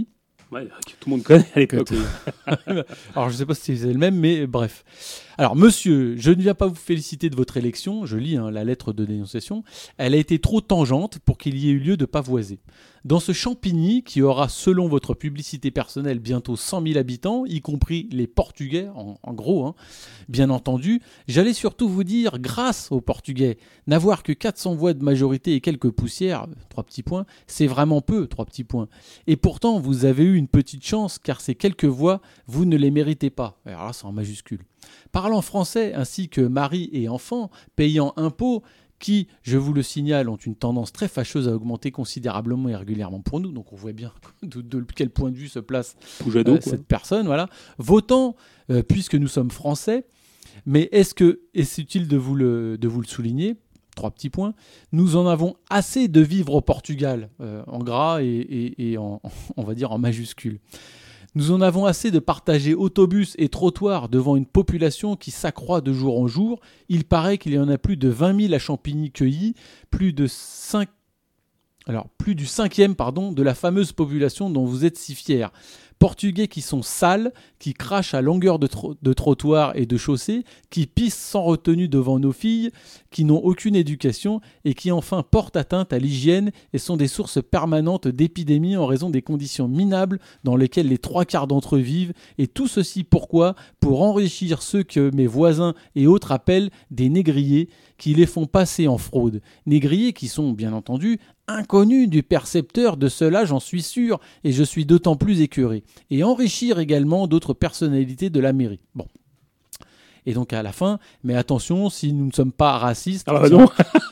Ouais, que tout le monde connaît à l'époque. Alors, je ne sais pas si c'est le même, mais bref. Alors, monsieur, je ne viens pas vous féliciter de votre élection. Je lis hein, la lettre de dénonciation. Elle a été trop tangente pour qu'il y ait eu lieu de pavoiser. Dans ce Champigny, qui aura, selon votre publicité personnelle, bientôt cent mille habitants, y compris les Portugais, en, en gros, hein, bien entendu, j'allais surtout vous dire, grâce aux Portugais, n'avoir que quatre cents voix de majorité et quelques poussières, trois petits points, c'est vraiment peu, trois petits points. Et pourtant, vous avez eu une petite chance, car ces quelques voix, vous ne les méritez pas. Alors là, c'est en majuscule. Parlant français, ainsi que mari et enfants, payant impôts, qui, je vous le signale, ont une tendance très fâcheuse à augmenter considérablement et régulièrement pour nous. Donc on voit bien de, de quel point de vue se place Poujado, euh, cette personne. Voilà. Votant, euh, puisque nous sommes français, mais est-ce que, et c'est utile de vous le, de vous le souligner, trois petits points, nous en avons assez de vivre au Portugal, euh, en gras et, et, et en, on va dire en majuscule. Nous en avons assez de partager autobus et trottoirs devant une population qui s'accroît de jour en jour. Il paraît qu'il y en a plus de vingt mille à Champigny-Cueilly, plus de cinq... Alors, plus du cinquième pardon, de la fameuse population dont vous êtes si fiers. Portugais qui sont sales, qui crachent à longueur de, tro- de trottoirs et de chaussées, qui pissent sans retenue devant nos filles, qui n'ont aucune éducation et qui enfin portent atteinte à l'hygiène et sont des sources permanentes d'épidémies en raison des conditions minables dans lesquelles les trois quarts d'entre eux vivent. Et tout ceci pourquoi ? Pour enrichir ceux que mes voisins et autres appellent des négriers, qui les font passer en fraude. Négriers qui sont, bien entendu, inconnus du percepteur, de cela j'en suis sûr, et je suis d'autant plus écœuré. Et enrichir également d'autres personnalités de la mairie. Bon. Et donc à la fin, mais attention, si nous ne sommes pas racistes... Ah bah non.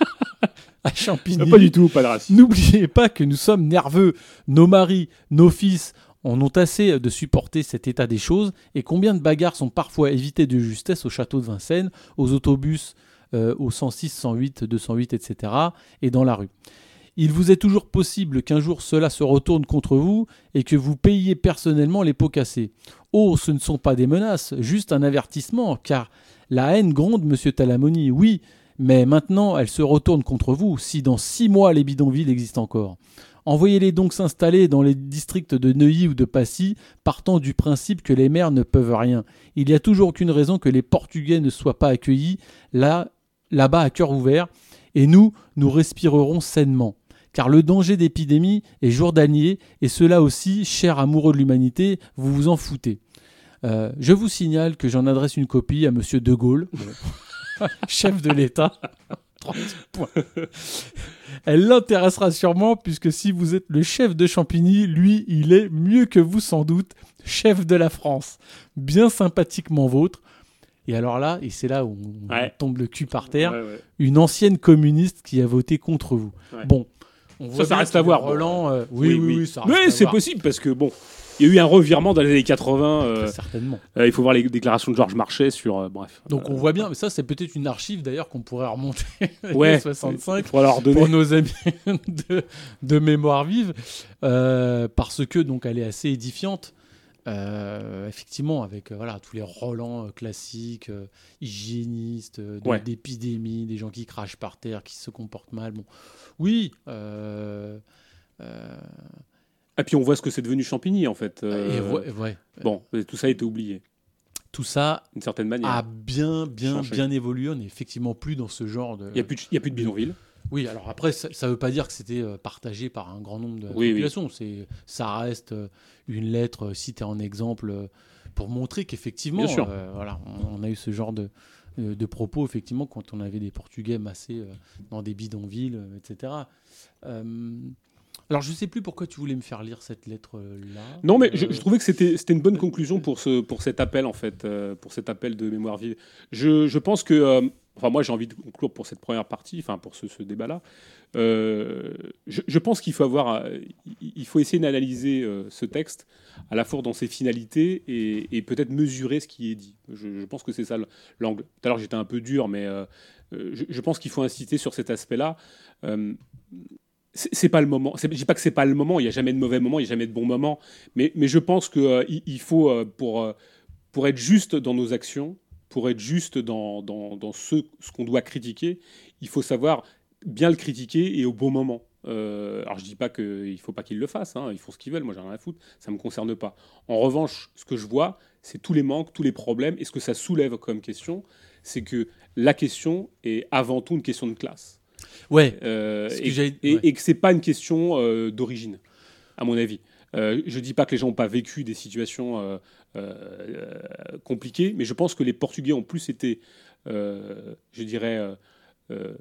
À Champigny, pas du tout, pas de racisme. N'oubliez pas que nous sommes nerveux. Nos maris, nos fils en ont assez de supporter cet état des choses, et combien de bagarres sont parfois évitées de justesse au château de Vincennes, aux autobus, euh, au cent six, cent huit, deux cent huit, et cetera, et dans la rue. Il vous est toujours possible qu'un jour cela se retourne contre vous et que vous payiez personnellement les pots cassés. Oh, ce ne sont pas des menaces, juste un avertissement, car la haine gronde, monsieur Talamoni, oui, mais maintenant elle se retourne contre vous, si dans six mois les bidonvilles existent encore. Envoyez-les donc s'installer dans les districts de Neuilly ou de Passy, partant du principe que les maires ne peuvent rien. Il n'y a toujours aucune raison que les Portugais ne soient pas accueillis là, là-bas à cœur ouvert, et nous, nous respirerons sainement. Car le danger d'épidémie est journalier, et cela aussi, cher amoureux de l'humanité, vous vous en foutez. Euh, je vous signale que j'en adresse une copie à monsieur De Gaulle, chef de l'État. Points. Elle l'intéressera sûrement, puisque si vous êtes le chef de Champigny, lui, il est mieux que vous sans doute, chef de la France. Bien sympathiquement vôtre. Et alors là, et c'est là où on ouais. tombe le cul par terre, ouais, ouais. une ancienne communiste qui a voté contre vous. Ouais. Bon, on voit ça, ça reste à voir. Roland, euh, oui, oui, oui, oui, ça reste Mais à c'est voir. possible parce que bon, il y a eu un revirement dans les années quatre-vingts. Euh, Très certainement. Euh, il faut voir les déclarations de Georges Marchais sur. Euh, bref. Donc euh, on voit bien, mais ça c'est peut-être une archive d'ailleurs qu'on pourrait remonter ouais, soixante-cinq pour leur donner. pour nos amis de, de mémoire vive, euh, parce que donc elle est assez édifiante. Euh, effectivement, avec euh, voilà, tous les Roland euh, classiques, euh, hygiénistes, euh, de, ouais. d'épidémies, des gens qui crachent par terre, qui se comportent mal. Bon, oui. Euh, euh... Et puis on voit ce que c'est devenu Champigny en fait. Euh, Et ouais, ouais. Bon, tout ça a été oublié. Tout ça d'une certaine manière a bien, bien, Changé. bien évolué. On n'est effectivement plus dans ce genre de. Il n'y a plus de, il y a plus de bidonville. Oui, alors après, ça ne veut pas dire que c'était euh, partagé par un grand nombre de oui, populations. Oui. C'est, ça reste euh, une lettre euh, citée en exemple euh, pour montrer qu'effectivement, euh, voilà, on, on a eu ce genre de, euh, de propos, effectivement, quand on avait des Portugais massés euh, dans des bidonvilles, euh, et cetera. Euh, alors, je ne sais plus pourquoi tu voulais me faire lire cette lettre-là. Non, mais euh... je, je trouvais que c'était, c'était une bonne conclusion pour, ce, pour cet appel, en fait, euh, pour cet appel de mémoire vive. Je, je pense que... Euh, Enfin, moi, j'ai envie de conclure pour cette première partie, enfin, pour ce, ce débat-là. Euh, je, je pense qu'il faut avoir, il faut essayer d'analyser euh, ce texte à la fois dans ses finalités et, et peut-être mesurer ce qui est dit. Je, je pense que c'est ça l'angle. Tout à l'heure, j'étais un peu dur, mais euh, je, je pense qu'il faut insister sur cet aspect-là. Euh, c'est, c'est pas le moment. C'est, je dis pas que c'est pas le moment. Il y a jamais de mauvais moment, il y a jamais de bon moment. Mais, mais je pense que euh, il, il faut euh, pour euh, pour être juste dans nos actions. Pour être juste dans, dans, dans ce, ce qu'on doit critiquer, il faut savoir bien le critiquer et au bon moment. Euh, alors je dis pas qu'il faut pas qu'ils le fassent, hein, ils font ce qu'ils veulent, moi j'ai rien à foutre, ça me concerne pas. En revanche, ce que je vois, c'est tous les manques, tous les problèmes, et ce que ça soulève comme question, c'est que la question est avant tout une question de classe. Ouais. Euh, Ce que et, j'allais- et- ouais. et que c'est pas une question euh, d'origine, à mon avis. Euh, je dis pas que les gens n'ont pas vécu des situations euh, euh, compliquées, mais je pense que les Portugais ont plus été, euh, je dirais, euh, euh,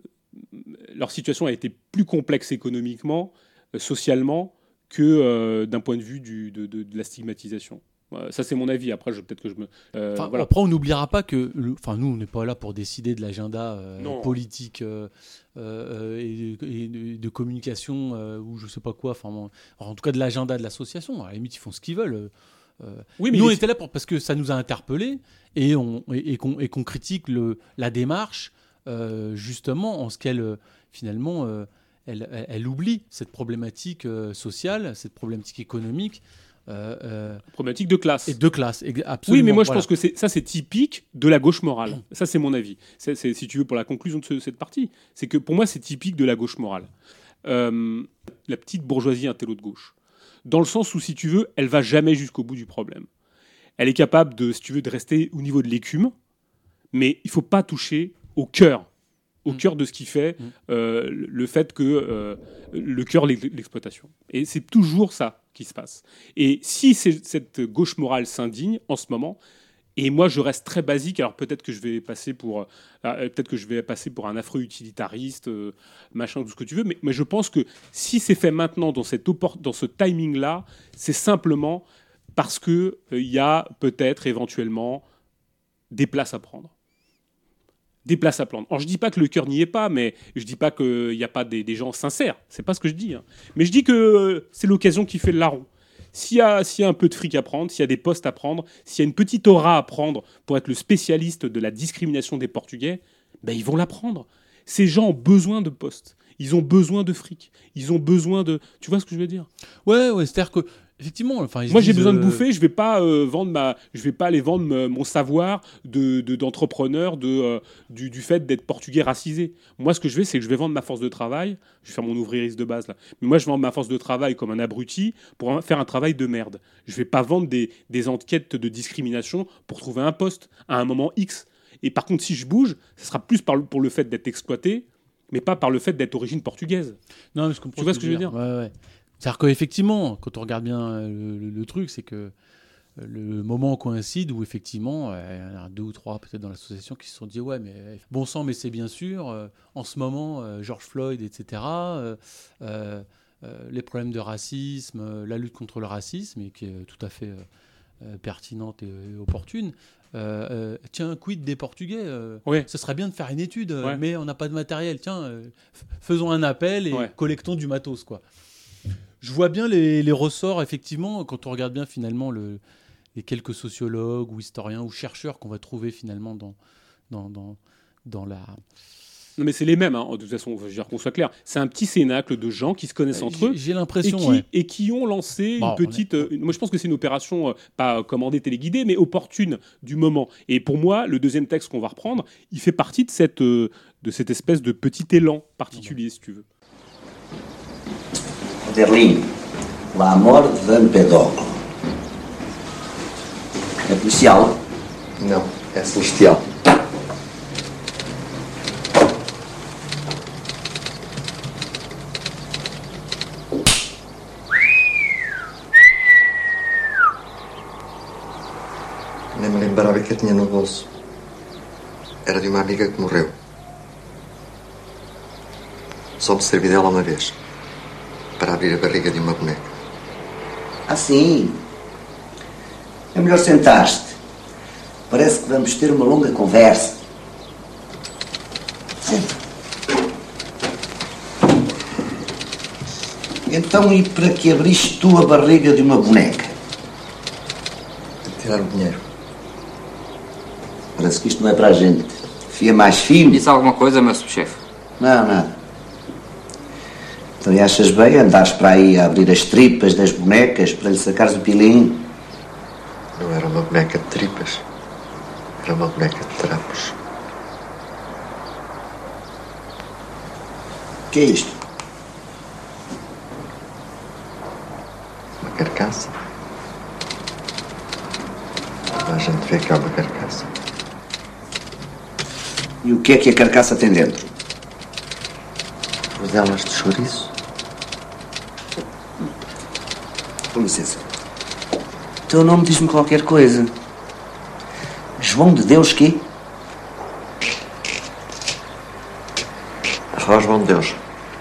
leur situation a été plus complexe économiquement, euh, socialement, que euh, d'un point de vue du, de, de- de la stigmatisation. Euh, ça, c'est mon avis. Après, je, peut-être que je me. euh, Enfin, voilà. Après, on n'oubliera pas que, le- enfin, nous, on n'est pas là pour décider de l'agenda euh, Non. politique euh, euh, et, et de, de communication euh, ou je sais pas quoi. Enfin, bon, en tout cas, de l'agenda de l'association. À la limite, ils font ce qu'ils veulent. Euh, Oui, mais nous, on il est- était là pour, parce que ça nous a interpellés et, on, et, et qu'on, et qu'on critique le, la démarche euh, justement en ce qu'elle, euh, finalement, euh, elle, elle, elle oublie cette problématique euh, sociale, cette problématique économique. Euh, euh, problématique de classe. et de classe, ex- absolument. Oui, mais moi je voilà. pense que c'est, ça c'est typique de la gauche morale. Ça c'est mon avis. C'est, c'est, si tu veux pour la conclusion de ce- cette partie, c'est que pour moi c'est typique de la gauche morale. Euh, la petite bourgeoisie intello de gauche. Dans le sens où si tu veux, elle va jamais jusqu'au bout du problème. Elle est capable de, si tu veux, de rester au niveau de l'écume, mais il faut pas toucher au cœur, au Mm. cœur de ce qui fait Mm. euh, le fait que euh, le cœur l'ex- l'exploitation. Et c'est toujours ça qui se passe. Et si c'est- cette gauche morale s'indigne en ce moment, et moi je reste très basique, alors peut-être que je vais passer pour, euh, euh, peut-être que je vais passer pour un affreux utilitariste, euh, machin, tout ce que tu veux, mais, mais je pense que si c'est fait maintenant dans, cette oppor- dans ce timing-là, c'est simplement parce que euh, il y a peut-être éventuellement des places à prendre. Des places à prendre. Alors je dis pas que le cœur n'y est pas, mais je dis pas qu'il n'y a pas des, des gens sincères. C'est pas ce que je dis. hein. Mais je dis que euh, c'est l'occasion qui fait le larron. S'il y, a, s'il y a un peu de fric à prendre, s'il y a des postes à prendre, s'il y a une petite aura à prendre pour être le spécialiste de la discrimination des Portugais, ben ils vont la prendre. Ces gens ont besoin de postes. Ils ont besoin de fric. Ils ont besoin de... Tu vois ce que je veux dire ? Ouais, ouais, c'est-à-dire que effectivement, enfin, ils se Moi, j'ai disent, besoin de euh, bouffer. Je vais pas euh, vendre ma, je vais pas aller vendre me- mon savoir de, de- d'entrepreneur de, euh, du, du fait d'être portugais racisé. Moi, ce que je vais, c'est que je vais vendre ma force de travail. Je vais faire mon ouvriériste de base là. Mais moi, je vends ma force de travail comme un abruti pour un- faire un travail de merde. Je vais pas vendre des, des enquêtes de discrimination pour trouver un poste à un moment X. Et par contre, si je bouge, ce sera plus par le- pour le fait d'être exploité, mais pas par le fait d'être d'origine portugaise. Non, mais je comprends Tu vois ce que je veux dire ? Ouais, ouais. C'est-à-dire qu'effectivement, quand on regarde bien euh, le, le- le truc, c'est que euh, le moment coïncide où effectivement, euh, il y en a deux ou trois peut-être dans l'association qui se sont dit ouais, mais euh, bon sang, mais c'est bien sûr. euh, en ce moment, euh, George Floyd, et cetera. euh, euh, euh, les problèmes de racisme, euh, la lutte contre le racisme, et qui est tout à fait euh, euh, pertinente et, et opportune. Euh, euh, tiens, quid des Portugais euh, Ouais. Ce serait bien de faire une étude, euh, Ouais. mais on n'a pas de matériel. Tiens, euh, f- faisons un appel et Ouais. collectons du matos, quoi. Je vois bien les, les ressorts, effectivement, quand on regarde bien finalement le, les quelques sociologues ou historiens ou chercheurs qu'on va trouver finalement dans, dans, dans, dans la... Non, mais c'est les mêmes, hein, de toute façon, je veux dire qu'on soit clair. C'est un petit cénacle de gens qui se connaissent entre eux. J'ai j'ai Et l'impression, qui, ouais. et qui ont lancé Bon, une petite. euh, une- moi, je pense que c'est une opération, euh, pas commandée, téléguidée, mais opportune du moment. Et pour moi, le deuxième texte qu'on va reprendre, il fait partie de cette, euh, de cette espèce de petit élan particulier, si tu veux. Berlim, la mort de Dom Pedro. É policial? Não, é celestial. Nem me lembrava que eu tinha no bolso. Era de uma amiga que morreu. Só me servi dela uma vez. Para abrir a barriga de uma boneca. Assim. É melhor sentar-te. Parece que vamos ter uma longa conversa. Senta. Então, e para que abriste tu a barriga de uma boneca? De tirar o dinheiro. Parece que isto não é para a gente. Fia mais fino. Disse alguma coisa, meu subchefe? Não, nada. Então, e achas bem andares para aí a abrir as tripas das bonecas para lhe sacares o pilinho? Não era uma boneca de tripas. Era uma boneca de trapos. O que é isto? Carcaça. A gente vê que há uma carcaça. E o que é que a carcaça tem dentro? Rodelas de chouriço. Com licença. O teu nome diz-me qualquer coisa. João de Deus quê? Arroz João de Deus.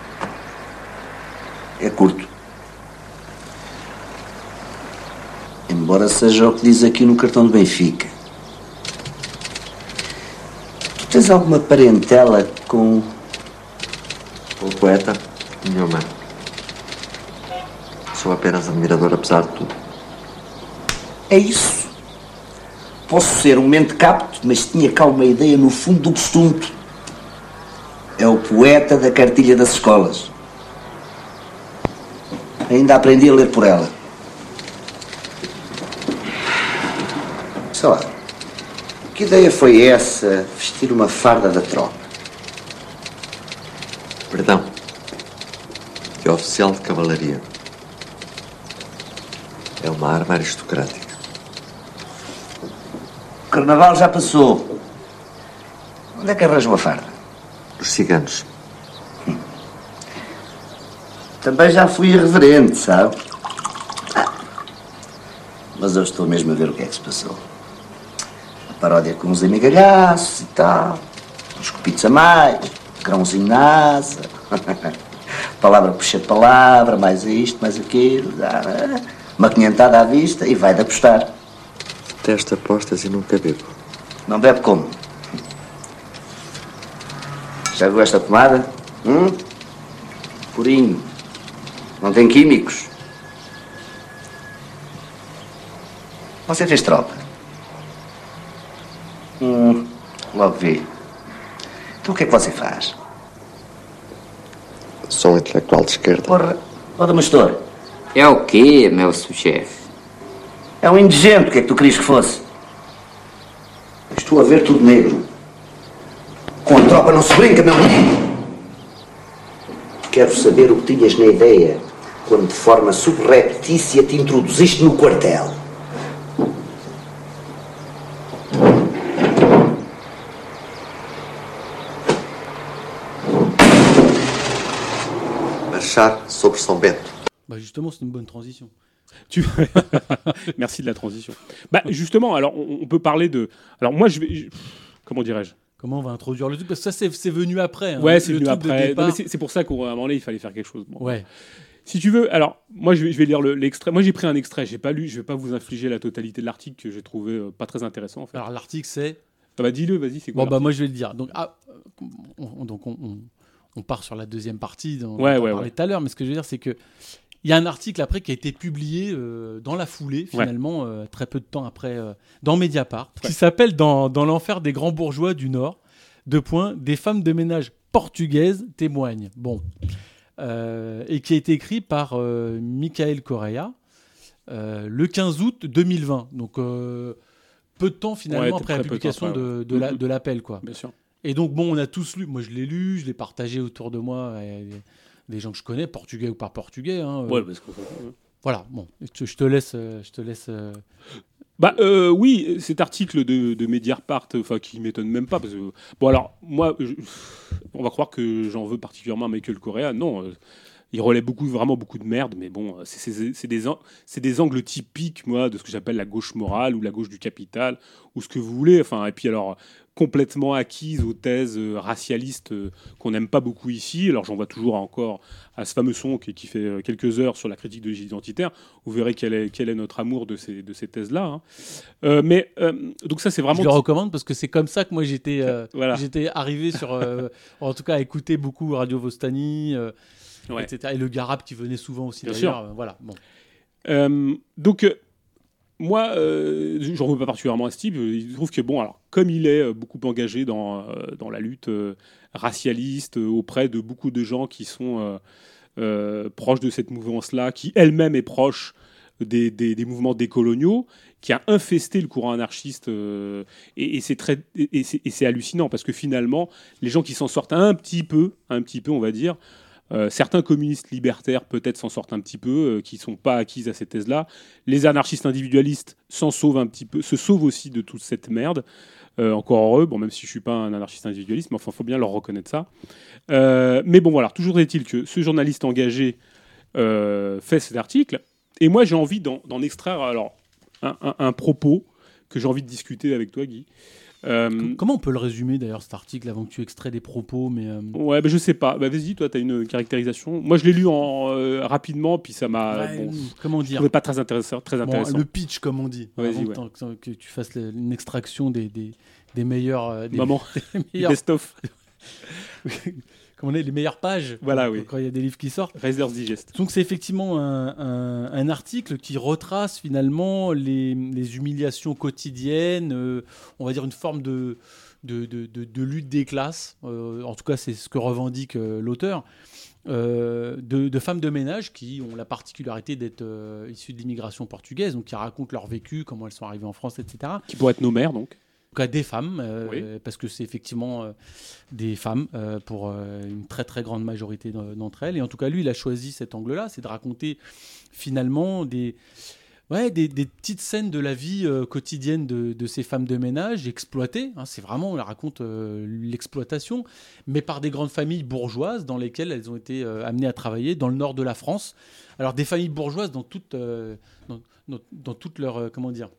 É curto. Embora seja o que diz aqui no cartão de Benfica. Tu tens alguma parentela com... O poeta, nenhuma. Sou apenas admirador, apesar de tudo. É isso. Posso ser um mente capto, mas tinha cá uma ideia no fundo do costume. É o poeta da cartilha das escolas. Ainda aprendi a ler por ela. Sei lá. Que ideia foi essa, vestir uma farda da tropa? Perdão. De oficial de cavalaria. É uma arma aristocrática. O carnaval já passou. Onde é que arranjou a farda? Os ciganos. Hum. Também já fui irreverente, sabe? Ah. Mas eu estou mesmo a ver o que é que se passou. A paródia com uns amigalhaços e tal. Uns copitos a mais. Grãozinho na asa. Palavra puxa palavra, mais isto, mais aquilo. Uma quinhentada à vista e vai de apostar. Detesto apostas e nunca bebo. Não bebe como? Já viu esta pomada? Hum? Purinho. Não tem químicos. Você fez tropa? Hum, logo vi. Então o que é que você faz? Sou intelectual de esquerda. Porra, ó Damastor. É o quê, meu subchefe? É um indigente, o que é que tu querias que fosse? Estou a ver tudo negro. Com a tropa não se brinca, meu menino. Quero saber o que tinhas na ideia quando de forma subreptícia te introduziste no quartel. Marchar sobre São Bento. Bah justement, c'est une bonne transition. Tu... Merci de la transition. Bah, justement, alors on, on peut parler de. Alors moi, je vais. Je... Comment dirais-je? Comment on va introduire le truc? Parce que ça, c'est, c'est venu après. Hein. Ouais, c'est le venu truc de après. départ. Non, mais c'est, c'est pour ça qu'à un moment donné, il fallait faire quelque chose. Bon. Ouais. Si tu veux, alors moi, je vais, je vais lire le, l'extrait. Moi, j'ai pris un extrait. J'ai pas lu. Je vais pas vous infliger la totalité de l'article que j'ai trouvé euh, pas très intéressant. En fait. Alors l'article, c'est. Ah bah dis-le, vas-y. C'est quoi? Bon bah moi, je vais le dire. Donc, ah, on, on, donc on, on, on part sur la deuxième partie. Dont ouais, on ouais, parlait ouais. tout à l'heure. Mais ce que je veux dire, c'est que il y a un article après qui a été publié euh, dans la foulée, finalement, ouais. euh, très peu de temps après, euh, dans Mediapart, ouais. qui s'appelle dans, dans l'enfer des grands bourgeois du Nord. Deux points, des femmes de ménage portugaises témoignent. Bon. Euh, et qui a été écrit par euh, Michael Correa euh, le quinze août deux mille vingt. Donc, euh, peu de temps, finalement, ouais, après la publication après, de, de, la, de l'appel, quoi. Bien sûr. Et donc, bon, on a tous lu. Moi, je l'ai lu, je l'ai partagé autour de moi. Et, des gens que je connais, portugais ou pas portugais. Hein, ouais, euh, parce que... Voilà, bon, je, je te laisse... Je te laisse euh... Bah euh, oui, cet article de, de Mediapart, enfin qui m'étonne même pas, parce que... Bon alors, moi, je, on va croire que j'en veux particulièrement à Michael Correa, non, euh, il relaie beaucoup, vraiment beaucoup de merde, mais bon, c'est, c'est, c'est, des, c'est des angles typiques, moi, de ce que j'appelle la gauche morale, ou la gauche du capital, ou ce que vous voulez, enfin, et puis alors... complètement acquise aux thèses euh, racialistes euh, qu'on n'aime pas beaucoup ici. Alors j'en vois toujours encore à ce fameux son qui, qui fait euh, quelques heures sur la critique de l'identitaire. Vous verrez quel est, quel est notre amour de ces, de ces thèses-là. Hein. Euh, mais euh, donc ça c'est vraiment... Je le recommande parce que c'est comme ça que moi j'étais, euh, voilà. j'étais arrivé sur... Euh, en tout cas à écouter beaucoup Radio Vostani, euh, ouais. et cetera. Et le Garab qui venait souvent aussi. Bien d'ailleurs. sûr. Euh, voilà, bon. Euh, donc... Moi, euh, j'en veux pas particulièrement à Steve. Il trouve que, bon, alors, comme il est beaucoup engagé dans, euh, dans la lutte euh, racialiste euh, auprès de beaucoup de gens qui sont euh, euh, proches de cette mouvance-là, qui elle-même est proche des, des, des mouvements décoloniaux, qui a infesté le courant anarchiste, euh, et, et, c'est très, et, c'est, et c'est hallucinant, parce que finalement, les gens qui s'en sortent un petit peu, un petit peu, on va dire, Euh, certains communistes libertaires peut-être s'en sortent un petit peu, euh, qui ne sont pas acquises à cette thèse-là. Les anarchistes individualistes s'en sauvent un petit peu, se sauvent aussi de toute cette merde. Euh, encore heureux, bon, même si je ne suis pas un anarchiste individualiste, mais enfin, il faut bien leur reconnaître ça. Euh, mais bon, voilà, toujours est-il que ce journaliste engagé euh, fait cet article, et moi j'ai envie d'en, d'en extraire alors, un, un, un propos que j'ai envie de discuter avec toi, Guy. Euh, Comment on peut le résumer d'ailleurs cet article avant que tu extrais des propos mais euh... Ouais, bah, je sais pas. Bah, vas-y, toi, tu as une caractérisation. Moi, je l'ai lu en, euh, rapidement, puis ça m'a. Ouais, bon, comment dire, je trouvais pas très intéressant. Très intéressant. Bon, le pitch, comme on dit. Ouais, avant ouais. que, que tu fasses le, une extraction des, des, des meilleurs. Euh, des, Maman, des meilleurs... best-of. Comment on est, les meilleures pages. Voilà, quand, oui. Quand il y a des livres qui sortent. Reader's Digest. Donc, c'est effectivement un, un, un article qui retrace finalement les, les humiliations quotidiennes, euh, on va dire une forme de. De, de, de, de lutte des classes, euh, en tout cas c'est ce que revendique euh, l'auteur, euh, de, de femmes de ménage qui ont la particularité d'être euh, issues de l'immigration portugaise, donc qui racontent leur vécu, comment elles sont arrivées en France, et cetera. Qui pourraient être nos mères, donc. En tout cas des femmes, euh, oui. parce que c'est effectivement euh, des femmes euh, pour euh, une très très grande majorité d'entre elles. Et en tout cas lui il a choisi cet angle-là, c'est de raconter finalement des... Ouais, des, des petites scènes de la vie euh, quotidienne de, de ces femmes de ménage exploitées. Hein, c'est vraiment, on raconte euh, l'exploitation, mais par des grandes familles bourgeoises dans lesquelles elles ont été euh, amenées à travailler dans le nord de la France. Alors des familles bourgeoises dans toute, euh, dans, dans, dans toute leur, euh, comment dire,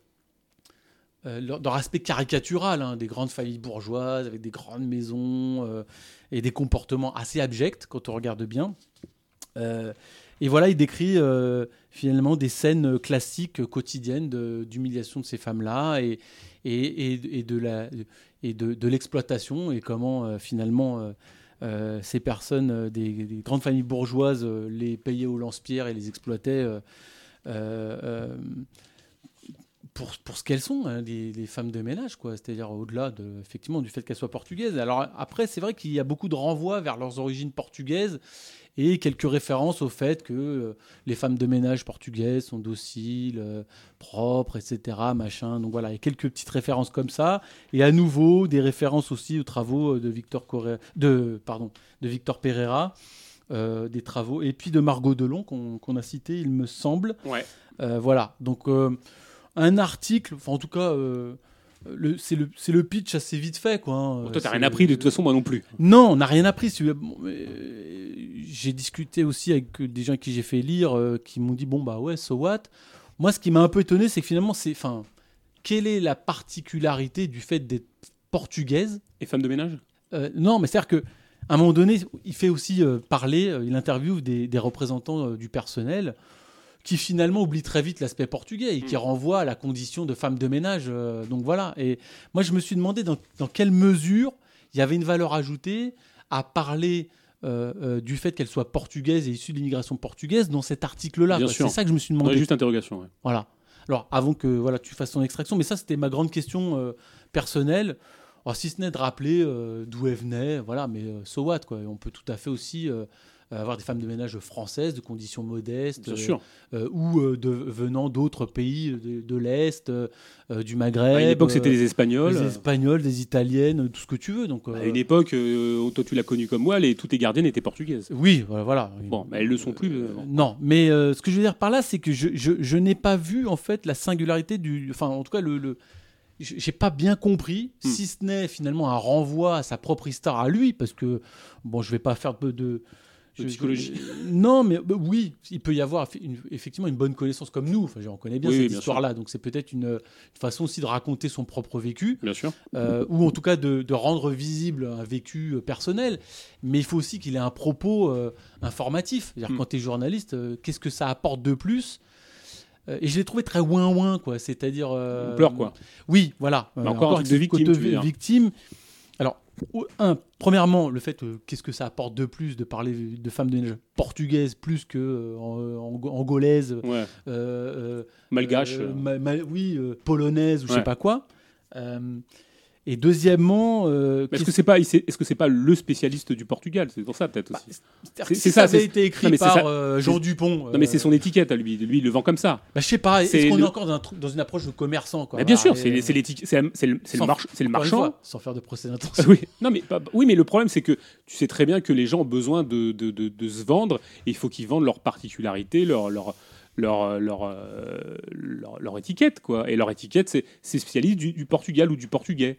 euh, leur, leur aspect caricatural, hein, des grandes familles bourgeoises avec des grandes maisons euh, et des comportements assez abjects quand on regarde bien. Euh, Et voilà, il décrit euh, finalement des scènes classiques quotidiennes de, d'humiliation de ces femmes-là et, et, et, et, de, la, et de, de l'exploitation et comment euh, finalement euh, euh, ces personnes euh, des, des grandes familles bourgeoises euh, les payaient au lance-pierre et les exploitaient euh, euh, pour, pour ce qu'elles sont, hein, les, les femmes de ménage, quoi. C'est-à-dire au-delà de, effectivement, du fait qu'elles soient portugaises. Alors après, c'est vrai qu'il y a beaucoup de renvois vers leurs origines portugaises et quelques références au fait que euh, les femmes de ménage portugaises sont dociles, euh, propres, et cetera. Machin. Donc voilà, il y a quelques petites références comme ça. Et à nouveau, des références aussi aux travaux de Victor, Correa, de, pardon, de Victor Pereira, euh, des travaux, et puis de Margot Delon qu'on, qu'on a cité, il me semble. Ouais. Euh, voilà, donc euh, un article, enfin en tout cas... Euh, Le, c'est, le, c'est le pitch assez vite fait, quoi. Hein. Bon, toi, t'as c'est, rien appris, de toute façon, moi non plus. Non, on n'a rien appris. Bon, euh, j'ai discuté aussi avec des gens à qui j'ai fait lire, euh, qui m'ont dit, bon, bah ouais, so what. Moi, ce qui m'a un peu étonné, c'est que finalement, c'est, fin, quelle est la particularité du fait d'être portugaise et femme de ménage euh, Non, mais c'est-à-dire qu'à un moment donné, il fait aussi euh, parler, euh, il interviewe des, des représentants euh, du personnel, qui finalement oublie très vite l'aspect portugais et qui mmh. renvoie à la condition de femme de ménage. Euh, donc voilà. Et moi, je me suis demandé dans, dans quelle mesure il y avait une valeur ajoutée à parler euh, euh, du fait qu'elle soit portugaise et issue de l'immigration portugaise dans cet article-là. Bien sûr. C'est ça que je me suis demandé. Ouais, juste interrogation. Ouais. Voilà. Alors, avant que voilà, tu fasses ton extraction, mais ça, c'était ma grande question euh, personnelle. Alors, si ce n'est de rappeler euh, d'où elle venait, voilà, mais euh, so what, quoi. On peut tout à fait aussi... Euh, avoir des femmes de ménage françaises de conditions modestes euh, euh, ou euh, de, venant d'autres pays de, de l'Est, euh, du Maghreb. À une époque, c'était les Espagnols. Les Espagnols, des Italiennes, tout ce que tu veux. Donc, euh... à une époque, euh, toi tu l'as connue comme moi, les, toutes les gardiennes étaient portugaises. Oui, voilà. voilà. Bon, bah, elles ne le sont plus. Euh, bon. Non, mais euh, ce que je veux dire par là, c'est que je, je, je n'ai pas vu en fait la singularité du... Enfin, en tout cas, le... le... j'ai pas bien compris, hmm. si ce n'est finalement un renvoi à sa propre histoire à lui, parce que, bon, je vais pas faire de... de Je, psychologie. Je, non, mais bah, oui, il peut y avoir une, effectivement une bonne connaissance comme nous. Enfin, on connaît bien oui, cette bien histoire-là, sûr. donc c'est peut-être une, une façon aussi de raconter son propre vécu, bien sûr, euh, ou en tout cas de, de rendre visible un vécu personnel. Mais il faut aussi qu'il ait un propos euh, informatif. C'est-à-dire mm. quand tu es journaliste, euh, qu'est-ce que ça apporte de plus ? euh, Et je l'ai trouvé très ouin-ouin, quoi. C'est-à-dire. Euh, on pleure, quoi. Oui, voilà. Euh, encore, encore un truc de victime. De victime. Alors, un, premièrement, le fait, euh, qu'est-ce que ça apporte de plus de parler de femmes de ménage portugaises plus que euh, en, en, angolaises, ouais. euh, euh, malgaches, euh, ma, ma, oui, euh, polonaises ou je ouais. sais pas quoi. Euh, Et deuxièmement, euh, est-ce que c'est pas, est-ce que c'est pas le spécialiste du Portugal? C'est pour ça peut-être bah, aussi. C'est, c'est, si c'est ça ça. avait C'est, été écrit non, mais par c'est euh, Jean Dupont. Non mais c'est son étiquette à lui. Lui il le vend comme ça. Bah, je sais pas. C'est est-ce qu'on le... est encore dans, un truc, dans une approche de commerçant quoi? Bah, bien bah, sûr, et... c'est, c'est l'étiquette, c'est, c'est le, c'est le, march, c'est le marchand. Fois, sans faire de procès d'intention. Oui. Non mais pas, oui mais le problème c'est que tu sais très bien que les gens ont besoin de de, de, de se vendre et il faut qu'ils vendent leurs particularités, leur leur Leur, leur, euh, leur, leur étiquette, quoi. Et leur étiquette, c'est, c'est spécialiste du, du Portugal ou du portugais.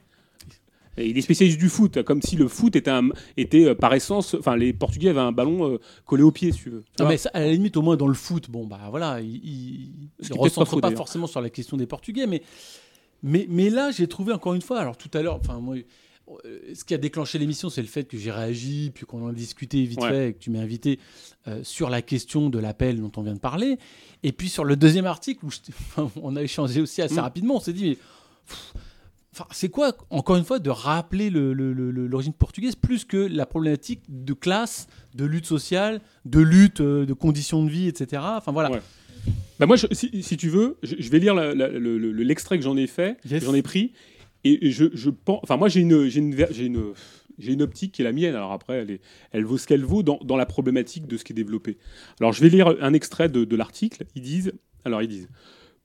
Et il est spécialiste du foot, comme si le foot était, un, était euh, par essence... Enfin, les Portugais avaient un ballon euh, collé au pied, si tu veux. Tu non, mais ça, à la limite, au moins dans le foot, bon, bah voilà, il ne recentre pas, pas forcément sur la question des Portugais, mais, mais, mais là, j'ai trouvé encore une fois, alors tout à l'heure, enfin, moi... Ce qui a déclenché l'émission, c'est le fait que j'ai réagi, puis qu'on en a discuté vite ouais. fait, et que tu m'as invité euh, sur la question de l'appel dont on vient de parler. Et puis sur le deuxième article, où je enfin, on a échangé aussi assez mmh. rapidement, on s'est dit, mais, pff, c'est quoi, encore une fois, de rappeler le, le, le, l'origine portugaise, plus que la problématique de classe, de lutte sociale, de lutte, euh, de conditions de vie, et cetera. Enfin voilà. Ouais. Bah moi, je, si, si tu veux, je, je vais lire la, la, le, le, l'extrait que j'en ai fait, yes. que j'en ai pris. Et je, je pense, enfin moi j'ai une, j'ai une, j'ai une, j'ai une optique qui est la mienne. Alors après, elle, est, elle vaut ce qu'elle vaut dans, dans la problématique de ce qui est développé. Alors je vais lire un extrait de, de l'article. Ils disent, alors ils disent,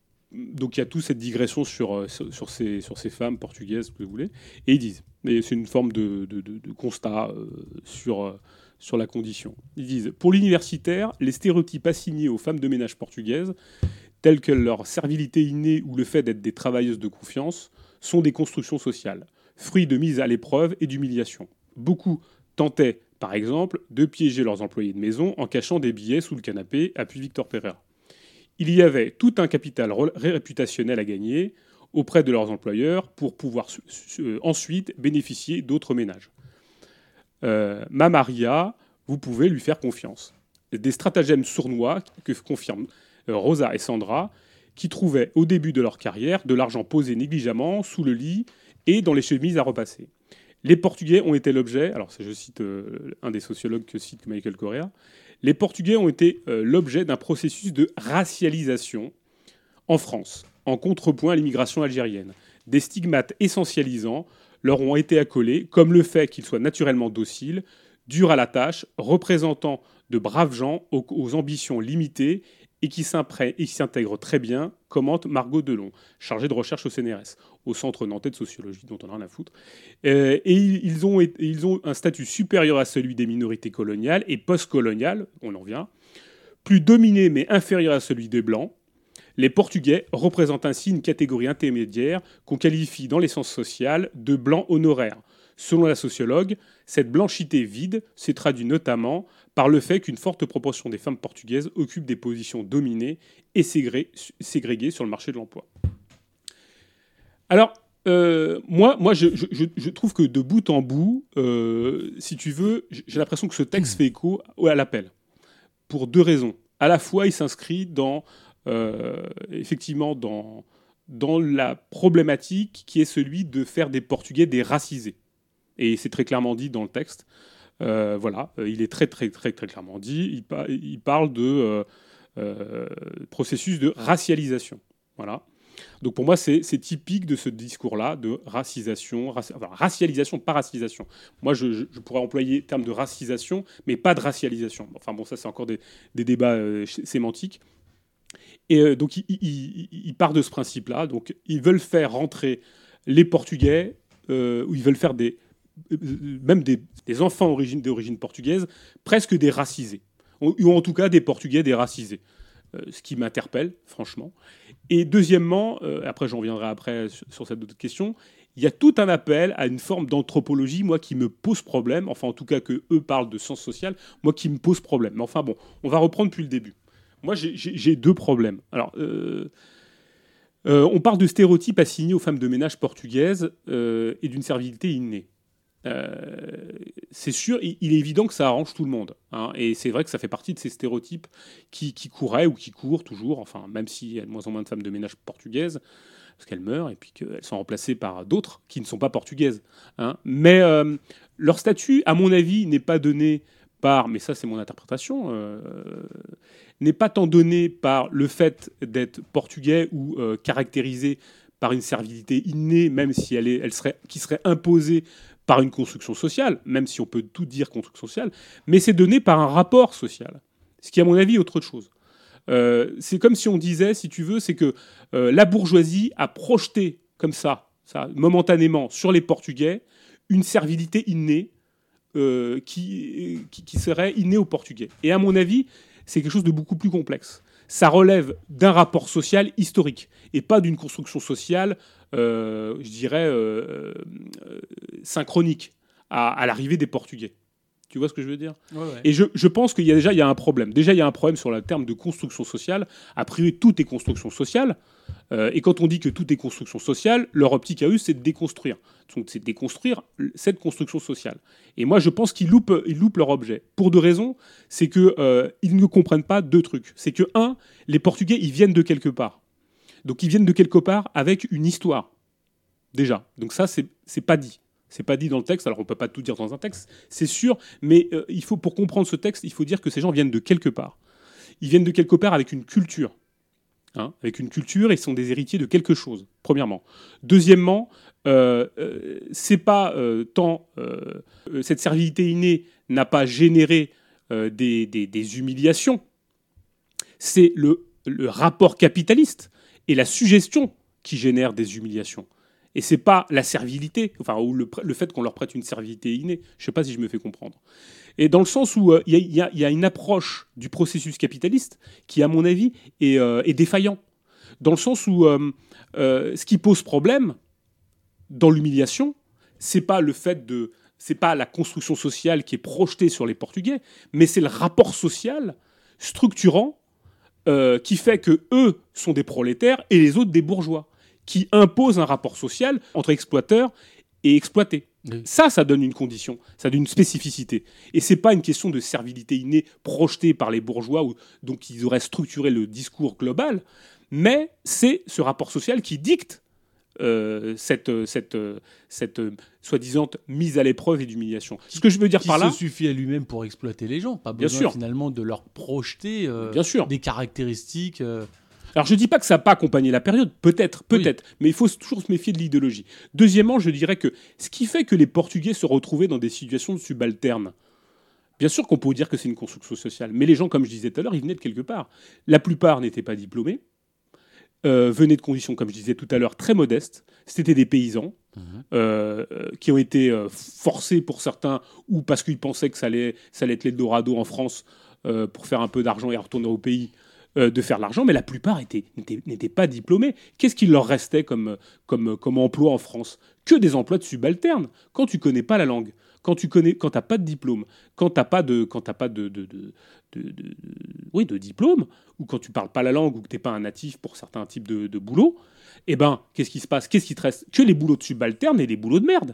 donc il y a toute cette digression sur, sur, sur, ces, sur ces femmes portugaises, ce que vous voulez, et ils disent, mais c'est une forme de, de, de, de constat euh, sur, euh, sur la condition. Ils disent, pour l'universitaire, les stéréotypes assignés aux femmes de ménage portugaises, tels que leur servilité innée ou le fait d'être des travailleuses de confiance, sont des constructions sociales, fruits de mise à l'épreuve et d'humiliation. Beaucoup tentaient, par exemple, de piéger leurs employés de maison en cachant des billets sous le canapé, appuie Victor Pereira. Il y avait tout un capital réputationnel à gagner auprès de leurs employeurs pour pouvoir su- su- ensuite bénéficier d'autres ménages. Euh, Ma Maria, vous pouvez lui faire confiance. Des stratagèmes sournois que confirment euh, Rosa et Sandra, qui trouvaient au début de leur carrière de l'argent posé négligemment sous le lit et dans les chemises à repasser. Les Portugais ont été l'objet, alors je cite euh, un des sociologues que cite Michael Correa, les Portugais ont été euh, l'objet d'un processus de racialisation en France, en contrepoint à l'immigration algérienne. Des stigmates essentialisants leur ont été accolés, comme le fait qu'ils soient naturellement dociles, durs à la tâche, représentant de braves gens aux, aux ambitions limitées et qui s'intègre très bien, commente Margot Delon, chargée de recherche au C N R S, au Centre nantais de sociologie, dont on n'a rien à foutre. Euh, et ils ont, ils ont un statut supérieur à celui des minorités coloniales et post-coloniales, on en vient, plus dominé mais inférieur à celui des Blancs. Les Portugais représentent ainsi une catégorie intermédiaire qu'on qualifie dans les sciences sociales de blancs honoraires. Selon la sociologue, cette blanchité vide s'est traduite notamment par le fait qu'une forte proportion des femmes portugaises occupent des positions dominées et ségrégées sur le marché de l'emploi. Alors, euh, moi, moi je, je, je trouve que de bout en bout, euh, si tu veux, j'ai l'impression que ce texte fait écho à l'appel. Pour deux raisons. À la fois, il s'inscrit dans, euh, effectivement, dans, dans la problématique qui est celui de faire des Portugais des racisés. Et c'est très clairement dit dans le texte. Euh, voilà, il est très, très, très, très clairement dit. Il, pa- il parle de euh, euh, processus de racialisation. Voilà. Donc pour moi, c'est, c'est typique de ce discours-là de racisation, raci- enfin, racialisation, pas racialisation. Moi, je, je, je pourrais employer le terme de racisation, mais pas de racialisation. Enfin bon, ça, c'est encore des, des débats euh, sémantiques. Et euh, donc, il, il, il, il part de ce principe-là. Donc, ils veulent faire rentrer les Portugais, euh, ou ils veulent faire des même des, des enfants origine, d'origine portugaise, presque des racisés, ou, ou en tout cas des Portugais des racisés, euh, ce qui m'interpelle, franchement. Et deuxièmement, euh, après j'en reviendrai après sur, sur cette autre question, il y a tout un appel à une forme d'anthropologie, moi, qui me pose problème, enfin en tout cas que eux parlent de sens social, moi qui me pose problème. Mais enfin bon, on va reprendre depuis le début. Moi j'ai, j'ai, j'ai deux problèmes. Alors... Euh, euh, on parle de stéréotypes assignés aux femmes de ménage portugaises euh, et d'une servilité innée. Euh, c'est sûr, il, il est évident que ça arrange tout le monde. Hein, et c'est vrai que ça fait partie de ces stéréotypes qui, qui couraient ou qui courent toujours, enfin, même s'il y a de moins en moins de femmes de ménage portugaises, parce qu'elles meurent et puis qu'elles sont remplacées par d'autres qui ne sont pas portugaises. Hein. Mais euh, leur statut, à mon avis, n'est pas donné par, mais ça c'est mon interprétation, euh, n'est pas tant donné par le fait d'être portugais ou euh, caractérisé par une servilité innée, même si elle, est, elle serait, qui serait imposée par une construction sociale, même si on peut tout dire construction sociale, mais c'est donné par un rapport social, ce qui, à mon avis, est autre chose. Euh, c'est comme si on disait, si tu veux, c'est que euh, la bourgeoisie a projeté comme ça, ça, momentanément, sur les Portugais, une servilité innée euh, qui, qui, qui serait innée aux Portugais. Et à mon avis, c'est quelque chose de beaucoup plus complexe. Ça relève d'un rapport social historique et pas d'une construction sociale, euh, je dirais, euh, euh, synchronique à, à l'arrivée des Portugais. Tu vois ce que je veux dire ? Ouais, ouais. Et je, je pense qu'il y a déjà il y a un problème. Déjà, il y a un problème sur le terme de construction sociale. A priori, tout est construction sociale. Euh, et quand on dit que tout est construction sociale, leur optique à eux, c'est de déconstruire. Donc, c'est de déconstruire cette construction sociale. Et moi, je pense qu'ils loupent, ils loupent leur objet. Pour deux raisons. C'est qu'ils euh, ne comprennent pas deux trucs. C'est que, un, les Portugais, ils viennent de quelque part. Donc, ils viennent de quelque part avec une histoire. Déjà. Donc ça, c'est, c'est pas dit. C'est pas dit dans le texte, alors on peut pas tout dire dans un texte, c'est sûr, mais euh, il faut, pour comprendre ce texte, il faut dire que ces gens viennent de quelque part. Ils viennent de quelque part avec une culture. Hein, avec une culture, et sont des héritiers de quelque chose, premièrement. Deuxièmement, euh, euh, c'est pas euh, tant... Euh, cette servilité innée n'a pas généré euh, des, des, des humiliations, c'est le, le rapport capitaliste et la suggestion qui génèrent des humiliations. Et c'est pas la servilité, enfin, ou le, le fait qu'on leur prête une servilité innée. Je sais pas si je me fais comprendre. Et dans le sens où il euh, y, y, y a une approche du processus capitaliste qui, à mon avis, est, euh, est défaillant. Dans le sens où euh, euh, ce qui pose problème dans l'humiliation, c'est pas le fait de, c'est pas la construction sociale qui est projetée sur les Portugais, mais c'est le rapport social structurant euh, qui fait que eux sont des prolétaires et les autres des bourgeois, qui impose un rapport social entre exploiteurs et exploités. Oui. Ça, ça donne une condition, ça donne une spécificité. Et c'est pas une question de servilité innée projetée par les bourgeois, ou, donc ils auraient structuré le discours global, mais c'est ce rapport social qui dicte euh, cette, cette, cette euh, soi-disant mise à l'épreuve et d'humiliation. Ce que je veux dire qui par là... se suffit à lui-même pour exploiter les gens, pas besoin Bien sûr. finalement de leur projeter euh, Bien sûr. des caractéristiques... Euh... Alors je ne dis pas que ça n'a pas accompagné la période, peut-être, peut-être, oui. mais il faut toujours se méfier de l'idéologie. Deuxièmement, je dirais que ce qui fait que les Portugais se retrouvaient dans des situations subalternes, bien sûr qu'on peut dire que c'est une construction sociale, mais les gens, comme je disais tout à l'heure, ils venaient de quelque part. La plupart n'étaient pas diplômés, euh, venaient de conditions, comme je disais tout à l'heure, très modestes. C'était des paysans mmh. euh, qui ont été euh, forcés pour certains, ou parce qu'ils pensaient que ça allait, ça allait être l'Eldorado en France euh, pour faire un peu d'argent et retourner au pays. Euh, de faire de l'argent, mais la plupart étaient, n'étaient, n'étaient pas diplômés. Qu'est-ce qu'il leur restait comme, comme, comme emploi en France ? Que des emplois de subalternes. Quand tu connais pas la langue, quand tu connais, quand t'as pas de diplôme, quand t'as pas de, quand t'as pas de, de, de, de, de, de, oui, de diplôme, ou quand tu parles pas la langue, ou que t'es pas un natif pour certains types de, de boulots, eh ben, qu'est-ce qui se passe ? Qu'est-ce qui te reste ? Que les boulots de subalternes et les boulots de merde.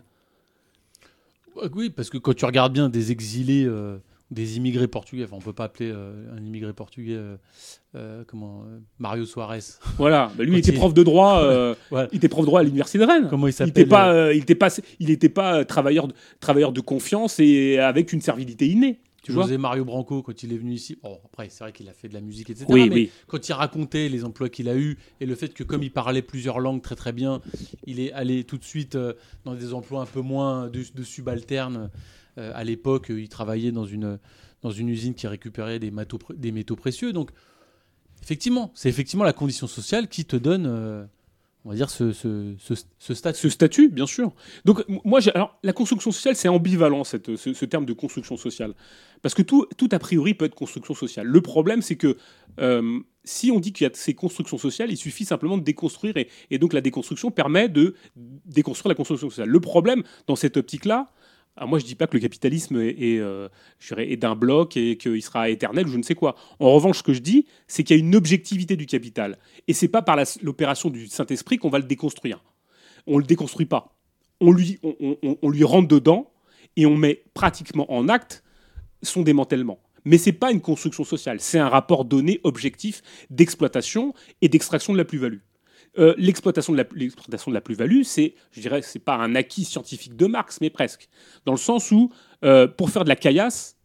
Oui, parce que quand tu regardes bien des exilés... Euh... des immigrés portugais, enfin on peut pas appeler euh, un immigré portugais euh, euh, comment euh, Mario Suarez. Voilà, bah lui il était il... prof de droit, euh, voilà. il était prof de droit à l'université de Rennes. Comment il s'appelle ? Il était pas, euh, il était pas, il était pas travailleur, de, travailleur de confiance et avec une servilité innée. Tu José vois Mario Branco, quand il est venu ici, bon, après c'est vrai qu'il a fait de la musique, et cetera. Oui, mais oui. Quand il racontait les emplois qu'il a eus et le fait que comme il parlait plusieurs langues très très bien, il est allé tout de suite euh, dans des emplois un peu moins de, de subalternes. Euh, à l'époque, il travaillait dans une, dans une usine qui récupérait des métaux, des métaux précieux. Donc, effectivement, c'est effectivement la condition sociale qui te donne, euh, on va dire, ce, ce, ce, ce statut. Ce statut, bien sûr. Donc, moi, j'ai, alors, la construction sociale, c'est ambivalent, cette, ce, ce terme de construction sociale. Parce que tout, tout, a priori, peut être construction sociale. Le problème, c'est que euh, si on dit qu'il y a ces constructions sociales, il suffit simplement de déconstruire. Et, et donc, la déconstruction permet de déconstruire la construction sociale. Le problème, dans cette optique-là, alors moi, je ne dis pas que le capitalisme est, est, euh, je dirais, est d'un bloc et qu'il sera éternel ou je ne sais quoi. En revanche, ce que je dis, c'est qu'il y a une objectivité du capital. Et ce n'est pas par la, l'opération du Saint-Esprit qu'on va le déconstruire. On ne le déconstruit pas. On lui, on, on, on lui rentre dedans et on met pratiquement en acte son démantèlement. Mais ce n'est pas une construction sociale. C'est un rapport donné objectif d'exploitation et d'extraction de la plus-value. Euh, l'exploitation de la, l'exploitation de la plus-value, c'est, je dirais, c'est pas un acquis scientifique de Marx, mais presque. Dans le sens où, euh, pour faire de la caillasse,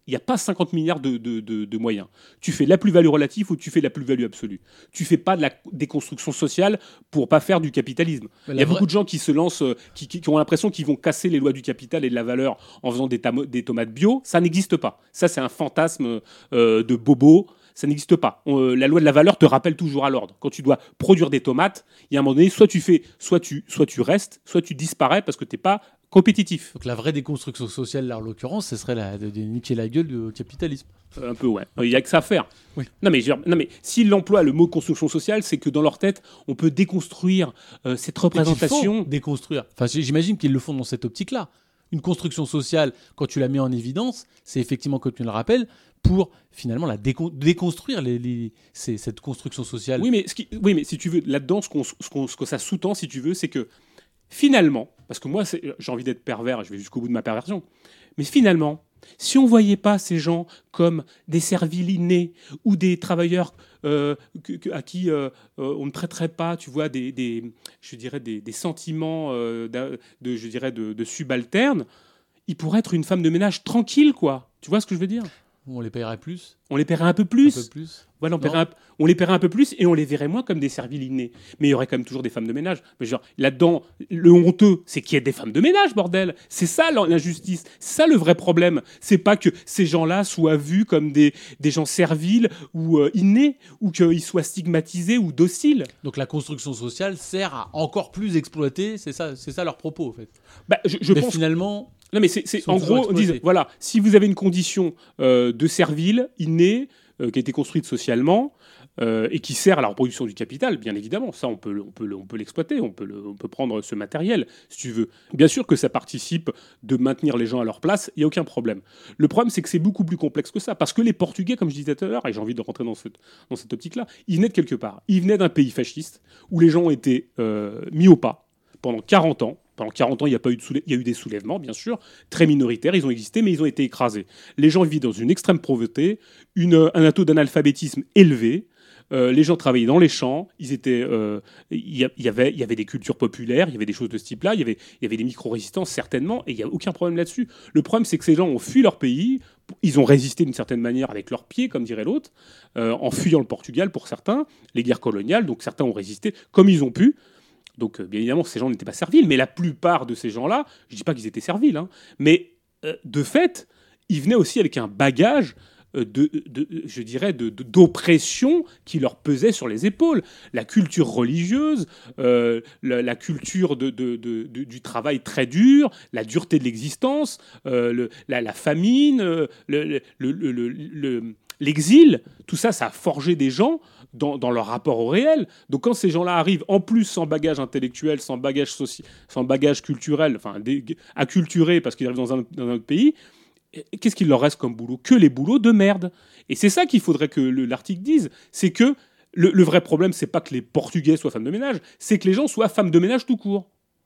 Il n'y a pas cinquante milliards de, de, de, de moyens. Tu fais la plus-value relative ou tu fais la plus-value absolue. Tu fais pas de la déconstruction sociale pour pas faire du capitalisme. Il y a vraie... beaucoup de gens qui se lancent, qui, qui, qui ont l'impression qu'ils vont casser les lois du capital et de la valeur en faisant des, tam- des tomates bio. Ça n'existe pas. Ça, c'est un fantasme euh, de bobo. Ça n'existe pas. On, euh, la loi de la valeur te rappelle toujours à l'ordre. Quand tu dois produire des tomates, il y a un moment donné, soit tu fais, soit tu, soit tu restes, soit tu disparais parce que t'es pas compétitif. Donc la vraie déconstruction sociale, là, en l'occurrence, ce serait la, de, de niquer la gueule du capitalisme. Euh, un peu, ouais. Il n'y a que ça à faire. Oui. Non, mais, genre, non, mais s'ils emploient le mot construction sociale, c'est que dans leur tête, on peut déconstruire euh, cette représentation. Déconstruire. Enfin, j'imagine qu'ils le font dans cette optique-là. Une construction sociale, quand tu la mets en évidence, c'est effectivement, comme tu le rappelles, pour finalement la décon- déconstruire les, les, ces, cette construction sociale. Oui, mais, ce qui, oui, mais si tu veux, là-dedans, ce, qu'on, ce, qu'on, ce que ça sous-tend, si tu veux, c'est que finalement, parce que moi, c'est, j'ai envie d'être pervers, je vais jusqu'au bout de ma perversion, mais finalement, si on ne voyait pas ces gens comme des serviles innés ou des travailleurs euh, que, que, à qui euh, euh, on ne prêterait pas, tu vois, des, des, je dirais des, des sentiments euh, de, je dirais de, de subalterne, ils pourraient être une femme de ménage tranquille, quoi. Tu vois ce que je veux dire ? On les paierait plus. On les paierait un peu plus. Un peu plus. Voilà, on, paierait un, on les paierait un peu plus et on les verrait moins comme des serviles innés. Mais il y aurait quand même toujours des femmes de ménage. Mais genre, là-dedans, le honteux, c'est qu'il y ait des femmes de ménage, bordel. C'est ça l'injustice. C'est ça le vrai problème. C'est pas que ces gens-là soient vus comme des, des gens serviles ou euh, innés ou qu'ils soient stigmatisés ou dociles. Donc la construction sociale sert à encore plus exploiter. C'est ça, c'est ça leur propos, en fait. Bah, je, je Mais pense finalement... Non, mais c'est, c'est en gros, disent, voilà, si vous avez une condition euh, de servile, innée, euh, qui a été construite socialement, euh, et qui sert à la reproduction du capital, bien évidemment, ça, on peut, on peut, on peut l'exploiter, on peut, le, on peut prendre ce matériel, si tu veux. Bien sûr que ça participe de maintenir les gens à leur place, il n'y a aucun problème. Le problème, c'est que c'est beaucoup plus complexe que ça, parce que les Portugais, comme je disais tout à l'heure, et j'ai envie de rentrer dans cette, dans cette optique-là, ils venaient de quelque part. Ils venaient d'un pays fasciste, où les gens ont été euh, mis au pas pendant quarante ans. Pendant quarante ans, il y a pas eu de soulève... il y a eu des soulèvements, bien sûr, très minoritaires, ils ont existé, mais ils ont été écrasés. Les gens vivaient dans une extrême pauvreté, une... un taux d'analphabétisme élevé, euh, les gens travaillaient dans les champs, ils étaient, euh... il, y a... il, y avait... il y avait des cultures populaires, il y avait des choses de ce type-là, il y avait, il y avait des micro-résistances, certainement, et il n'y a aucun problème là-dessus. Le problème, c'est que ces gens ont fui leur pays, ils ont résisté d'une certaine manière avec leurs pieds, comme dirait l'autre, euh, en fuyant le Portugal pour certains, les guerres coloniales, donc certains ont résisté comme ils ont pu. Donc, euh, bien évidemment, ces gens n'étaient pas serviles, mais la plupart de ces gens-là, je ne dis pas qu'ils étaient serviles, hein, mais euh, de fait, ils venaient aussi avec un bagage euh, de, de, je dirais, de, de, d'oppression qui leur pesait sur les épaules. La culture religieuse, euh, la, la culture de, de, de, de, du travail très dur, la dureté de l'existence, euh, le, la, la famine, euh, le, le, le, le, le, l'exil, tout ça, ça a forgé des gens Dans, dans leur rapport au réel. Donc quand ces gens-là arrivent, en plus sans bagage intellectuel, sans bagage, soci... sans bagage culturel, enfin des... acculturés parce qu'ils arrivent dans un, dans un autre pays, qu'est-ce qu'il leur reste comme boulot ? Que les boulots de merde. Et c'est ça qu'il faudrait que le, l'article dise, c'est que le, le vrai problème, c'est pas que les Portugais soient femmes de ménage, c'est que les gens soient femmes de ménage tout court.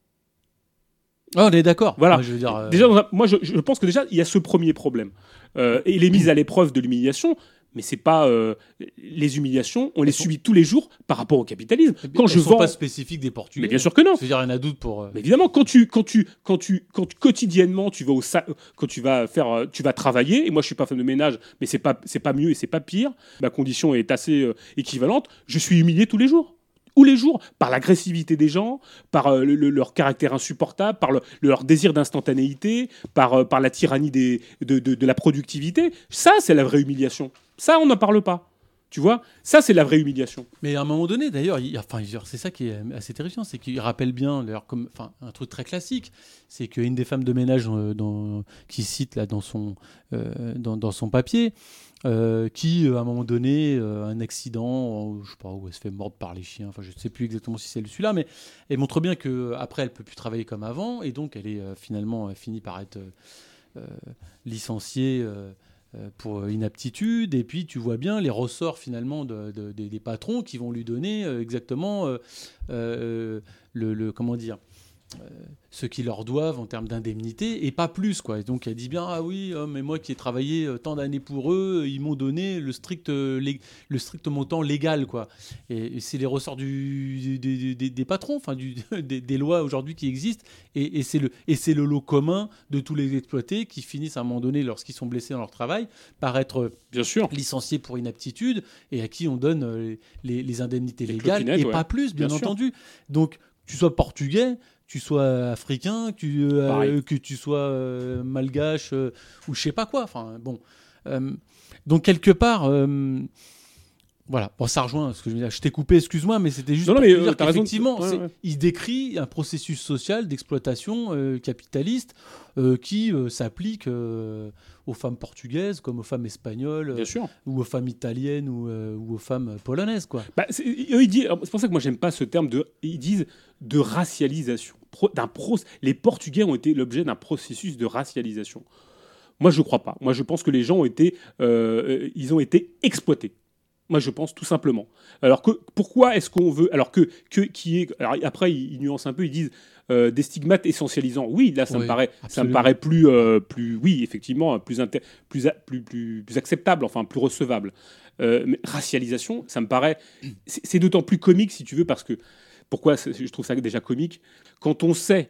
Oh, on est d'accord. Voilà. Moi, je veux dire, euh... déjà, un... moi, je, je pense que déjà, il y a ce premier problème. Euh, et les mises à l'épreuve de l'humiliation, mais c'est pas euh, les humiliations, on les sont... subit tous les jours par rapport au capitalisme. Quand elles je sont vends, pas spécifiques des Portugais. Mais bien sûr que non. Je veux dire, il y en a d'autres pour. Euh... Mais évidemment, quand tu, quand tu, quand tu, quand tu, quotidiennement, tu vas au, sa... quand tu vas faire, tu vas travailler. Et moi, je suis pas femme de ménage, mais c'est pas, c'est pas mieux et c'est pas pire. Ma condition est assez euh, équivalente. Je suis humilié tous les jours. Tous les jours, par l'agressivité des gens, par euh, le, le, leur caractère insupportable, par le, leur désir d'instantanéité, par, euh, par la tyrannie des, de, de, de la productivité. Ça, c'est la vraie humiliation. Ça, on n'en parle pas. Tu vois ? Ça, c'est la vraie humiliation. Mais à un moment donné, d'ailleurs, il, enfin, c'est ça qui est assez terrifiant, c'est qu'il rappelle bien, d'ailleurs, comme, enfin, un truc très classique, c'est qu'une des femmes de ménage euh, dans, qui cite là, dans, son, euh, dans, dans son papier, Euh, qui, à un moment donné, euh, un accident, je sais pas, où elle se fait mordre par les chiens, enfin, je ne sais plus exactement si c'est celui-là, mais elle montre bien qu'après, elle ne peut plus travailler comme avant, et donc elle est euh, finalement, elle finit par être euh, licenciée euh, pour inaptitude, et puis tu vois bien les ressorts finalement de, de, de, des patrons qui vont lui donner euh, exactement euh, euh, le, le, comment dire, ce qu'ils leur doivent en termes d'indemnité et pas plus, quoi. Et donc elle dit bien ah oui oh, mais moi qui ai travaillé euh, tant d'années pour eux, ils m'ont donné le strict euh, lég- le strict montant légal, quoi. Et, et c'est les ressorts du, du- du- des, des patrons, enfin du, des, des lois aujourd'hui qui existent et, et c'est le et c'est le lot commun de tous les exploités qui finissent à un moment donné lorsqu'ils sont blessés dans leur travail par être bien sûr licenciés pour inaptitude et à qui on donne euh, les, les indemnités légales et ouais. pas plus, bien, Bien sûr. entendu. Donc tu sois portugais, tu sois africain, tu, euh, Pareil. que tu sois euh, malgache euh, ou je sais pas quoi. Enfin bon, Euh, donc quelque part, euh, voilà. Bon, ça rejoint ce que je veux dire. Je t'ai coupé, excuse-moi, mais c'était juste Non, non, pour mais, te euh, dire t'as raison. qu'effectivement, Ouais, c'est- ouais. il décrit un processus social d'exploitation euh, capitaliste euh, qui euh, s'applique euh, aux femmes portugaises comme aux femmes espagnoles, Bien sûr. ou aux femmes italiennes ou, euh, ou aux femmes polonaises, quoi. Bah, c'est, eux, ils disent, alors, c'est pour ça que moi j'aime pas ce terme de, ils disent de racialisation. Pro, d'un pro, les Portugais ont été l'objet d'un processus de racialisation. Moi je crois pas. Moi je pense que les gens ont été, euh, ils ont été exploités. Moi je pense tout simplement. Alors que pourquoi est-ce qu'on veut, alors que, que qui est, alors après ils, ils nuancent un peu, ils disent euh, des stigmates essentialisants. Oui, là ça Oui, me paraît, ça me absolument. paraît plus, euh, plus, oui effectivement plus, inter, plus, plus, plus, plus acceptable, enfin plus recevable. Euh, mais racialisation, ça me paraît, c'est, c'est d'autant plus comique si tu veux parce que pourquoi je trouve ça déjà comique quand on sait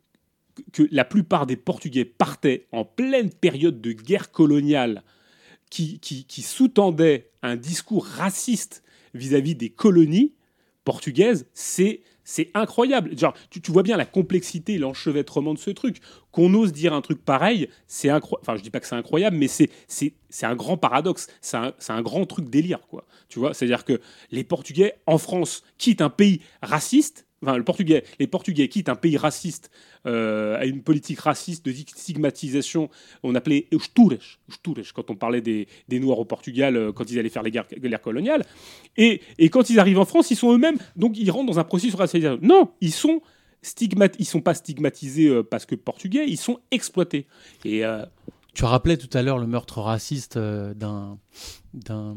que la plupart des Portugais partaient en pleine période de guerre coloniale qui, qui, qui sous-tendait un discours raciste vis-à-vis des colonies portugaises, c'est, c'est incroyable. Genre, tu, tu vois bien la complexité, l'enchevêtrement de ce truc. Qu'on ose dire un truc pareil, c'est incroyable. Enfin, je dis pas que c'est incroyable, mais c'est, c'est, c'est un grand paradoxe. C'est un, c'est un grand truc délire, quoi. Tu vois, c'est-à-dire que les Portugais, en France, quittent un pays raciste. Enfin, le Portugais, les Portugais quittent un pays raciste euh, à une politique raciste de stigmatisation. On appelait Eustures, Eustures quand on parlait des, des Noirs au Portugal euh, quand ils allaient faire les guerres, les guerres coloniales. Et, et quand ils arrivent en France, ils sont eux-mêmes, donc ils rentrent dans un processus de racialisation. Non, ils sont stigmat, ils sont pas stigmatisés euh, parce que portugais, ils sont exploités. Et euh, tu rappelais tout à l'heure le meurtre raciste euh, d'un d'un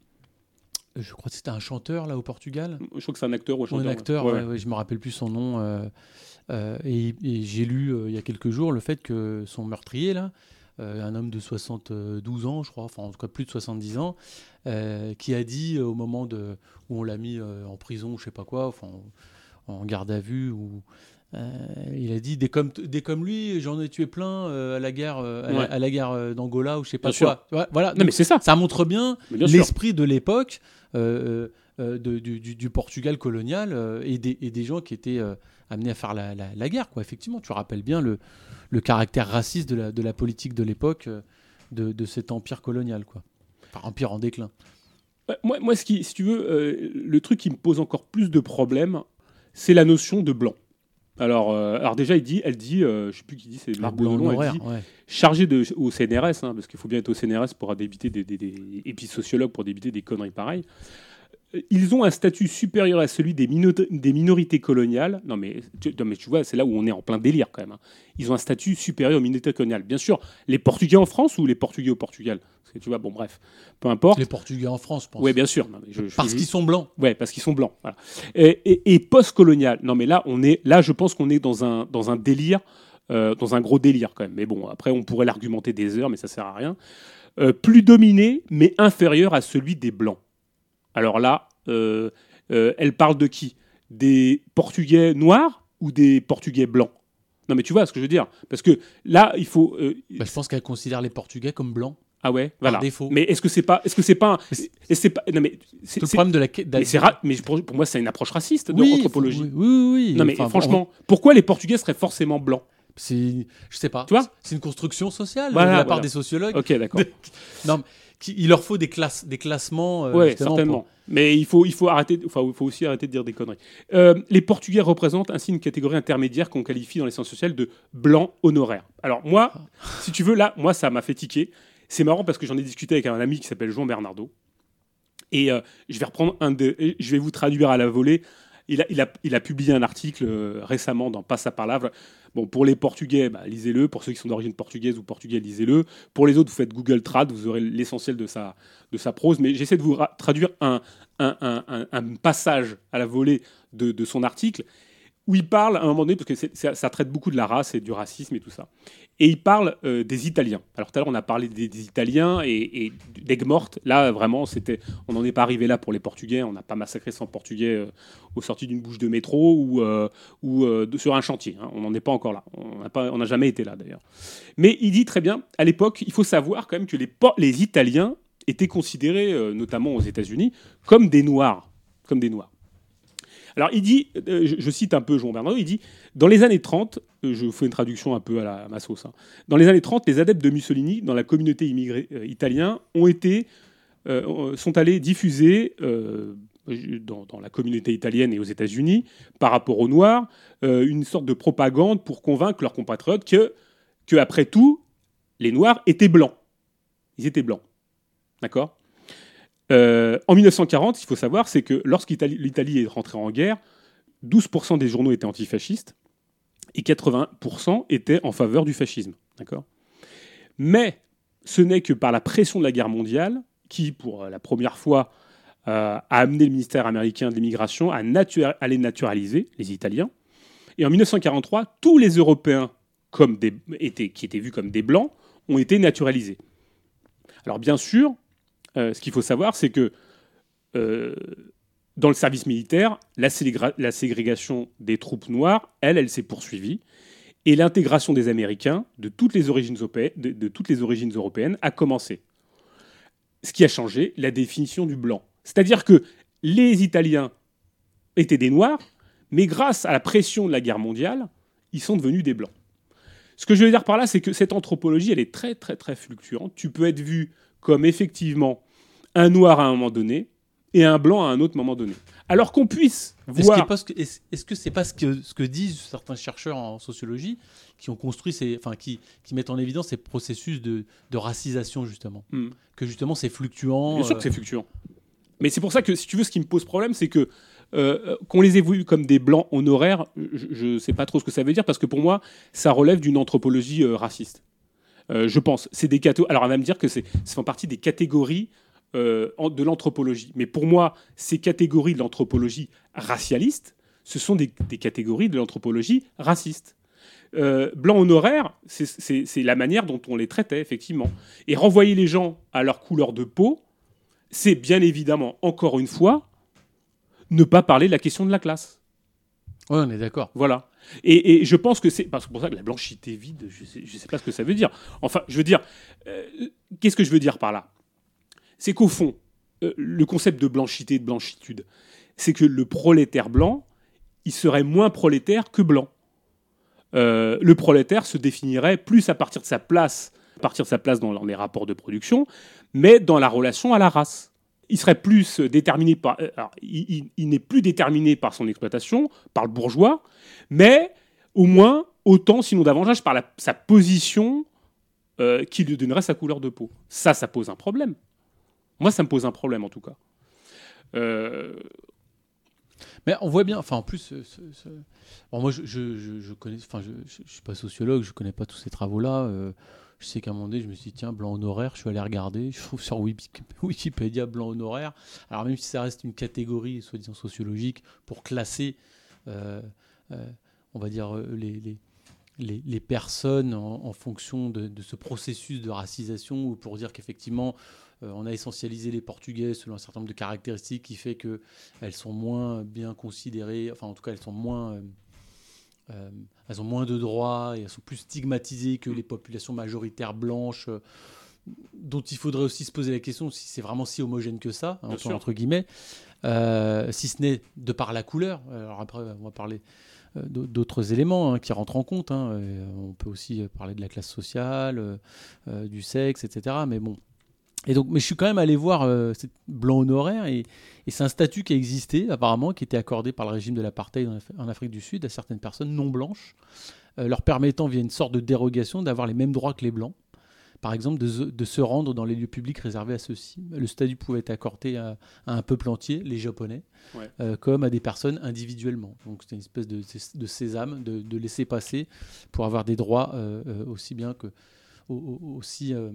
je crois que c'était un chanteur là au Portugal. Je crois que c'est un acteur ou un Ou chanteur. un acteur, ouais. ouais, ouais, je me rappelle plus son nom. Euh, euh, et, et j'ai lu euh, il y a quelques jours le fait que son meurtrier là, euh, un homme de soixante-douze ans, je crois, enfin en tout cas plus de soixante-dix ans, euh, qui a dit euh, au moment de, où on l'a mis euh, en prison ou je sais pas quoi, enfin en, en garde à vue ou Euh, il a dit des comme, des comme lui, j'en ai tué plein euh, à la guerre, euh, à, Ouais. la, à la guerre euh, d'Angola ou je sais pas Bien quoi. Ouais, voilà. Non, Donc, mais c'est ça. ça montre bien, Mais bien sûr. l'esprit de l'époque euh, euh, de, du, du, du Portugal colonial euh, et, des, et des gens qui étaient euh, amenés à faire la, la, la guerre, quoi. Effectivement, tu rappelles bien le, le caractère raciste de la, de la politique de l'époque euh, de, de cet empire colonial, quoi. Enfin, empire en déclin. Ouais, Moi, moi ce qui, si tu veux, euh, le truc qui me pose encore plus de problèmes, c'est la notion de blanc. Alors, euh, alors déjà, il dit, elle dit, euh, je sais plus qui dit, c'est Marc blanc Baudolon, elle honoraire, dit, ouais. chargé de, au C N R S, hein, parce qu'il faut bien être au C N R S pour débiter des, des, des, et puis sociologue pour débiter des conneries pareilles. Euh, Ils ont un statut supérieur à celui des, mino- des minorités coloniales. Non mais, tu, non mais tu vois, c'est là où on est en plein délire quand même. Hein. Ils ont un statut supérieur aux minorités coloniales. Bien sûr, les Portugais en France ou les Portugais au Portugal. Parce que tu vois, bon bref, peu importe. Les Portugais en France, je pense. Oui, bien sûr. Non, mais je, je, Parce je, qu'ils sont blancs. Ouais, parce qu'ils sont blancs. Voilà. Et, et, et post-colonial. Non, mais là, on est, là, je pense qu'on est dans un, dans un délire, euh, dans un gros délire quand même. Mais bon, après, on pourrait l'argumenter des heures, mais ça sert à rien. Euh, plus dominé, mais inférieur à celui des blancs. Alors là, euh, euh, elle parle de qui? Des Portugais noirs ou des Portugais blancs? Non, mais tu vois ce que je veux dire? Parce que là, il faut. Euh, Bah, je pense qu'elle considère les Portugais comme blancs. Ah ouais, voilà. défaut. Mais est-ce que c'est pas, est-ce que c'est pas, un, Mais c'est- et c'est pas, non mais C'est le problème de la. de la- mais, c'est ra- mais pour, pour moi, c'est une approche raciste de Oui, anthropologie. Oui, oui, oui. Non mais Enfin, franchement, pourquoi les Portugais seraient forcément blancs? c'est, je sais pas. Tu vois, c'est une construction sociale Voilà, de la voilà. part des sociologues. Ok, d'accord. Non, mais qui- il leur faut des classes, des classements. euh, Ouais, justement, certainement. pour- Mais il faut, il faut arrêter, enfin, il faut aussi arrêter de dire des conneries. Euh, les Portugais représentent ainsi une catégorie intermédiaire qu'on qualifie dans les sciences sociales de blanc honoraire. Alors moi, si tu veux, là, moi, ça m'a fait tiquer. C'est marrant parce que j'en ai discuté avec un ami qui s'appelle Jean Bernardo. Et euh, je vais reprendre un de, je vais vous traduire à la volée. Il a, il a, il a publié un article euh, récemment dans Passe à Palavre. Bon, pour les Portugais, bah, lisez-le. Pour ceux qui sont d'origine portugaise ou portugais, lisez-le. Pour les autres, vous faites Google Trad, vous aurez l'essentiel de sa, de sa prose. Mais j'essaie de vous ra- traduire un, un, un, un, un passage à la volée de, de son article. où il parle à un moment donné, parce que c'est, ça, ça traite beaucoup de la race et du racisme et tout ça, et il parle euh, des Italiens. Alors tout à l'heure, on a parlé des, des Italiens et, et d'Aigues Mortes. Là, vraiment, c'était, on n'en est pas arrivé là pour les Portugais. On n'a pas massacré cent Portugais euh, aux sorties d'une bouche de métro ou, euh, ou euh, de, sur un chantier. Hein. On n'en est pas encore là. On n'a pas, on n'a jamais été là, d'ailleurs. Mais il dit très bien, à l'époque, il faut savoir quand même que les, les Italiens étaient considérés, euh, notamment aux États-Unis, comme des Noirs. Comme des Noirs. Alors, il dit, euh, je, je cite un peu Jean Bernardo, il dit « Dans les années trente, euh, je fais une traduction un peu à, la, à ma sauce, hein, dans les années trente, les adeptes de Mussolini, dans la communauté immigrée euh, italienne, ont été, euh, sont allés diffuser euh, dans, dans la communauté italienne et aux États-Unis, par rapport aux Noirs, euh, une sorte de propagande pour convaincre leurs compatriotes que, que, après tout, les Noirs étaient blancs. Ils étaient blancs. D'accord ? Euh, en dix-neuf cent quarante, il faut savoir, c'est que lorsqu'Italie l'Italie est rentrée en guerre, douze pour cent des journaux étaient antifascistes et quatre-vingts pour cent étaient en faveur du fascisme. D'accord ? Mais ce n'est que par la pression de la guerre mondiale qui, pour la première fois, euh, a amené le ministère américain de l'immigration à, natura- à les naturaliser, les Italiens. Et en dix-neuf cent quarante-trois, tous les Européens comme des, étaient, qui étaient vus comme des Blancs ont été naturalisés. Alors bien sûr, Euh, ce qu'il faut savoir, c'est que euh, dans le service militaire, la, ségra- la ségrégation des troupes noires, elle, elle s'est poursuivie. Et l'intégration des Américains de toutes les origines, opé- de, de toutes les origines européennes a commencé. Ce qui a changé la définition du blanc. C'est-à-dire que les Italiens étaient des Noirs, mais grâce à la pression de la guerre mondiale, ils sont devenus des Blancs. Ce que je veux dire par là, c'est que cette anthropologie, elle est très, très, très fluctuante. Tu peux être vu comme effectivement un noir à un moment donné et un blanc à un autre moment donné. Alors qu'on puisse voir... Est-ce que, est-ce, est-ce que c'est pas ce que, ce que disent certains chercheurs en sociologie qui ont construit ces... Enfin, qui, qui mettent en évidence ces processus de, de racisation, justement. Hmm. Que justement, c'est fluctuant. Bien sûr euh... que c'est fluctuant. Mais c'est pour ça que, si tu veux, ce qui me pose problème, c'est que euh, qu'on les ait vus comme des blancs honoraires, je ne sais pas trop ce que ça veut dire, parce que pour moi, ça relève d'une anthropologie euh, raciste. Euh, je pense. C'est des catégories. Alors, on va me dire que c'est, ça fait partie des catégories euh, de l'anthropologie. Mais pour moi, ces catégories de l'anthropologie racialiste, ce sont des, des catégories de l'anthropologie raciste. Euh, blanc honoraire, c'est, c'est, c'est la manière dont on les traitait, effectivement. Et renvoyer les gens à leur couleur de peau, c'est bien évidemment, encore une fois, ne pas parler de la question de la classe. Oui, on est d'accord. Voilà. Et, et je pense que c'est... Parce que pour ça que la blanchité vide, je ne sais, je sais pas ce que ça veut dire. Enfin, je veux dire... Euh, qu'est-ce que je veux dire par là ? C'est qu'au fond, euh, le concept de blanchité, de blanchitude, c'est que le prolétaire blanc, il serait moins prolétaire que blanc. Euh, le prolétaire se définirait plus à partir de sa place, à partir de sa place dans, dans les rapports de production, mais dans la relation à la race. Il serait plus déterminé par... Alors, il, il, il n'est plus déterminé par son exploitation, par le bourgeois, mais au moins autant, sinon davantage, par la, sa position euh, qui lui donnerait sa couleur de peau. Ça, ça pose un problème. Moi, ça me pose un problème, en tout cas. Euh... Mais on voit bien, enfin en plus, ce, ce, ce... Bon, moi je, je, je, je connais, enfin je, je, je suis pas sociologue, je connais pas tous ces travaux-là. Euh, je sais qu'à un moment donné, je me suis dit tiens, blanc honoraire, je suis allé regarder, je trouve sur Wikipédia blanc honoraire. Alors même si ça reste une catégorie soi-disant sociologique pour classer, euh, euh, on va dire les, les, les, les personnes en, en fonction de, de ce processus de racisation, ou pour dire qu'effectivement Euh, on a essentialisé les Portugais selon un certain nombre de caractéristiques qui fait qu'elles sont moins bien considérées, enfin en tout cas elles sont moins, euh, euh, elles ont moins de droits et elles sont plus stigmatisées que les populations majoritaires blanches, euh, dont il faudrait aussi se poser la question si c'est vraiment si homogène que ça, hein, entre, entre guillemets, euh, si ce n'est de par la couleur. Alors après on va parler euh, d'autres éléments hein, qui rentrent en compte, hein. On peut aussi parler de la classe sociale, euh, euh, du sexe, et cetera. Mais bon. Et donc, mais je suis quand même allé voir euh, cette blanc honoraire et, et c'est un statut qui a existé apparemment, qui était accordé par le régime de l'apartheid en, Af- en Afrique du Sud à certaines personnes non blanches, euh, leur permettant via une sorte de dérogation d'avoir les mêmes droits que les blancs. Par exemple, de, de se rendre dans les lieux publics réservés à ceux-ci. Le statut pouvait être accordé à, à un peuple entier, les Japonais, ouais. euh, comme à des personnes individuellement. Donc c'était une espèce de, de sésame, de, de laisser passer pour avoir des droits euh, euh, aussi bien que au, aussi euh,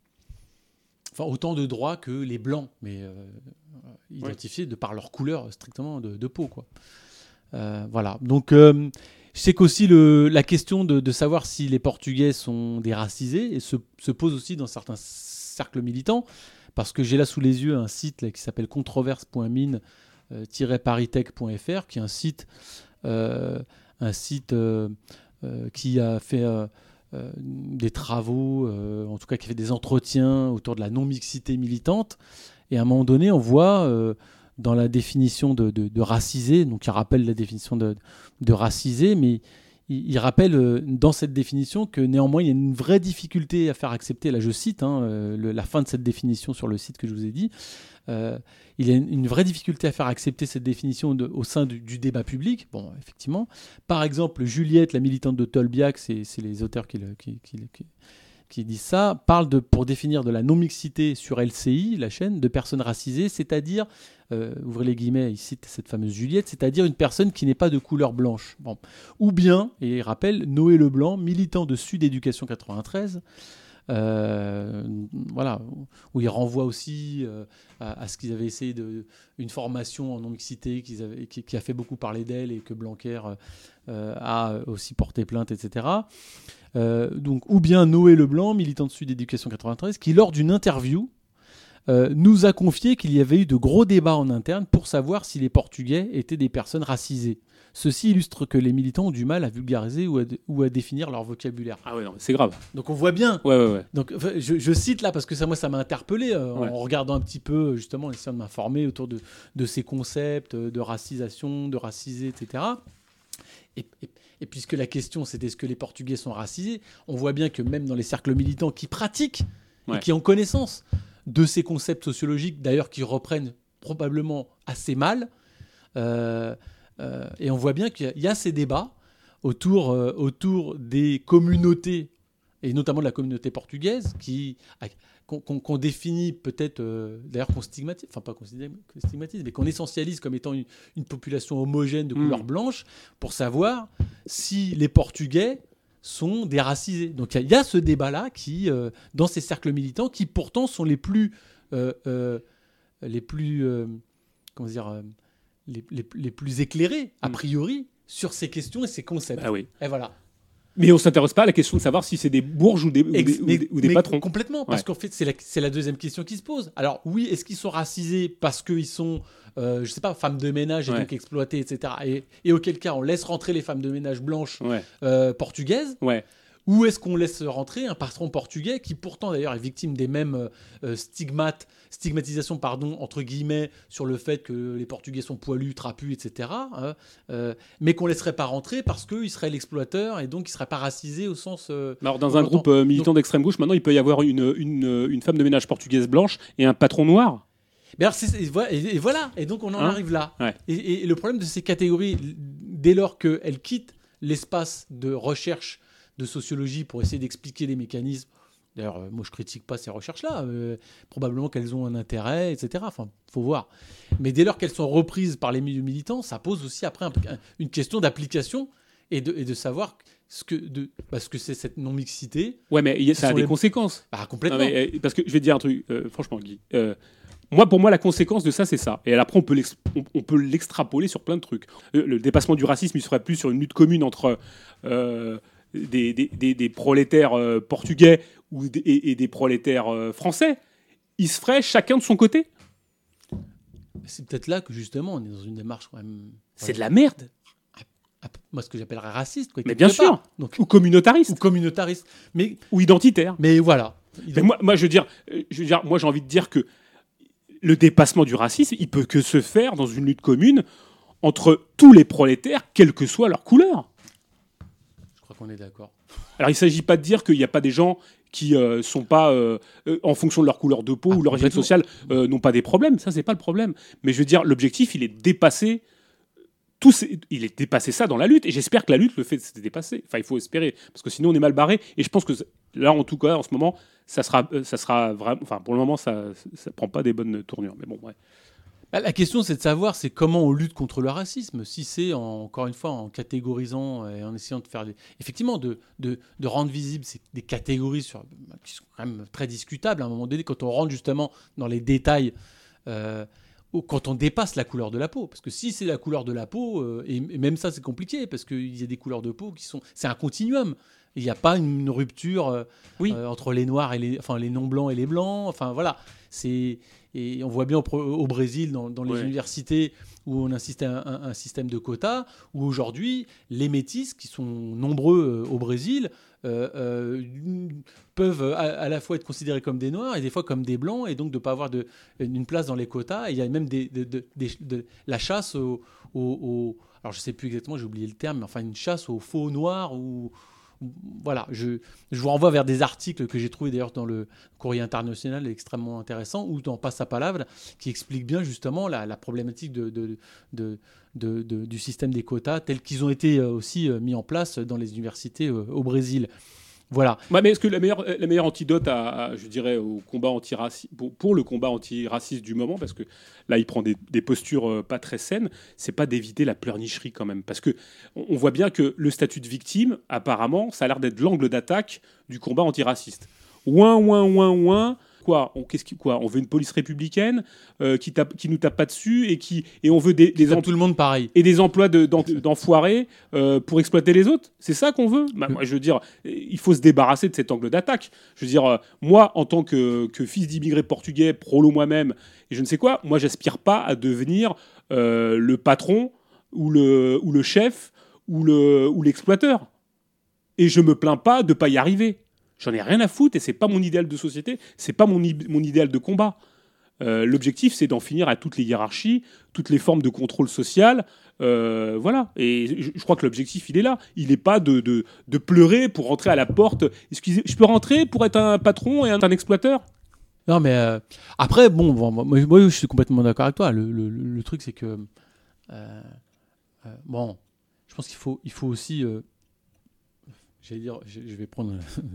Enfin, autant de droits que les blancs, mais euh, identifiés oui. de par leur couleur strictement de, de peau, quoi. Euh, voilà. Donc, euh, je sais qu'aussi le, la question de, de savoir si les Portugais sont des racisés et se, se pose aussi dans certains cercles militants, parce que j'ai là sous les yeux un site là, qui s'appelle controverse point mine tiret paritech point f r, qui est un site, euh, un site euh, euh, qui a fait euh, euh, des travaux, euh, en tout cas qui fait des entretiens autour de la non-mixité militante. Et à un moment donné, on voit euh, dans la définition de, de, de racisé, donc il rappelle la définition de, de racisé, mais il, il rappelle euh, dans cette définition que néanmoins il y a une vraie difficulté à faire accepter, là je cite hein, euh, le, la fin de cette définition sur le site que je vous ai dit, euh, il y a une, une vraie difficulté à faire accepter cette définition de, au sein du, du débat public. Bon, effectivement. Par exemple, Juliette, la militante de Tolbiac, c'est, c'est les auteurs qui, le, qui, qui, qui qui disent ça, parle de, pour définir de la non-mixité sur L C I, la chaîne, de personnes racisées, c'est-à-dire, euh, ouvrez les guillemets, il cite cette fameuse Juliette, c'est-à-dire une personne qui n'est pas de couleur blanche. Bon. Ou bien, et il rappelle, Noé Leblanc, militant de Sud Éducation quatre-vingt-treize, euh, voilà, où il renvoie aussi euh, à, à ce qu'ils avaient essayé de, une formation en non-mixité qu'ils avaient, qui, qui a fait beaucoup parler d'elle et que Blanquer euh, a aussi porté plainte, et cetera. Euh, donc, ou bien Noé Leblanc, militant de Sud Éducation quatre-vingt-treize, qui lors d'une interview euh, nous a confié qu'il y avait eu de gros débats en interne pour savoir si les Portugais étaient des personnes racisées. Ceci illustre que les militants ont du mal à vulgariser ou à, ou à définir leur vocabulaire. Ah ouais, non, c'est grave. Donc on voit bien. Ouais, ouais, ouais. Donc je, je cite là parce que ça, moi, ça m'a interpellé euh, ouais. en regardant un petit peu, justement, en essayant de m'informer autour de, de ces concepts de racisation, de racisé, et cetera. Et, et, et puisque la question c'était est-ce que les Portugais sont racisés, on voit bien que même dans les cercles militants qui pratiquent ouais. et qui ont connaissance de ces concepts sociologiques, d'ailleurs qui reprennent probablement assez mal, euh, euh, et on voit bien qu'il y a ces débats autour, euh, autour des communautés, et notamment de la communauté portugaise, qui, qu'on, qu'on, qu'on définit peut-être, euh, d'ailleurs qu'on stigmatise, enfin pas qu'on stigmatise, mais qu'on essentialise comme étant une, une population homogène de couleur mmh. blanche, pour savoir si les Portugais sont des racisés. Donc il y, y a ce débat-là qui, euh, dans ces cercles militants, qui pourtant sont les plus, euh, euh, les plus, euh, comment dire, euh, les, les, les plus éclairés a priori mmh. sur ces questions et ces concepts. Ah oui. Et voilà. Mais on ne s'intéresse pas à la question de savoir si c'est des bourges ou des, ou Ex- des, mais, ou des, ou des mais patrons. Complètement, parce ouais. qu'en fait, c'est la, c'est la deuxième question qui se pose. Alors oui, est-ce qu'ils sont racisés parce qu'ils sont, euh, je sais pas, femmes de ménage et ouais. donc exploitées, et cetera. Et, et auquel cas, on laisse rentrer les femmes de ménage blanches ouais. euh, portugaises ouais. Ou est-ce qu'on laisse rentrer un patron portugais qui pourtant d'ailleurs est victime des mêmes euh, stigmates, stigmatisations pardon, entre guillemets sur le fait que les Portugais sont poilus, trapus, et cetera. Hein, euh, mais qu'on ne laisserait pas rentrer parce qu'il serait l'exploiteur et donc il ne serait pas racisé au sens... Euh, Alors dans un groupe euh, militant donc, d'extrême gauche, maintenant il peut y avoir une, une, une femme de ménage portugaise blanche et un patron noir. Mais alors c'est, et, voilà, et voilà, et donc on en hein arrive là. Ouais. Et, et le problème de ces catégories, dès lors qu'elles quittent l'espace de recherche de sociologie pour essayer d'expliquer les mécanismes. D'ailleurs, euh, moi, je critique pas ces recherches-là. Euh, probablement qu'elles ont un intérêt, et cetera. Enfin, faut voir. Mais dès lors qu'elles sont reprises par les milieux militants, ça pose aussi après un, un, une question d'application et de, et de savoir ce que, de, bah, ce que c'est cette non-mixité. Ouais, mais y a, ça a des les... conséquences. Bah, complètement. Non, mais, euh, parce que je vais te dire un truc, euh, franchement, Guy. Euh, Moi, pour moi, la conséquence de ça, c'est ça. Et après, on peut, on, on peut l'extrapoler sur plein de trucs. Le, le dépassement du racisme, il serait plus sur une lutte commune entre... Euh, Des, des, des, des prolétaires euh, portugais ou des, et, et des prolétaires euh, français, ils se feraient chacun de son côté. C'est peut-être là que justement on est dans une démarche quand même. C'est ouais. de la merde. Moi, ce que j'appellerais raciste, quoi. Mais bien sûr. Donc, ou communautariste. Ou communautariste. Mais ou identitaire. Mais voilà. Mais moi, moi, je veux dire, je veux dire, moi, j'ai envie de dire que le dépassement du racisme, il peut que se faire dans une lutte commune entre tous les prolétaires, quelle que soit leur couleur. Je crois qu'on est d'accord. Alors, il ne s'agit pas de dire qu'il n'y a pas des gens qui ne euh, sont pas, euh, euh, en fonction de leur couleur de peau ah, ou leur origine sociale, euh, n'ont pas des problèmes. Ça, ce n'est pas le problème. Mais je veux dire, l'objectif, il est de dépasser, tout ces... il est dépasser ça dans la lutte. Et j'espère que la lutte le fait de se dépasser. Enfin, il faut espérer. Parce que sinon, on est mal barré. Et je pense que là, en tout cas, en ce moment, ça sera, euh, ça sera vraiment... Enfin, pour le moment, ça ne prend pas des bonnes tournures. Mais bon, ouais. La question, c'est de savoir c'est comment on lutte contre le racisme. Si c'est, en, encore une fois, en catégorisant et en essayant de faire... Des, effectivement, de, de, de rendre visibles ces, des catégories sur, qui sont quand même très discutables. À un moment donné, quand on rentre justement dans les détails, euh, quand on dépasse la couleur de la peau. Parce que si c'est la couleur de la peau, euh, et, et même ça c'est compliqué, parce qu'il y a des couleurs de peau qui sont... C'est un continuum. Il n'y a pas une, une rupture euh, Oui. euh, entre les noirs et les... Enfin, les non-blancs et les blancs. Enfin, voilà. C'est... Et on voit bien au, au Brésil, dans, dans les Ouais. universités, où on insiste à un, un, un système de quotas, où aujourd'hui, les métis, qui sont nombreux euh, au Brésil, euh, euh, peuvent à, à la fois être considérés comme des noirs et des fois comme des blancs, et donc de ne pas avoir de, une place dans les quotas. Et il y a même des, de, de, de, de, la chasse au, au, au... Alors je ne sais plus exactement, j'ai oublié le terme, mais enfin une chasse aux faux noirs ou... Voilà, je, je vous renvoie vers des articles que j'ai trouvés d'ailleurs dans le Courrier international extrêmement intéressant, ou dans Passapalabra, qui expliquent bien justement la, la problématique de, de, de, de, de, du système des quotas tels qu'ils ont été aussi mis en place dans les universités au Brésil. Voilà. Ouais, mais est-ce que la meilleure, la meilleure antidote, à, à, je dirais, au combat antiraciste, pour, pour le combat antiraciste du moment, parce que là, il prend des, des postures euh, pas très saines, c'est pas d'éviter la pleurnicherie quand même, parce que on, on voit bien que le statut de victime, apparemment, ça a l'air d'être l'angle d'attaque du combat antiraciste. Ouin, ouin, ouin, ouin. Quoi on, qu'est-ce qui, quoi on veut une police républicaine euh, qui, tape, qui nous tape pas dessus et, qui, et on veut des, des emplois, tout le monde pareil. Et des emplois de, d'en, d'enfoirés euh, pour exploiter les autres. C'est ça qu'on veut. Bah, moi, je veux dire, il faut se débarrasser de cet angle d'attaque. Je veux dire, euh, moi, en tant que, que fils d'immigrés portugais, prolo moi-même, et je ne sais quoi, moi, j'aspire pas à devenir euh, le patron ou le, ou le chef ou, le, ou l'exploiteur. Et je me plains pas de pas y arriver. J'en ai rien à foutre et c'est pas mon idéal de société, c'est pas mon, i- mon idéal de combat. Euh, l'objectif, c'est d'en finir à toutes les hiérarchies, toutes les formes de contrôle social. Euh, voilà. Et je, je crois que l'objectif, il est là. Il n'est pas de, de, de pleurer pour rentrer à la porte. Excusez, je peux rentrer pour être un patron et un, un exploiteur ? Non, mais euh, après, bon, bon moi, moi, je suis complètement d'accord avec toi. Le, le, le truc, c'est que. Euh, euh, bon, je pense qu'il faut, il faut aussi. Euh, J'allais dire, je vais prendre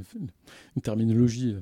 une terminologie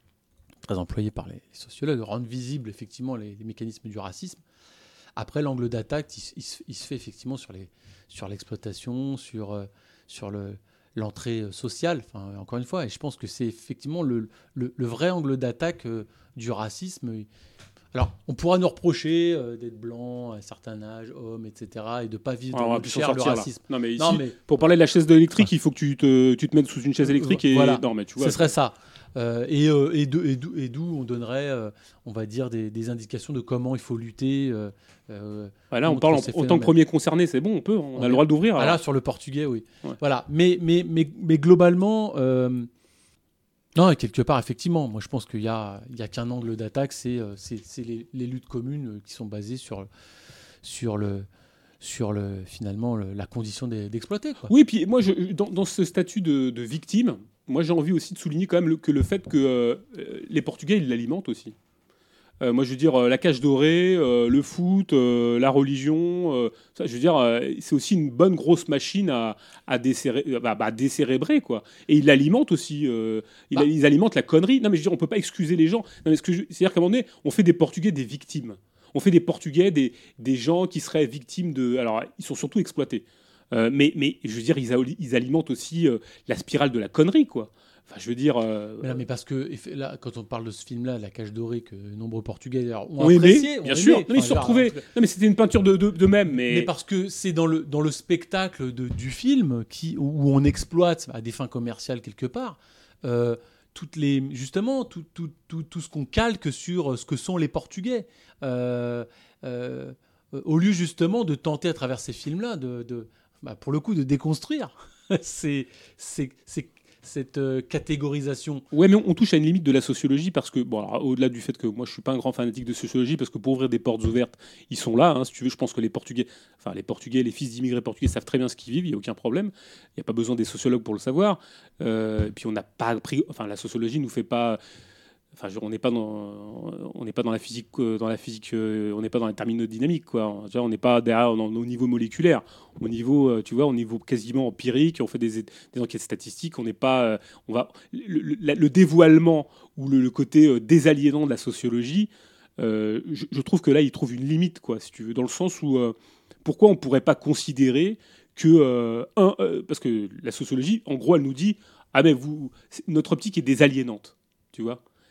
très employée par les sociologues, rendre visible effectivement les, les mécanismes du racisme. Après, l'angle d'attaque, il, il, il se fait effectivement sur, les, sur l'exploitation, sur, euh, sur le, l'entrée sociale, enfin, encore une fois. Et je pense que c'est effectivement le, le, le vrai angle d'attaque euh, du racisme. Alors, on pourra nous reprocher euh, d'être blanc à un certain âge, homme, et cetera, et de ne pas vivre dans ah, notre chair le racisme. Non, mais ici, non, mais... pour parler de la chaise électrique, il faut que tu te, tu te mettes sous une chaise électrique. Et... Voilà. Non, mais tu vois, ce serait ça. Euh, et, euh, et, de, et, d'où, et d'où on donnerait, euh, on va dire, des, des indications de comment il faut lutter. Euh, euh, voilà, on parle en, en tant que premier concerné, c'est bon, on peut, on, on a est... le droit d'ouvrir. Voilà, alors. Sur le portugais, oui. Ouais. Voilà. Mais, mais, mais, mais globalement... Euh, non, et quelque part, effectivement, moi je pense qu'il n'y a, il y a qu'un angle d'attaque, c'est, c'est, c'est les, les luttes communes qui sont basées sur, sur, le, sur le, finalement le, la condition des, d'exploiter. Quoi. Oui, puis moi, je, dans, dans ce statut de, de victime, moi j'ai envie aussi de souligner quand même le, que le fait que euh, les Portugais, ils l'alimentent aussi. Euh, moi, je veux dire, euh, la cage dorée, euh, le foot, euh, la religion, euh, ça, je veux dire, euh, c'est aussi une bonne grosse machine à, à, décéré, bah, bah, décérébrer, quoi. Et ils l'alimentent aussi. Euh, ils, bah. ils alimentent la connerie. Non, mais je veux dire, on peut pas excuser les gens. Non, mais ce que je, c'est-à-dire qu'à un moment donné, on fait des Portugais des victimes. On fait des Portugais des, des gens qui seraient victimes de... Alors, ils sont surtout exploités. Euh, mais, mais, je veux dire, ils, ils alimentent aussi euh, la spirale de la connerie, quoi. Enfin, je veux dire. Euh... Mais, là, mais parce que là, quand on parle de ce film-là, La Cage Dorée, que nombreux Portugais ont oui, apprécié, mais, bien ont sûr. Aimé, non, ils se sont retrouvés. Non, mais c'était une peinture de, de, de même. Mais... mais parce que c'est dans le dans le spectacle de, du film qui où on exploite à des fins commerciales quelque part. Euh, toutes les justement tout, tout, tout, tout ce qu'on calque sur ce que sont les Portugais. Euh, euh, au lieu justement de tenter à travers ces films-là de, de bah, pour le coup de déconstruire c'est c'est c'est cette euh, catégorisation. Ouais, mais on, on touche à une limite de la sociologie parce que, bon, alors, au-delà du fait que moi je suis pas un grand fanatique de sociologie, parce que pour ouvrir des portes ouvertes, ils sont là. Hein, si tu veux, je pense que les Portugais, enfin les Portugais, les fils d'immigrés portugais savent très bien ce qu'ils vivent. Il y a aucun problème. Il y a pas besoin des sociologues pour le savoir. Euh, et puis on n'a pas appris. Enfin, la sociologie nous fait pas. Enfin, on n'est pas dans, on n'est pas dans la physique, dans la physique, on n'est pas dans la thermodynamique, quoi. On n'est pas derrière au niveau moléculaire, au niveau, tu vois, au niveau quasiment empirique. On fait des, des enquêtes statistiques. On n'est pas, on va le, le, le dévoilement ou le, le côté désaliénant de la sociologie. Euh, je, je trouve que là, il trouve une limite, quoi, si tu veux, dans le sens où euh, pourquoi on pourrait pas considérer que euh, un, euh, parce que la sociologie, en gros, elle nous dit ah mais vous, notre optique est désaliénante, tu vois.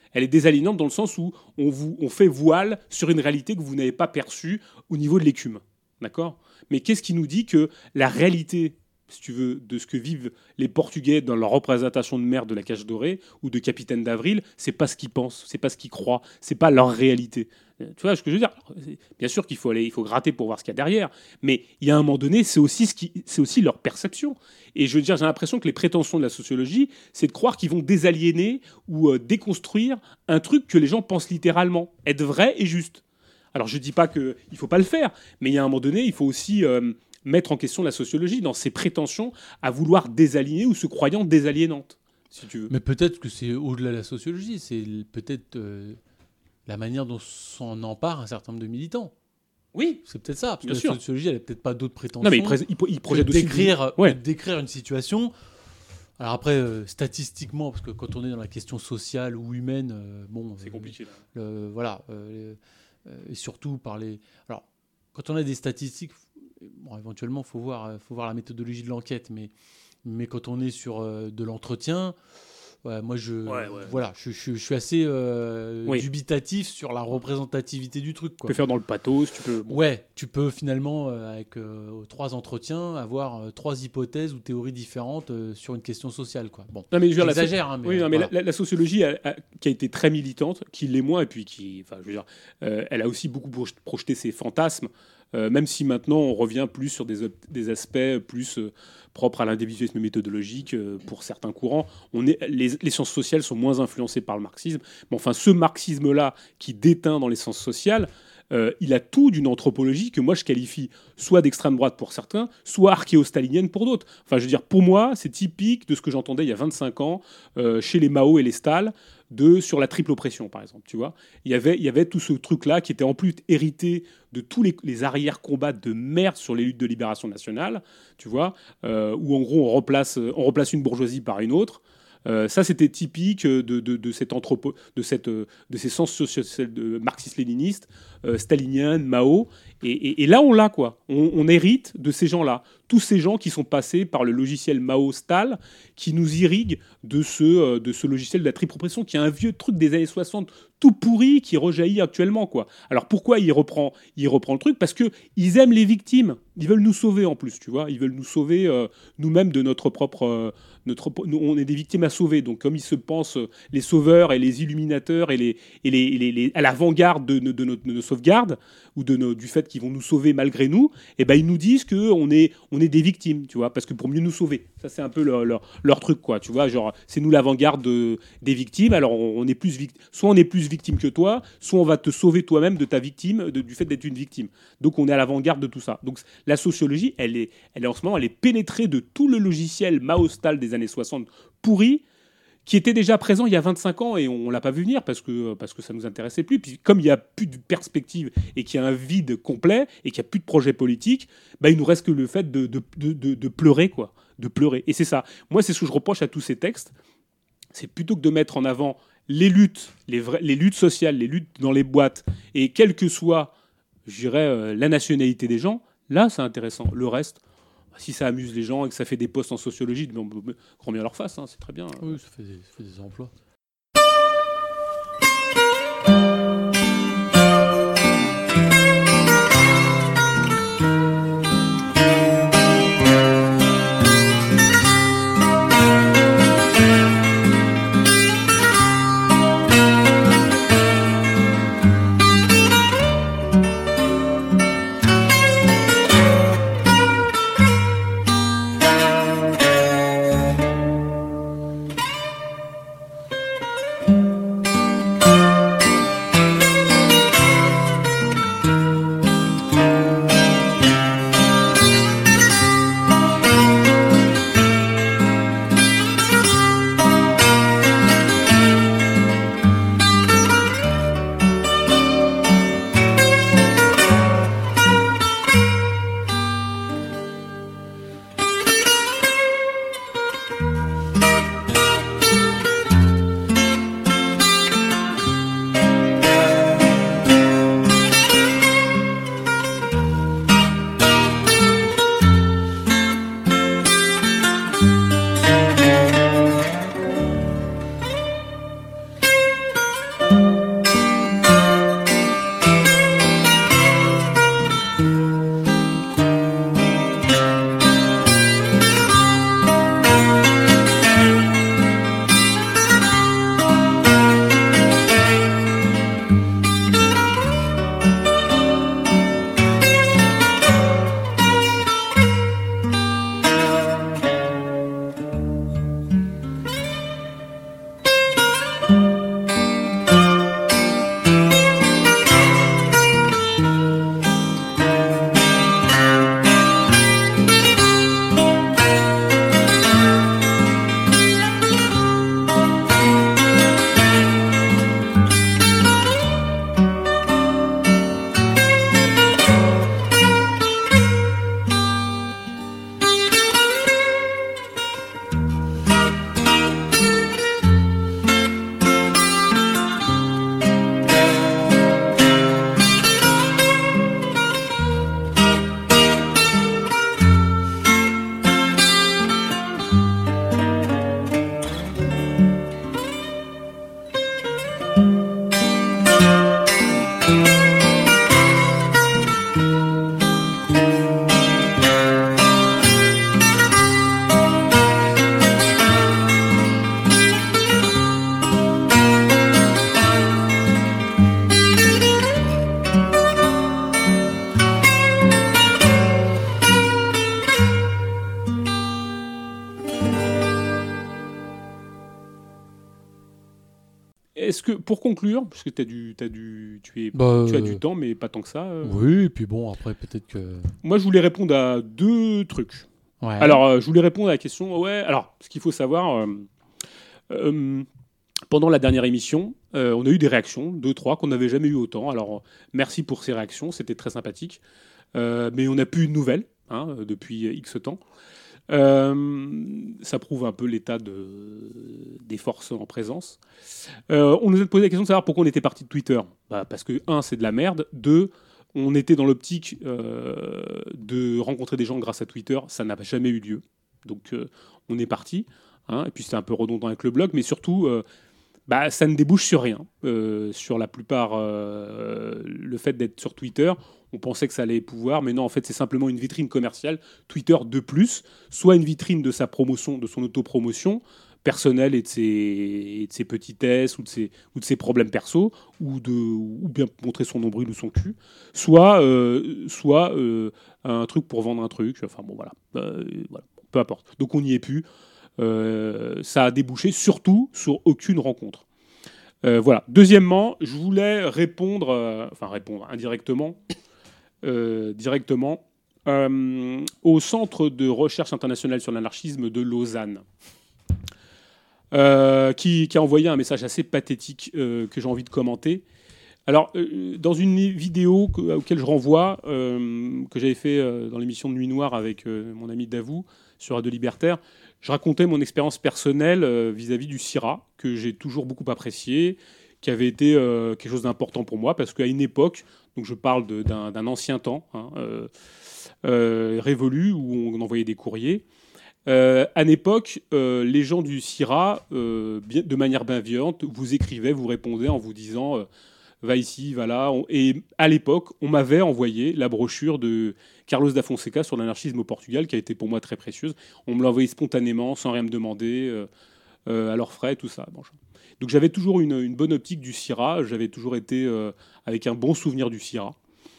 Elle est désaliénante dans le sens où on, vous, on fait voile sur une réalité que vous n'avez pas perçue au niveau de l'écume. D'accord ? Mais qu'est-ce qui nous dit que la réalité, si tu veux, de ce que vivent les Portugais dans leur représentation de mer de la Cage Dorée ou de Capitaine d'Avril, c'est pas ce qu'ils pensent, c'est pas ce qu'ils croient, c'est pas leur réalité. Tu vois ce que je veux dire ? Bien sûr qu'il faut aller, il faut gratter pour voir ce qu'il y a derrière, mais il y a un moment donné, c'est aussi, ce qui, c'est aussi leur perception. Et je veux dire, j'ai l'impression que les prétentions de la sociologie, c'est de croire qu'ils vont désaliéner ou euh, déconstruire un truc que les gens pensent littéralement être vrai et juste. Alors je dis pas qu'il ne faut pas le faire, mais il y a un moment donné, il faut aussi euh, mettre en question la sociologie dans ses prétentions à vouloir désaliéner ou se croyant désaliénante, si tu veux. Mais peut-être que c'est au-delà de la sociologie, c'est peut-être... Euh... la manière dont s'en emparent un certain nombre de militants. Oui, c'est peut-être ça. Parce bien que sûr. La sociologie, elle n'a peut-être pas d'autres prétentions. Non, mais il, pré- il, il projette aussi d'écrire, ouais. d'écrire une situation. Alors après, euh, statistiquement, parce que quand on est dans la question sociale ou humaine, euh, bon, c'est euh, compliqué. Là. Le, voilà, euh, euh, et surtout par les. Alors, quand on a des statistiques, bon, éventuellement, faut voir, faut voir la méthodologie de l'enquête, mais mais quand on est sur euh, de l'entretien. Ouais, moi, je, ouais, ouais. Voilà, je, je, je suis assez euh, oui. dubitatif sur la représentativité du truc. Quoi. Tu peux faire dans le pathos, tu peux... Bon. Ouais, tu peux finalement, euh, avec euh, trois entretiens, avoir euh, trois hypothèses ou théories différentes euh, sur une question sociale. Quoi. Bon, non, mais je j'exagère. La, hein, mais, oui, non, euh, mais voilà. la, la sociologie a, a, qui a été très militante, qui l'est moins, et puis qui... Enfin, je veux dire, euh, elle a aussi beaucoup projeté ses fantasmes, euh, même si maintenant on revient plus sur des, des aspects plus... Euh, propre à l'individualisme méthodologique euh, pour certains courants. On est, les, les sciences sociales sont moins influencées par le marxisme. Mais enfin, ce marxisme-là qui déteint dans les sciences sociales, euh, il a tout d'une anthropologie que moi je qualifie soit d'extrême droite pour certains, soit archéo-stalinienne pour d'autres. Enfin, je veux dire, pour moi, c'est typique de ce que j'entendais il y a vingt-cinq ans euh, chez les Mao et les Stal, de, sur la triple oppression, par exemple. Tu vois, il y avait, il y avait tout ce truc-là qui était en plus hérité de tous les, les arrière-combats de merde sur les luttes de libération nationale, tu vois, euh, où en gros on remplace, on remplace une bourgeoisie par une autre. Euh, ça, c'était typique de, de, de, cette anthropo, de, cette, de ces sens sociaux de marxiste-léniniste, euh, stalinien, Mao. Et, et, et là, on l'a, quoi. On, on hérite de ces gens-là. Tous ces gens qui sont passés par le logiciel Mao-Stal, qui nous irrigue de ce, de ce logiciel de la triple oppression, qui est un vieux truc des années soixante, tout pourri, qui rejaillit actuellement, quoi. Alors pourquoi il reprend, il reprend le truc ? Parce qu'ils aiment les victimes. Ils veulent nous sauver, en plus, tu vois. Ils veulent nous sauver euh, nous-mêmes de notre propre... Euh, notre, nous, on est des victimes à sauver. Donc comme ils se pensent euh, les sauveurs et les illuminateurs et, les, et les, les, les, à l'avant-garde de, de, de, nos, de nos sauvegardes, ou de nos, du fait qu'ils vont nous sauver malgré nous, eh ben, ils nous disent qu'on est, on est des victimes, tu vois, parce que pour mieux nous sauver. Ça, c'est un peu leur, leur, leur truc, quoi, tu vois, genre, c'est nous l'avant-garde de, des victimes, alors on, on est plus vict- soit on est plus victime que toi, soit on va te sauver toi-même de ta victime, de, du fait d'être une victime. Donc on est à l'avant-garde de tout ça. Donc la sociologie, elle est, elle est en ce moment, elle est pénétrée de tout le logiciel Mao-Stal des années soixante pourri, qui était déjà présent il y a vingt-cinq ans et on ne l'a pas vu venir parce que, parce que ça ne nous intéressait plus. Puis comme il n'y a plus de perspective et qu'il y a un vide complet et qu'il n'y a plus de projet politique, bah, il nous reste que le fait de, de, de, de, de pleurer, quoi. De pleurer. Et c'est ça. Moi, c'est ce que je reproche à tous ces textes. C'est plutôt que de mettre en avant les luttes, les, vrais, les luttes sociales, les luttes dans les boîtes, et quelle que soit, je dirais, euh, la nationalité des gens, là, c'est intéressant. Le reste... Si ça amuse les gens et que ça fait des postes en sociologie, grand bien leur face, hein, c'est très bien. Oui, ça fait des, ça fait des emplois. est-ce que, pour conclure, parce que t'as du, t'as du, tu, es, Bah, tu as euh, du temps, mais pas tant que ça. euh, Oui, et puis bon, après, peut-être que. Moi, je voulais répondre à deux trucs. Ouais. Alors, euh, je voulais répondre à la question. Ouais, alors, ce qu'il faut savoir, euh, euh, pendant la dernière émission, euh, on a eu des réactions, deux, trois, qu'on n'avait jamais eu autant. Alors, merci pour ces réactions, c'était très sympathique. Euh, mais on n'a plus eu de nouvelles hein, depuis X temps. Euh, ça prouve un peu l'état de, des forces en présence. Euh, on nous a posé la question de savoir pourquoi on était parti de Twitter. Bah, parce que, un, c'est de la merde. Deux, on était dans l'optique euh, de rencontrer des gens grâce à Twitter. Ça n'a jamais eu lieu. Donc, euh, on est parti. Hein, et puis, c'était un peu redondant avec le blog. Mais surtout, euh, bah, ça ne débouche sur rien. Euh, sur la plupart, euh, le fait d'être sur Twitter, on pensait que ça allait pouvoir, mais non, en fait, c'est simplement une vitrine commerciale. Twitter de plus, soit une vitrine de sa promotion, de son autopromotion personnelle et de ses, et de ses petitesses ou de ses, ou de ses problèmes perso, ou, de, ou bien montrer son nombril ou son cul, soit, euh, soit euh, un truc pour vendre un truc. Enfin bon, voilà, euh, voilà. Peu importe. Donc on n'y est plus. Euh, ça a débouché surtout sur aucune rencontre. Euh, voilà. Deuxièmement, je voulais répondre, euh, enfin répondre indirectement, euh, directement, euh, au Centre de recherche internationale sur l'anarchisme de Lausanne, euh, qui, qui a envoyé un message assez pathétique euh, que j'ai envie de commenter. Alors, euh, dans une vidéo que, auquel je renvoie, euh, que j'avais fait euh, dans l'émission de Nuit Noire avec euh, mon ami Davou sur Radio Libertaire, je racontais mon expérience personnelle euh, vis-à-vis du CIRA, que j'ai toujours beaucoup apprécié, qui avait été euh, quelque chose d'important pour moi, parce qu'à une époque, donc je parle de, d'un, d'un ancien temps, hein, euh, euh, révolu, où on envoyait des courriers. Euh, à l'époque, euh, les gens du CIRA, euh, bien, de manière bienveillante, vous écrivaient, vous répondaient en vous disant... Euh, va ici, va là. Et à l'époque, on m'avait envoyé la brochure de Carlos da Fonseca sur l'anarchisme au Portugal, qui a été pour moi très précieuse. On me l'a envoyé spontanément, sans rien me demander, euh, euh, à leurs frais, tout ça. Bon, donc j'avais toujours une, une bonne optique du CIRA. J'avais toujours été euh, avec un bon souvenir du CIRA.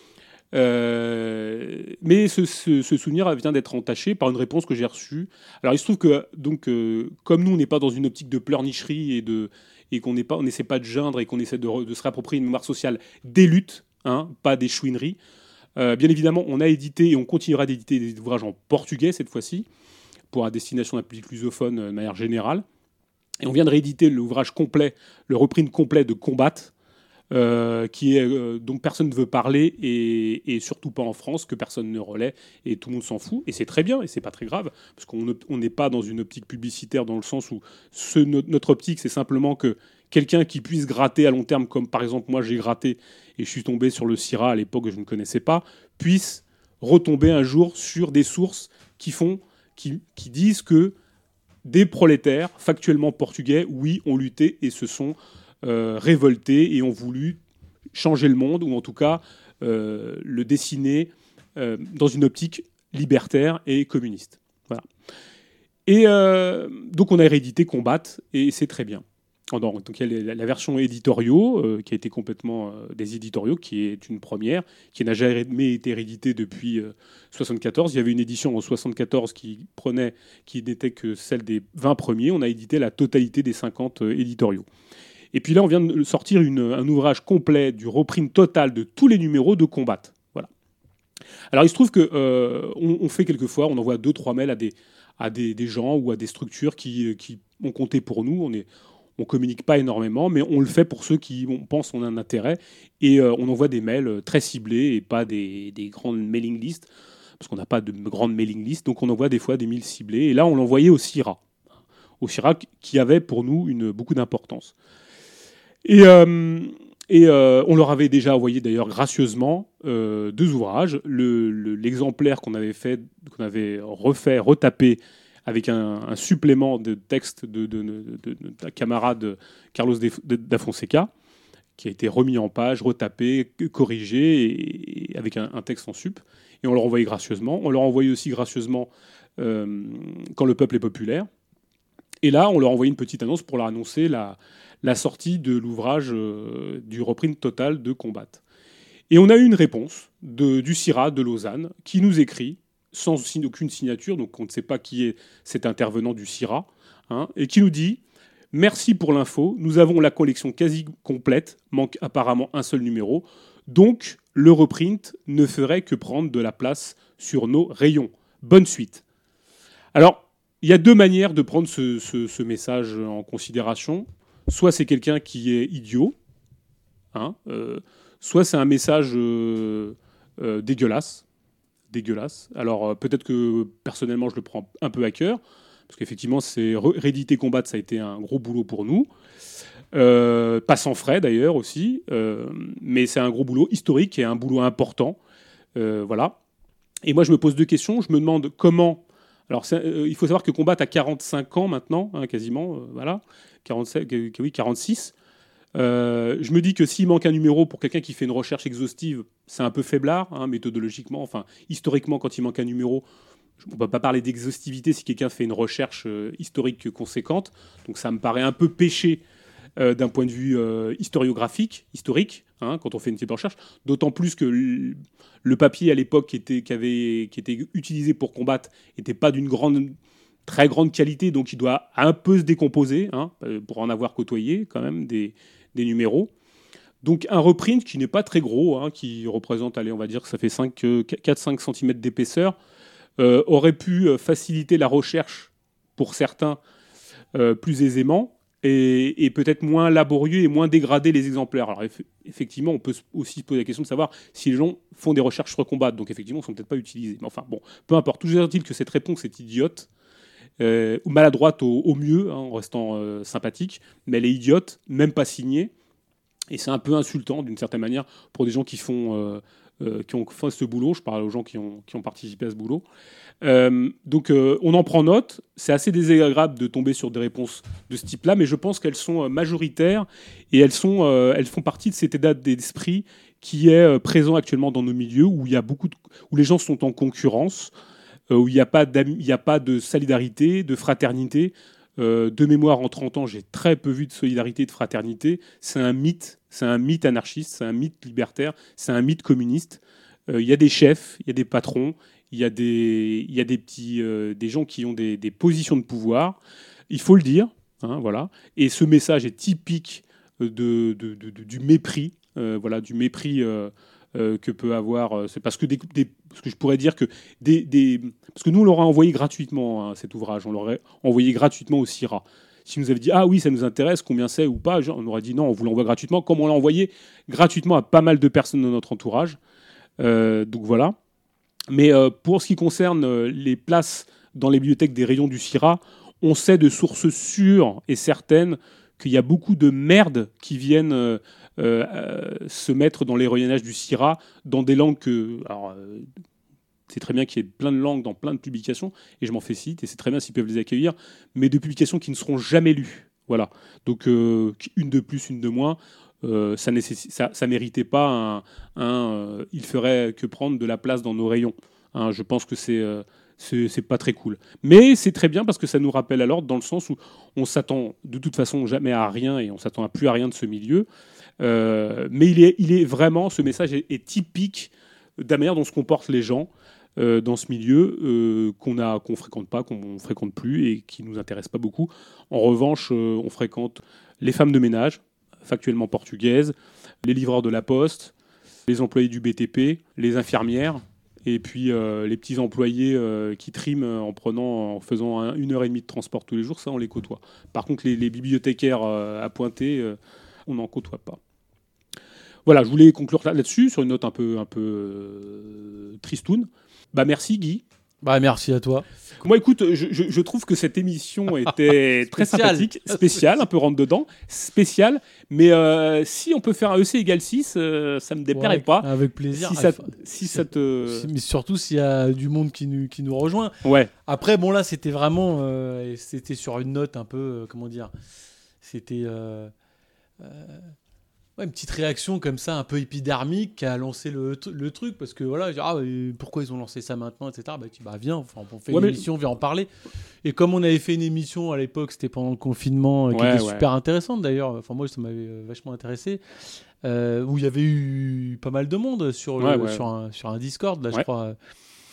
Euh, mais ce, ce, ce souvenir vient d'être entaché par une réponse que j'ai reçue. Alors il se trouve que, donc, euh, comme nous, on n'est pas dans une optique de pleurnicherie et de... et qu'on n'essaie pas, pas de geindre et qu'on essaie de, de se réapproprier une mémoire sociale des luttes, hein, pas des chouineries. Euh, bien évidemment, on a édité et on continuera d'éditer des ouvrages en portugais cette fois-ci, pour la destination d'un public lusophone de manière générale. Et on vient de rééditer l'ouvrage complet, le reprint complet de Combat, euh, qui est euh, dont personne ne veut parler et, et surtout pas en France, que personne ne relaie et tout le monde s'en fout. Et c'est très bien et c'est pas très grave parce qu'on n'est pas dans une optique publicitaire dans le sens où ce, notre optique c'est simplement que quelqu'un qui puisse gratter à long terme, comme par exemple moi j'ai gratté et je suis tombé sur le CIRA à l'époque que je ne connaissais pas, puisse retomber un jour sur des sources qui font, qui, qui disent que des prolétaires factuellement portugais, oui, ont lutté et se sont Euh, révoltés et ont voulu changer le monde, ou en tout cas euh, le dessiner euh, dans une optique libertaire et communiste. Voilà. Et euh, donc on a réédité Combat, et c'est très bien. Donc il y a la, la version éditoriaux, euh, qui a été complètement euh, des éditoriaux, qui est une première, qui n'a jamais été rééditée depuis euh, soixante-quatorze. Il y avait une édition en soixante-quatorze qui prenait, qui n'était que celle des vingt premiers. On a édité la totalité des cinquante euh, éditoriaux. Et puis là, on vient de sortir une, un ouvrage complet du reprint total de tous les numéros de Combat. Voilà. Alors, il se trouve qu'on euh, on fait quelquefois, on envoie deux, trois mails à des, à des, des gens ou à des structures qui, qui ont compté pour nous. On ne on communique pas énormément, mais on le fait pour ceux qui on pense ont un intérêt. Et euh, on envoie des mails très ciblés et pas des, des grandes mailing lists, parce qu'on n'a pas de grandes mailing lists. Donc, on envoie des fois des mails ciblés. Et là, on l'envoyait au CIRA. Au CIRA qui avait pour nous une, beaucoup d'importance. Et, euh, et euh, on leur avait déjà envoyé d'ailleurs gracieusement euh, deux ouvrages. Le, le, l'exemplaire qu'on avait fait, qu'on avait refait, retapé avec un, un supplément de texte de, de, de, de, de ta camarade Carlos da Fonseca, qui a été remis en page, retapé, corrigé, et, et avec un, un texte en sup. Et on leur envoyait gracieusement. On leur envoyait aussi gracieusement euh, Quand le peuple est populaire. Et là, on leur envoyait une petite annonce pour leur annoncer la... la sortie de l'ouvrage euh, du reprint total de Combat. Et on a eu une réponse de, du CIRA de Lausanne qui nous écrit, sans aucune signature, donc on ne sait pas qui est cet intervenant du CIRA, hein, et qui nous dit Merci pour l'info. Nous avons la collection quasi complète. Manque apparemment un seul numéro. Donc, le reprint ne ferait que prendre de la place sur nos rayons. Bonne suite. Alors, il y a deux manières de prendre ce, ce, ce message en considération. Soit c'est quelqu'un qui est idiot, hein, euh, soit c'est un message euh, euh, dégueulasse. dégueulasse. Alors, euh, peut-être que personnellement, je le prends un peu à cœur. Parce qu'effectivement, c'est rééditer Combattre, ça a été un gros boulot pour nous. Euh, pas sans frais d'ailleurs aussi. Euh, mais c'est un gros boulot historique et un boulot important. Euh, voilà. Et moi, je me pose deux questions. Je me demande comment... Alors, euh, il faut savoir que Combattre a quarante-cinq ans maintenant, hein, quasiment. Euh, voilà. quarante-sept, euh, oui, quarante-six. Euh, je me dis que s'il manque un numéro pour quelqu'un qui fait une recherche exhaustive, c'est un peu faiblard, hein, méthodologiquement. Enfin, historiquement, quand il manque un numéro... On ne peut pas parler d'exhaustivité si quelqu'un fait une recherche euh, historique conséquente. Donc ça me paraît un peu péché euh, d'un point de vue euh, historiographique, historique, hein, quand on fait une type de recherche. D'autant plus que le, le papier à l'époque qui était, qui avait, qui était utilisé pour combattre n'était pas d'une grande, très grande qualité, donc il doit un peu se décomposer, hein, pour en avoir côtoyé quand même des, des numéros. Donc un reprint qui n'est pas très gros, hein, qui représente, allez, on va dire que ça fait quatre à cinq centimètres d'épaisseur, Euh, aurait pu faciliter la recherche pour certains euh, plus aisément et, et peut-être moins laborieux et moins dégrader les exemplaires. Alors eff- effectivement, on peut aussi se poser la question de savoir si les gens font des recherches sur Combattre, donc effectivement, ils ne sont peut-être pas utilisés. Mais enfin, bon, peu importe. Toujours est-il que cette réponse est idiote, euh, ou maladroite au, au mieux, hein, en restant euh, sympathique, mais elle est idiote, même pas signée, et c'est un peu insultant d'une certaine manière pour des gens qui font... Euh, Euh, qui ont fait ce boulot. Je parle aux gens qui ont, qui ont participé à ce boulot. Euh, donc, euh, on en prend note. C'est assez désagréable de tomber sur des réponses de ce type-là, mais je pense qu'elles sont majoritaires et elles, sont, euh, elles font partie de cet état d'esprit qui est euh, présent actuellement dans nos milieux, où, il y a beaucoup de, où les gens sont en concurrence, euh, où il n'y a, a pas de solidarité, de fraternité. Euh, de mémoire, en trente ans, j'ai très peu vu de solidarité et de fraternité. C'est un mythe, c'est un mythe anarchiste, c'est un mythe libertaire, c'est un mythe communiste. Il euh, y a des chefs, il y a des patrons, il y a des, y a des petits, euh, des gens qui ont des, des positions de pouvoir. Il faut le dire, hein, voilà. Et ce message est typique de, de, de, de, du mépris, euh, voilà, du mépris. Euh, Euh, que peut avoir, euh, c'est parce que, des, des, parce que je pourrais dire que des, des parce que nous on l'aurait envoyé gratuitement, hein, cet ouvrage, on l'aurait envoyé gratuitement au C I R A. Si nous avait dit ah oui ça nous intéresse, combien c'est ou pas, genre, on aurait dit non, on vous l'envoie gratuitement, comme on l'a envoyé gratuitement à pas mal de personnes de notre entourage. Euh, donc voilà. Mais euh, pour ce qui concerne euh, les places dans les bibliothèques des rayons du C I R A, on sait de sources sûres et certaines qu'il y a beaucoup de merde qui viennent euh, Euh, euh, se mettre dans les rayonnages du C I R A dans des langues que... Alors, euh, c'est très bien qu'il y ait plein de langues dans plein de publications, et je m'en fais cite, et c'est très bien s'ils peuvent les accueillir, mais de publications qui ne seront jamais lues. Voilà. Donc, euh, une de plus, une de moins, euh, ça ne ça, ça méritait pas un... un euh, il ferait que prendre de la place dans nos rayons. Hein, je pense que c'est... Euh, C'est, c'est pas très cool. Mais c'est très bien parce que ça nous rappelle à l'ordre, dans le sens où on s'attend de toute façon jamais à rien et on s'attend à plus à rien de ce milieu. Euh, mais il est, il est vraiment, ce message est, est typique de la manière dont se comportent les gens euh, dans ce milieu euh, qu'on a, qu'on fréquente pas, qu'on fréquente plus et qui nous intéresse pas beaucoup. En revanche, euh, on fréquente les femmes de ménage, factuellement portugaises, les livreurs de la poste, les employés du B T P, les infirmières. Et puis euh, les petits employés euh, qui triment en prenant, en faisant un, une heure et demie de transport tous les jours, ça on les côtoie. Par contre, les, les bibliothécaires euh, à pointer, euh, on n'en côtoie pas. Voilà, je voulais conclure là-dessus sur une note un peu, un peu euh, tristoune. Bah merci Guy. Bah merci à toi. Moi, écoute, je, je, je trouve que cette émission était très sympathique, spéciale, un peu rentre dedans, spéciale. Mais euh, si on peut faire un E C égale six, euh, ça me déplairait ouais, pas. Avec plaisir. Si ça, si ça te... Mais surtout s'il y a du monde qui nous, qui nous rejoint. Ouais. Après, bon là, c'était vraiment, euh, c'était sur une note un peu, euh, comment dire, c'était. Euh, euh, Ouais, une petite réaction comme ça, un peu épidermique, qui a lancé le, le truc, parce que voilà, ah, pourquoi ils ont lancé ça maintenant, et cetera. Bah, tu bah viens, enfin, on fait ouais, une mais... émission, viens en parler. Et comme on avait fait une émission à l'époque, c'était pendant le confinement, qui ouais, était ouais. super intéressante d'ailleurs, enfin moi ça m'avait vachement intéressé, euh, où il y avait eu pas mal de monde sur, le, ouais, ouais. sur, un, sur un Discord, là ouais. je crois.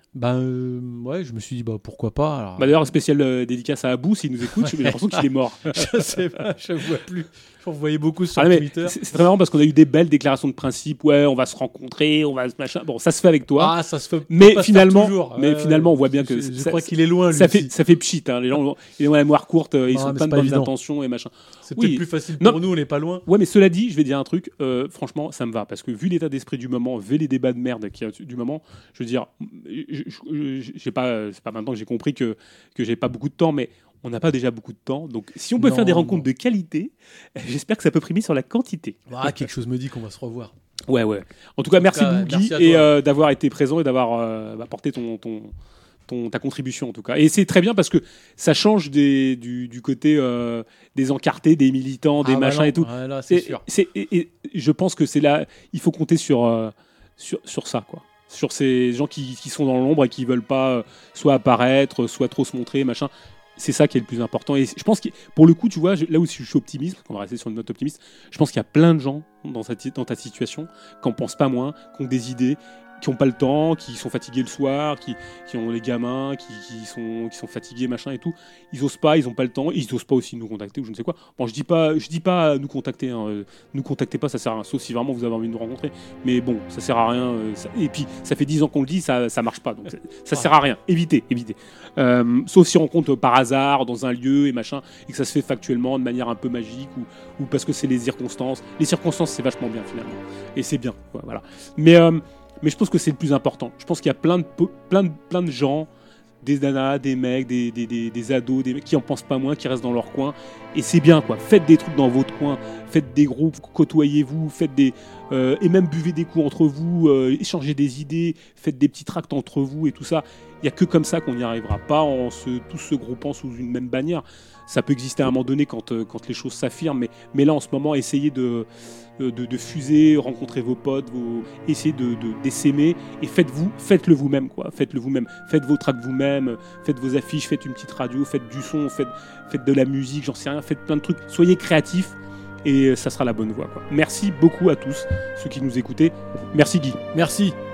Bah euh, ouais, je me suis dit bah pourquoi pas. Alors... Bah d'ailleurs, spécial euh, dédicace à Abou s'il nous écoute, j'ai l'impression qu'il est mort. Je sais pas, je vois plus. J'en voyais beaucoup sur Ah, mais Twitter. c'est, c'est très marrant parce qu'on a eu des belles déclarations de principe. Ouais, on va se rencontrer, on va se machin. Bon, ça se fait avec toi. Ah, ça se fait. Mais pas finalement, toujours. mais Ouais, finalement, on voit bien je, que je, je ça, crois qu'il est loin. Lui ça aussi. fait ça fait pchit. Hein. Les gens, ils ont la mémoire courte, ils Ah, sont mais plein c'est de pas bonnes évident. intentions et machin. C'est Oui. peut-être plus facile Non. pour nous, on n'est pas loin. Ouais, mais cela dit, je vais dire un truc. Euh, franchement, ça me va parce que vu l'état d'esprit du moment, vu les débats de merde qu'il y a du moment, je veux dire, je, je, je, j'ai pas, c'est pas maintenant que j'ai compris que que j'ai pas beaucoup de temps, mais on n'a pas déjà beaucoup de temps. Donc, si on peut Non, faire des rencontres non. de qualité, j'espère que ça peut primer sur la quantité. Ah, quelque chose me dit qu'on va se revoir. Ouais, ouais. En tout cas, En tout merci cas, beaucoup, merci Guy, à et toi. euh, d'avoir été présent et d'avoir euh, apporté ton, ton, ton, ta contribution, en tout cas. Et c'est très bien parce que ça change des, du, du côté euh, des encartés, des militants, des Ah, bah machins non. et tout. Ouais, là, c'est Et- sûr. c'est- et, et je pense que c'est là, il faut compter sur, euh, sur, sur ça, quoi. Sur ces gens qui, qui sont dans l'ombre et qui veulent pas euh, soit apparaître, soit trop se montrer, machin. C'est ça qui est le plus important. Et je pense que, pour le coup, tu vois, je- là où je suis optimiste, parce qu'on va rester sur une note optimiste, je pense qu'il y a plein de gens dans, cette, dans ta situation qui n'en pensent pas moins, qui ont des idées, qui n'ont pas le temps, qui sont fatigués le soir, qui, qui ont les gamins, qui, qui, sont, qui sont fatigués, machin et tout. Ils osent pas, ils n'ont pas le temps, ils osent pas aussi nous contacter ou je ne sais quoi. Bon, je dis pas, je dis pas nous contacter, hein, euh, nous contactez pas, ça sert à rien, sauf si vraiment vous avez envie de nous rencontrer. Mais bon, ça sert à rien. euh, ça- et puis, ça fait dix ans qu'on le dit, ça, ça marche pas, donc ça, ça sert à rien. Évitez, évitez. Euh, sauf si on rencontre par hasard dans un lieu et machin, et que ça se fait factuellement de manière un peu magique ou, ou parce que c'est les circonstances. Les circonstances, c'est vachement bien finalement, et c'est bien. quoi, voilà. Mais euh, mais je pense que c'est le plus important. Je pense qu'il y a plein de po- plein de plein de gens, des nanas, des mecs, des, des, des, des ados, des mecs qui en pensent pas moins, qui restent dans leur coin. Et c'est bien, quoi. Faites des trucs dans votre coin, faites des groupes, côtoyez-vous, faites des euh, et même buvez des coups entre vous, euh, échangez des idées, faites des petits tracts entre vous et tout ça. Il y a que comme ça qu'on y arrivera, pas en se, tous se groupant sous une même bannière. Ça peut exister à un moment donné quand, euh, quand les choses s'affirment, mais, mais là en ce moment, essayez de, de, de fuser, rencontrez vos potes, vos, essayez de, de, d'essaimer et faites-vous, faites-le vous-même, quoi. Faites-le vous-même, faites vos tracts vous-même, faites vos affiches, faites une petite radio, faites du son, faites, faites de la musique, j'en sais rien, faites plein de trucs. Soyez créatifs et ça sera la bonne voie, quoi. Merci beaucoup à tous ceux qui nous écoutaient. Merci Guy. Merci.